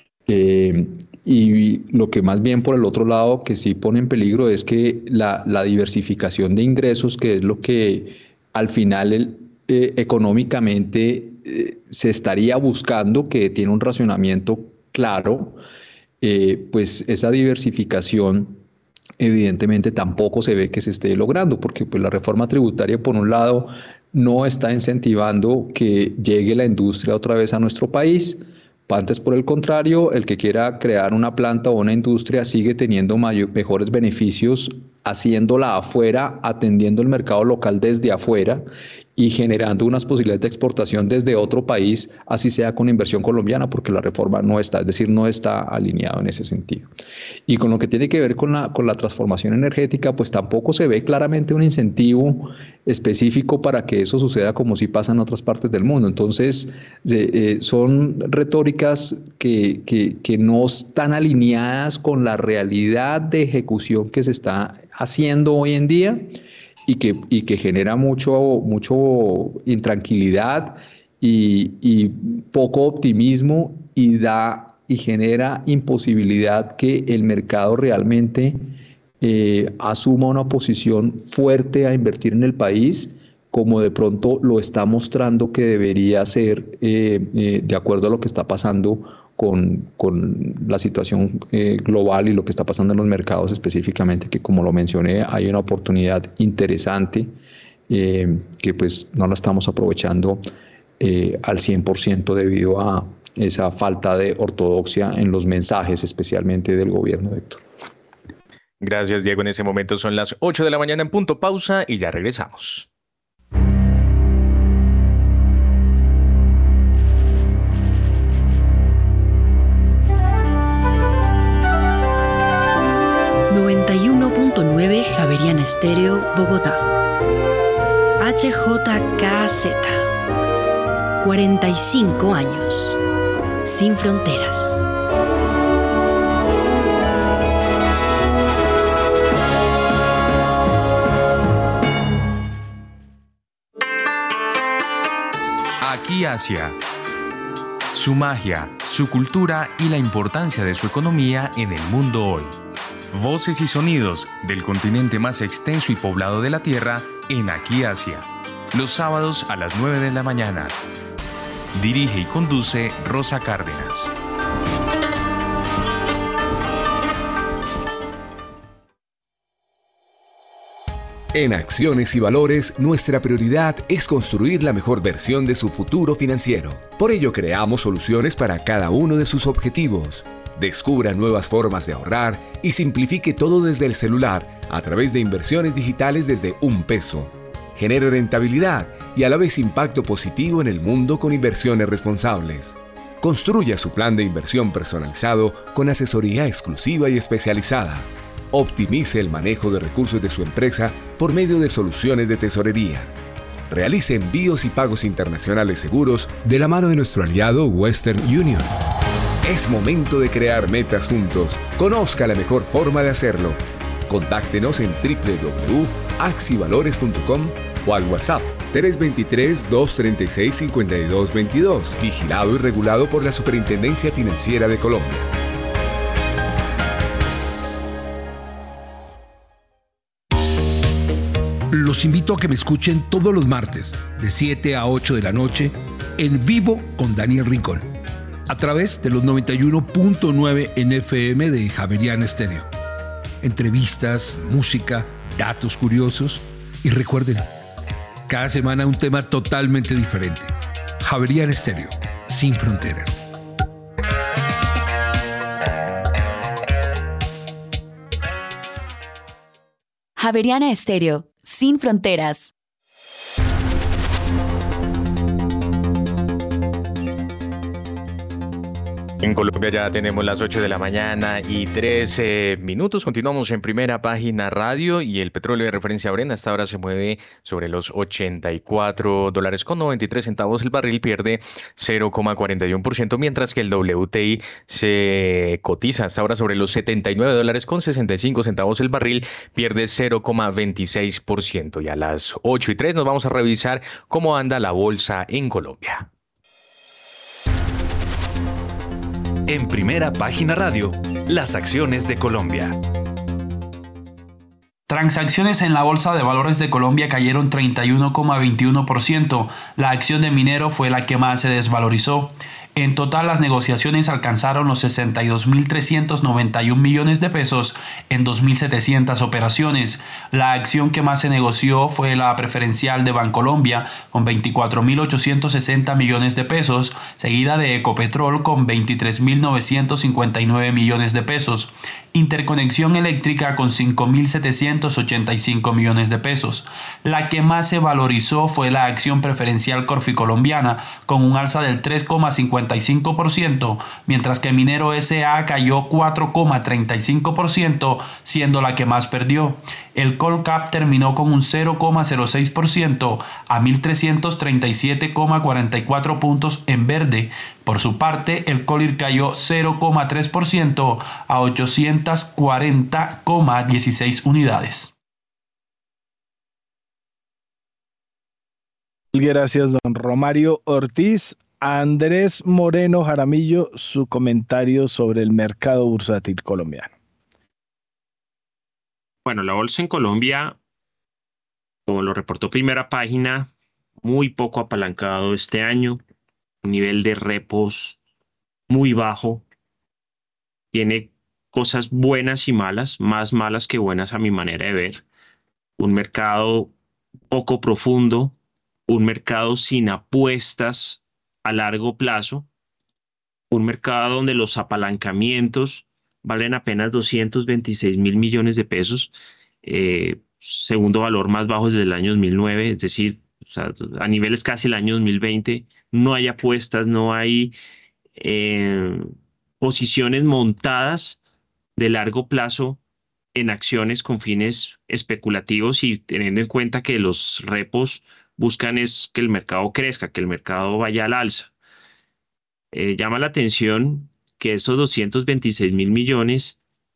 Eh, y lo que más bien por el otro lado que sí pone en peligro es que la, la diversificación de ingresos, que es lo que al final el, eh, económicamente eh, se estaría buscando, que tiene un racionamiento claro, eh, pues esa diversificación evidentemente tampoco se ve que se esté logrando, porque pues la reforma tributaria por un lado no está incentivando que llegue la industria otra vez a nuestro país. Antes, por el contrario, el que quiera crear una planta o una industria sigue teniendo mayor, mejores beneficios haciéndola afuera, atendiendo el mercado local desde afuera y generando unas posibilidades de exportación desde otro país, así sea con inversión colombiana, porque la reforma no está, es decir, no está alineado en ese sentido. Y con lo que tiene que ver con la, con la transformación energética, pues tampoco se ve claramente un incentivo específico para que eso suceda como sí pasa en otras partes del mundo. Entonces, eh, son retóricas que, que, que no están alineadas con la realidad de ejecución que se está haciendo hoy en día, y que, y que genera mucho, mucho intranquilidad y, y poco optimismo y da y genera imposibilidad que el mercado realmente eh, asuma una posición fuerte a invertir en el país, como de pronto lo está mostrando que debería ser eh, eh, de acuerdo a lo que está pasando Con, con la situación eh, global y lo que está pasando en los mercados específicamente, que como lo mencioné, hay una oportunidad interesante eh, que pues no la estamos aprovechando eh, al cien por ciento debido a, esa falta de ortodoxia en los mensajes, especialmente del gobierno, Héctor. Gracias, Diego. En ese momento son las ocho de la mañana en punto. Pausa y ya regresamos. noventa y uno punto nueve Javeriana Estéreo, Bogotá. H J K Z. cuarenta y cinco años. Sin fronteras. Aquí Asia. Su magia, su cultura y la importancia de su economía en el mundo hoy. Voces y sonidos del continente más extenso y poblado de la Tierra en Aquí Asia. Los sábados a las nueve de la mañana. Dirige y conduce Rosa Cárdenas. En Acciones y Valores, nuestra prioridad es construir la mejor versión de su futuro financiero. Por ello, creamos soluciones para cada uno de sus objetivos. Descubra nuevas formas de ahorrar y simplifique todo desde el celular a través de inversiones digitales desde un peso. Genere rentabilidad y a la vez impacto positivo en el mundo con inversiones responsables. Construya su plan de inversión personalizado con asesoría exclusiva y especializada. Optimice el manejo de recursos de su empresa por medio de soluciones de tesorería. Realice envíos y pagos internacionales seguros de la mano de nuestro aliado Western Union. Es momento de crear metas juntos. Conozca la mejor forma de hacerlo. Contáctenos en doble u doble u doble u punto axivalores punto com o al WhatsApp tres dos tres, dos tres seis, cinco dos dos dos, vigilado y regulado por la Superintendencia Financiera de Colombia. Los invito a que me escuchen todos los martes, de siete a ocho de la noche, en vivo con Daniel Rincón, a través de los noventa y uno punto nueve en F M de Javeriana Estéreo. Entrevistas, música, datos curiosos y recuerden, cada semana un tema totalmente diferente. Javeriana Estéreo, sin fronteras. Javeriana Estéreo, sin fronteras. En Colombia ya tenemos las ocho de la mañana y trece minutos. Continuamos en Primera Página Radio y el petróleo de referencia Brent hasta ahora se mueve sobre los ochenta y cuatro dólares con noventa y tres centavos. El barril pierde cero coma cuarenta y uno por ciento, mientras que el W T I se cotiza hasta ahora sobre los setenta y nueve dólares con sesenta y cinco centavos. El barril pierde cero coma veintiséis por ciento. Y a las ocho y tres nos vamos a revisar cómo anda la bolsa en Colombia. En Primera Página Radio, las acciones de Colombia. Transacciones en la Bolsa de Valores de Colombia cayeron treinta y uno coma veintiuno por ciento. La acción de Minero fue la que más se desvalorizó. En total, las negociaciones alcanzaron los sesenta y dos mil trescientos noventa y un millones de pesos en dos mil setecientas operaciones. La acción que más se negoció fue la preferencial de Bancolombia con veinticuatro mil ochocientos sesenta millones de pesos, seguida de Ecopetrol con veintitrés mil novecientos cincuenta y nueve millones de pesos. Interconexión Eléctrica con cinco mil setecientos ochenta y cinco millones de pesos. La que más se valorizó fue la acción preferencial Corficolombiana con un alza del tres coma cincuenta y cinco por ciento, mientras que Minero S A cayó cuatro coma treinta y cinco por ciento, siendo la que más perdió. El Colcap terminó con un cero coma cero seis por ciento a mil trescientos treinta y siete coma cuarenta y cuatro puntos en verde. Por su parte, el Colir cayó cero coma tres por ciento a ochocientos cuarenta coma dieciséis unidades. Gracias, don Romario Ortiz. Andrés Moreno Jaramillo, su comentario sobre el mercado bursátil colombiano. Bueno, la bolsa en Colombia, como lo reportó Primera Página, muy poco apalancado este año, un nivel de repos muy bajo, tiene cosas buenas y malas, más malas que buenas a mi manera de ver, un mercado poco profundo, un mercado sin apuestas a largo plazo, un mercado donde los apalancamientos valen apenas doscientos veintiséis mil millones de pesos, eh, segundo valor más bajo desde el año dos mil nueve, es decir, o sea, a niveles casi el año dos mil veinte, no hay apuestas, no hay eh, posiciones montadas de largo plazo en acciones con fines especulativos y teniendo en cuenta que los repos buscan es que el mercado crezca, que el mercado vaya al alza. Eh, llama la atención que esos doscientos veintiséis mil millones,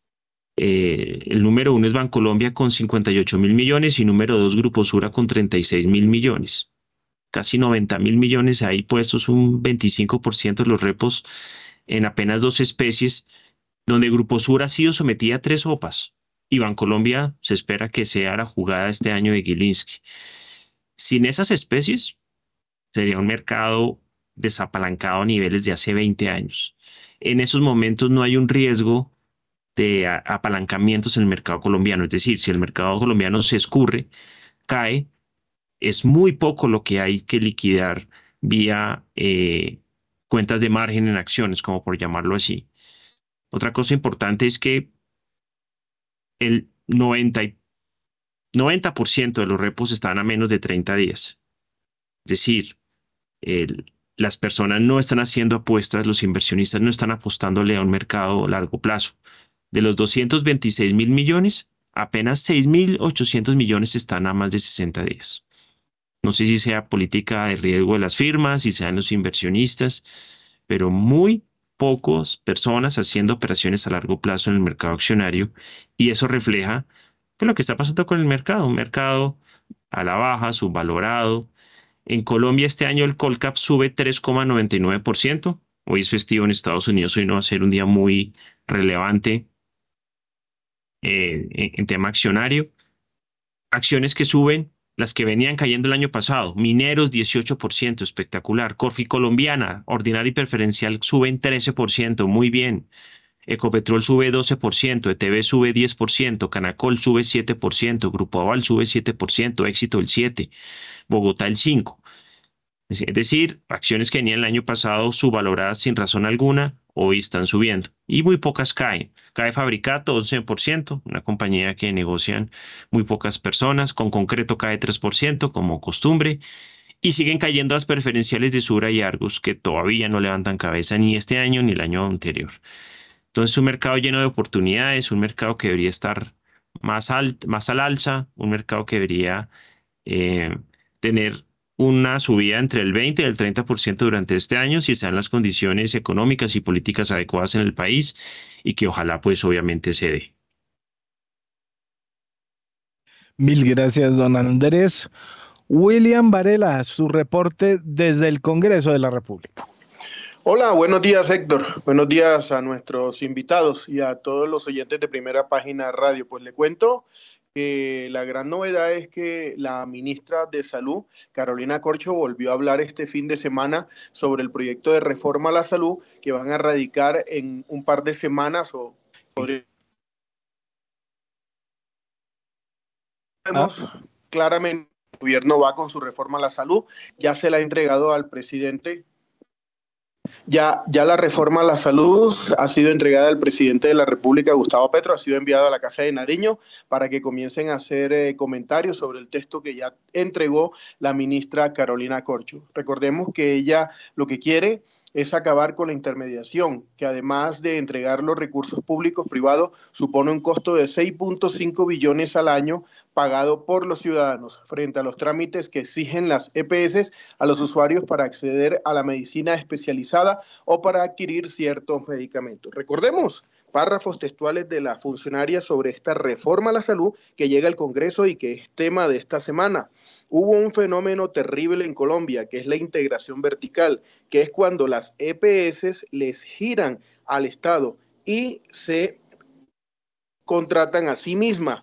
eh, el número uno es Bancolombia con cincuenta y ocho mil millones y número dos Grupo Sura con treinta y seis mil millones. Casi noventa mil millones ahí puestos, un veinticinco por ciento de los repos en apenas dos especies, donde Grupo Sura ha sido sometida a tres O P As y Bancolombia se espera que sea la jugada este año de Gilinski. Sin esas especies sería un mercado desapalancado a niveles de hace veinte años. En esos momentos no hay un riesgo de apalancamientos en el mercado colombiano, es decir, si el mercado colombiano se escurre, cae, es muy poco lo que hay que liquidar vía eh, cuentas de margen en acciones, como por llamarlo así. Otra cosa importante es que el noventa por ciento de los repos están a menos de treinta días. Es decir, el, las personas no están haciendo apuestas, los inversionistas no están apostándole a un mercado a largo plazo. De los doscientos veintiséis mil millones, apenas seis mil ochocientos millones están a más de sesenta días. No sé si sea política de riesgo de las firmas, si sean los inversionistas, pero muy pocas personas haciendo operaciones a largo plazo en el mercado accionario, y eso refleja pues, lo que está pasando con el mercado, un mercado a la baja, subvalorado. En Colombia este año el Colcap sube tres coma noventa y nueve por ciento, hoy es festivo en Estados Unidos, hoy no va a ser un día muy relevante eh, en, en tema accionario. Acciones que suben, las que venían cayendo el año pasado, Mineros dieciocho por ciento, espectacular. Corfi Colombiana, ordinaria y preferencial suben trece por ciento, muy bien. Ecopetrol sube doce por ciento, E T B sube diez por ciento, Canacol sube siete por ciento, Grupo Aval sube siete por ciento, Éxito el siete por ciento, Bogotá el cinco por ciento. Es decir, acciones que venían el año pasado subvaloradas sin razón alguna, hoy están subiendo. Y muy pocas caen. Cae Fabricato once por ciento, una compañía que negocian muy pocas personas. Con Concreto cae tres por ciento, como costumbre. Y siguen cayendo las preferenciales de Sura y Argus, que todavía no levantan cabeza ni este año ni el año anterior. Entonces, un mercado lleno de oportunidades, un mercado que debería estar más, alt, más al alza, un mercado que debería eh, tener una subida entre el veinte y el treinta por ciento durante este año, si se dan las condiciones económicas y políticas adecuadas en el país, y que ojalá pues obviamente se dé. Mil gracias, don Andrés. William Varela, su reporte desde el Congreso de la República. Hola, buenos días, Héctor. Buenos días a nuestros invitados y a todos los oyentes de Primera Página Radio. Pues le cuento que la gran novedad es que la ministra de Salud, Carolina Corcho, volvió a hablar este fin de semana sobre el proyecto de reforma a la salud que van a radicar en un par de semanas o podríamos ah. claramente el gobierno va con su reforma a la salud, ya se la ha entregado al presidente. Ya, ya la reforma a la salud ha sido entregada al presidente de la República, Gustavo Petro, ha sido enviado a la Casa de Nariño para que comiencen a hacer eh, comentarios sobre el texto que ya entregó la ministra Carolina Corcho. Recordemos que ella lo que quiere es acabar con la intermediación, que además de entregar los recursos públicos privados, supone un costo de seis punto cinco billones al año pagado por los ciudadanos frente a los trámites que exigen las E P S a los usuarios para acceder a la medicina especializada o para adquirir ciertos medicamentos. Recordemos párrafos textuales de la funcionaria sobre esta reforma a la salud que llega al Congreso y que es tema de esta semana. Hubo un fenómeno terrible en Colombia, que es la integración vertical, que es cuando las E P S les giran al Estado y se contratan a sí mismas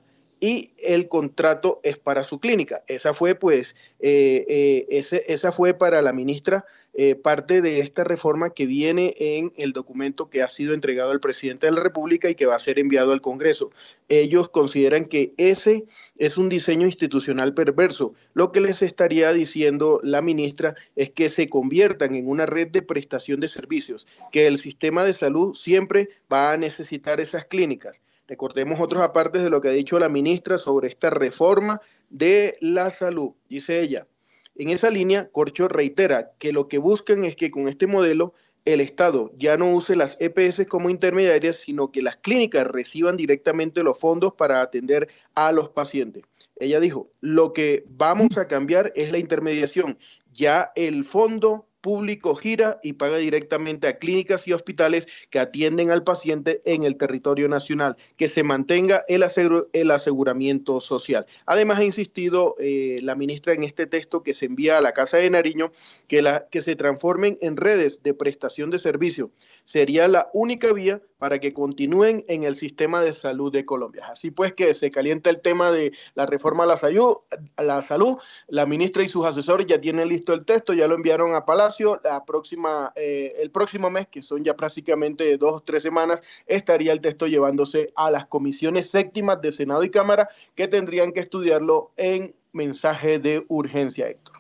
y el contrato es para su clínica. Esa fue, pues, eh, eh, ese, esa fue para la ministra eh, parte de esta reforma que viene en el documento que ha sido entregado al presidente de la República y que va a ser enviado al Congreso. Ellos consideran que ese es un diseño institucional perverso. Lo que les estaría diciendo la ministra es que se conviertan en una red de prestación de servicios, que el sistema de salud siempre va a necesitar esas clínicas. Recordemos otros apartes de lo que ha dicho la ministra sobre esta reforma de la salud. Dice ella, en esa línea, Corcho reitera que lo que buscan es que con este modelo el Estado ya no use las E P S como intermediarias, sino que las clínicas reciban directamente los fondos para atender a los pacientes. Ella dijo, lo que vamos a cambiar es la intermediación. Ya el fondo público gira y paga directamente a clínicas y hospitales que atienden al paciente en el territorio nacional, que se mantenga el, asegur el aseguramiento social. Además, ha insistido eh, la ministra en este texto que se envía a la Casa de Nariño, que, la, que se transformen en redes de prestación de servicio. Sería la única vía para que continúen en el sistema de salud de Colombia. Así pues que se calienta el tema de la reforma a la salud, a la salud. La ministra y sus asesores ya tienen listo el texto, ya lo enviaron a Palacio. La próxima, eh, el próximo mes, que son ya prácticamente dos o tres semanas, estaría el texto llevándose a las comisiones séptimas de Senado y Cámara, que tendrían que estudiarlo en mensaje de urgencia, Héctor.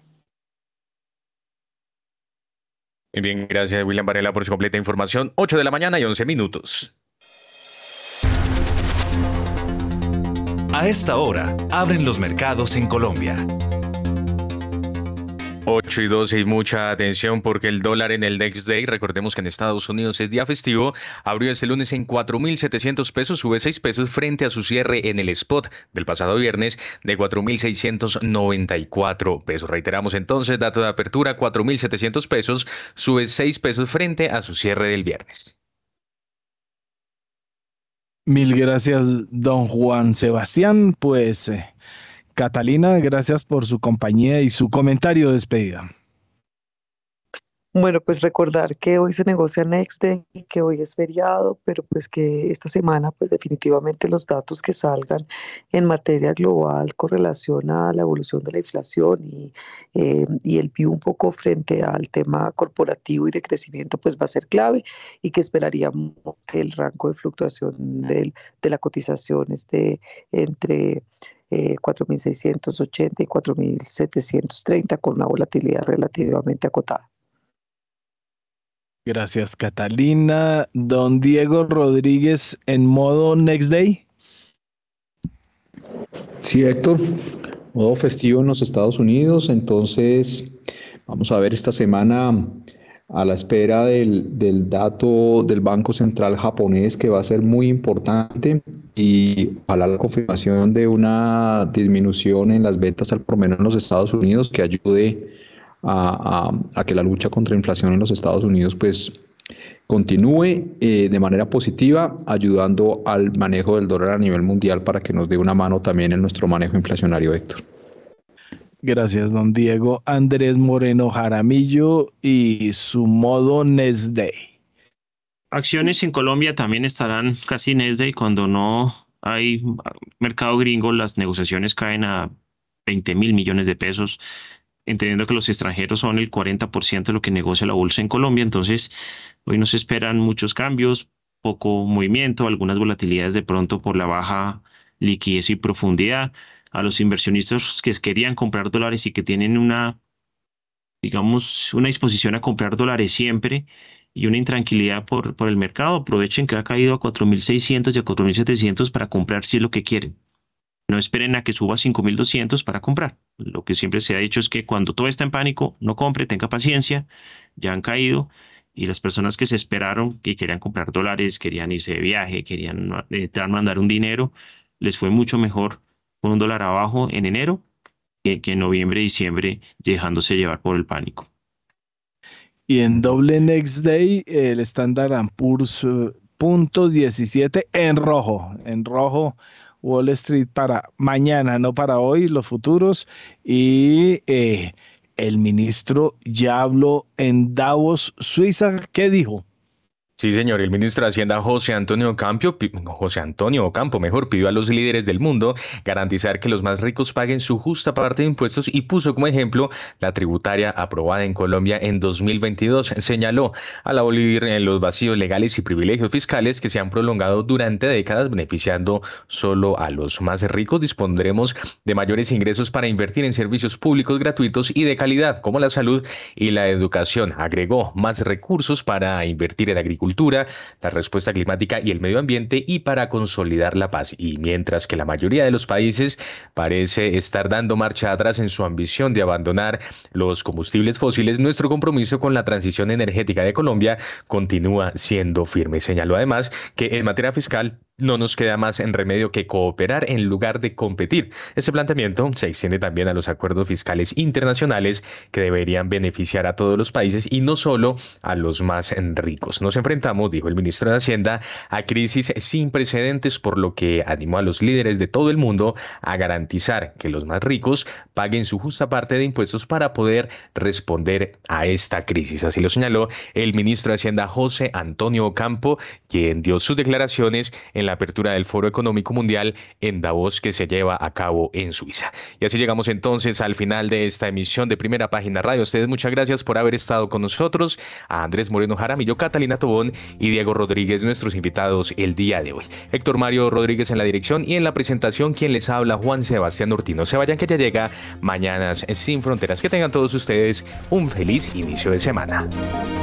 Muy bien, gracias William Varela por su completa información. ocho de la mañana y once minutos. A esta hora, abren los mercados en Colombia. ocho y doce y mucha atención porque el dólar en el Next Day, recordemos que en Estados Unidos es día festivo, abrió este lunes en cuatro mil setecientos pesos, sube seis pesos frente a su cierre en el spot del pasado viernes de cuatro mil seiscientos noventa y cuatro pesos. Reiteramos entonces, dato de apertura, cuatro mil setecientos pesos, sube seis pesos frente a su cierre del viernes. Mil gracias, don Juan Sebastián. Pues... Eh... Catalina, gracias por su compañía y su comentario de despedida. Bueno, pues recordar que hoy se negocia Next Day y que hoy es feriado, pero pues que esta semana pues definitivamente los datos que salgan en materia global con relación a la evolución de la inflación y, eh, y el view un poco frente al tema corporativo y de crecimiento pues va a ser clave y que esperaríamos que el rango de fluctuación del, de la cotización esté entre Eh, cuatro mil seiscientos ochenta y cuatro mil setecientos treinta con una volatilidad relativamente acotada. Gracias, Catalina. Don Diego Rodríguez en modo Next Day. Sí, Héctor, modo festivo en los Estados Unidos, entonces vamos a ver esta semana a la espera del, del dato del Banco Central japonés, que va a ser muy importante, y ojalá la confirmación de una disminución en las ventas al por menor en los Estados Unidos que ayude a, a, a que la lucha contra la inflación en los Estados Unidos pues continúe eh, de manera positiva, ayudando al manejo del dólar a nivel mundial para que nos dé una mano también en nuestro manejo inflacionario, Héctor. Gracias, don Diego. Andrés Moreno Jaramillo y su modo Next Day. Acciones en Colombia también estarán casi Next Day. Cuando no hay mercado gringo, las negociaciones caen a veinte mil millones de pesos, entendiendo que los extranjeros son el cuarenta por ciento de lo que negocia la bolsa en Colombia. Entonces, hoy nos esperan muchos cambios, poco movimiento, algunas volatilidades de pronto por la baja liquidez y profundidad. A los inversionistas que querían comprar dólares y que tienen una, digamos, una disposición a comprar dólares siempre y una intranquilidad por, por el mercado, aprovechen que ha caído a cuatro mil seiscientos y a cuatro mil setecientos para comprar si es lo que quieren. No esperen a que suba a cinco mil doscientos para comprar. Lo que siempre se ha dicho es que cuando todo está en pánico, no compre, tenga paciencia, ya han caído. Y las personas que se esperaron y querían comprar dólares, querían irse de viaje, querían mandar un dinero, les fue mucho mejor con un dólar abajo en enero que, que en noviembre y diciembre dejándose llevar por el pánico. Y en doble Next Day, el Standard and Poor's punto diecisiete en rojo, en rojo Wall Street para mañana, no para hoy, los futuros. Y eh, el ministro ya habló en Davos, Suiza. ¿Qué dijo? Sí, señor. El ministro de Hacienda José Antonio Ocampo, José Antonio Ocampo, mejor, pidió a los líderes del mundo garantizar que los más ricos paguen su justa parte de impuestos y puso como ejemplo la tributaria aprobada en Colombia en dos mil veintidós. Señaló al abolir los vacíos legales y privilegios fiscales que se han prolongado durante décadas, beneficiando solo a los más ricos. Dispondremos de mayores ingresos para invertir en servicios públicos gratuitos y de calidad, como la salud y la educación. Agregó más recursos para invertir en agricultura, la respuesta climática y el medio ambiente y para consolidar la paz. Y mientras que la mayoría de los países parece estar dando marcha atrás en su ambición de abandonar los combustibles fósiles, nuestro compromiso con la transición energética de Colombia continúa siendo firme. Señaló además que en materia fiscal no nos queda más en remedio que cooperar en lugar de competir. Este planteamiento se extiende también a los acuerdos fiscales internacionales que deberían beneficiar a todos los países y no solo a los más ricos. Nos enfrentamos, dijo el ministro de Hacienda, a crisis sin precedentes, por lo que animó a los líderes de todo el mundo a garantizar que los más ricos paguen su justa parte de impuestos para poder responder a esta crisis. Así lo señaló el ministro de Hacienda José Antonio Ocampo, quien dio sus declaraciones en la apertura del Foro Económico Mundial en Davos, que se lleva a cabo en Suiza. Y así llegamos entonces al final de esta emisión de Primera Página Radio. A ustedes muchas gracias por haber estado con nosotros. A Andrés Moreno Jaramillo, Catalina Tobón y Diego Rodríguez, nuestros invitados el día de hoy. Héctor Mario Rodríguez en la dirección y en la presentación, quien les habla, Juan Sebastián Ortino. Se vayan, que ya llega Mañanas Sin Fronteras. Que tengan todos ustedes un feliz inicio de semana.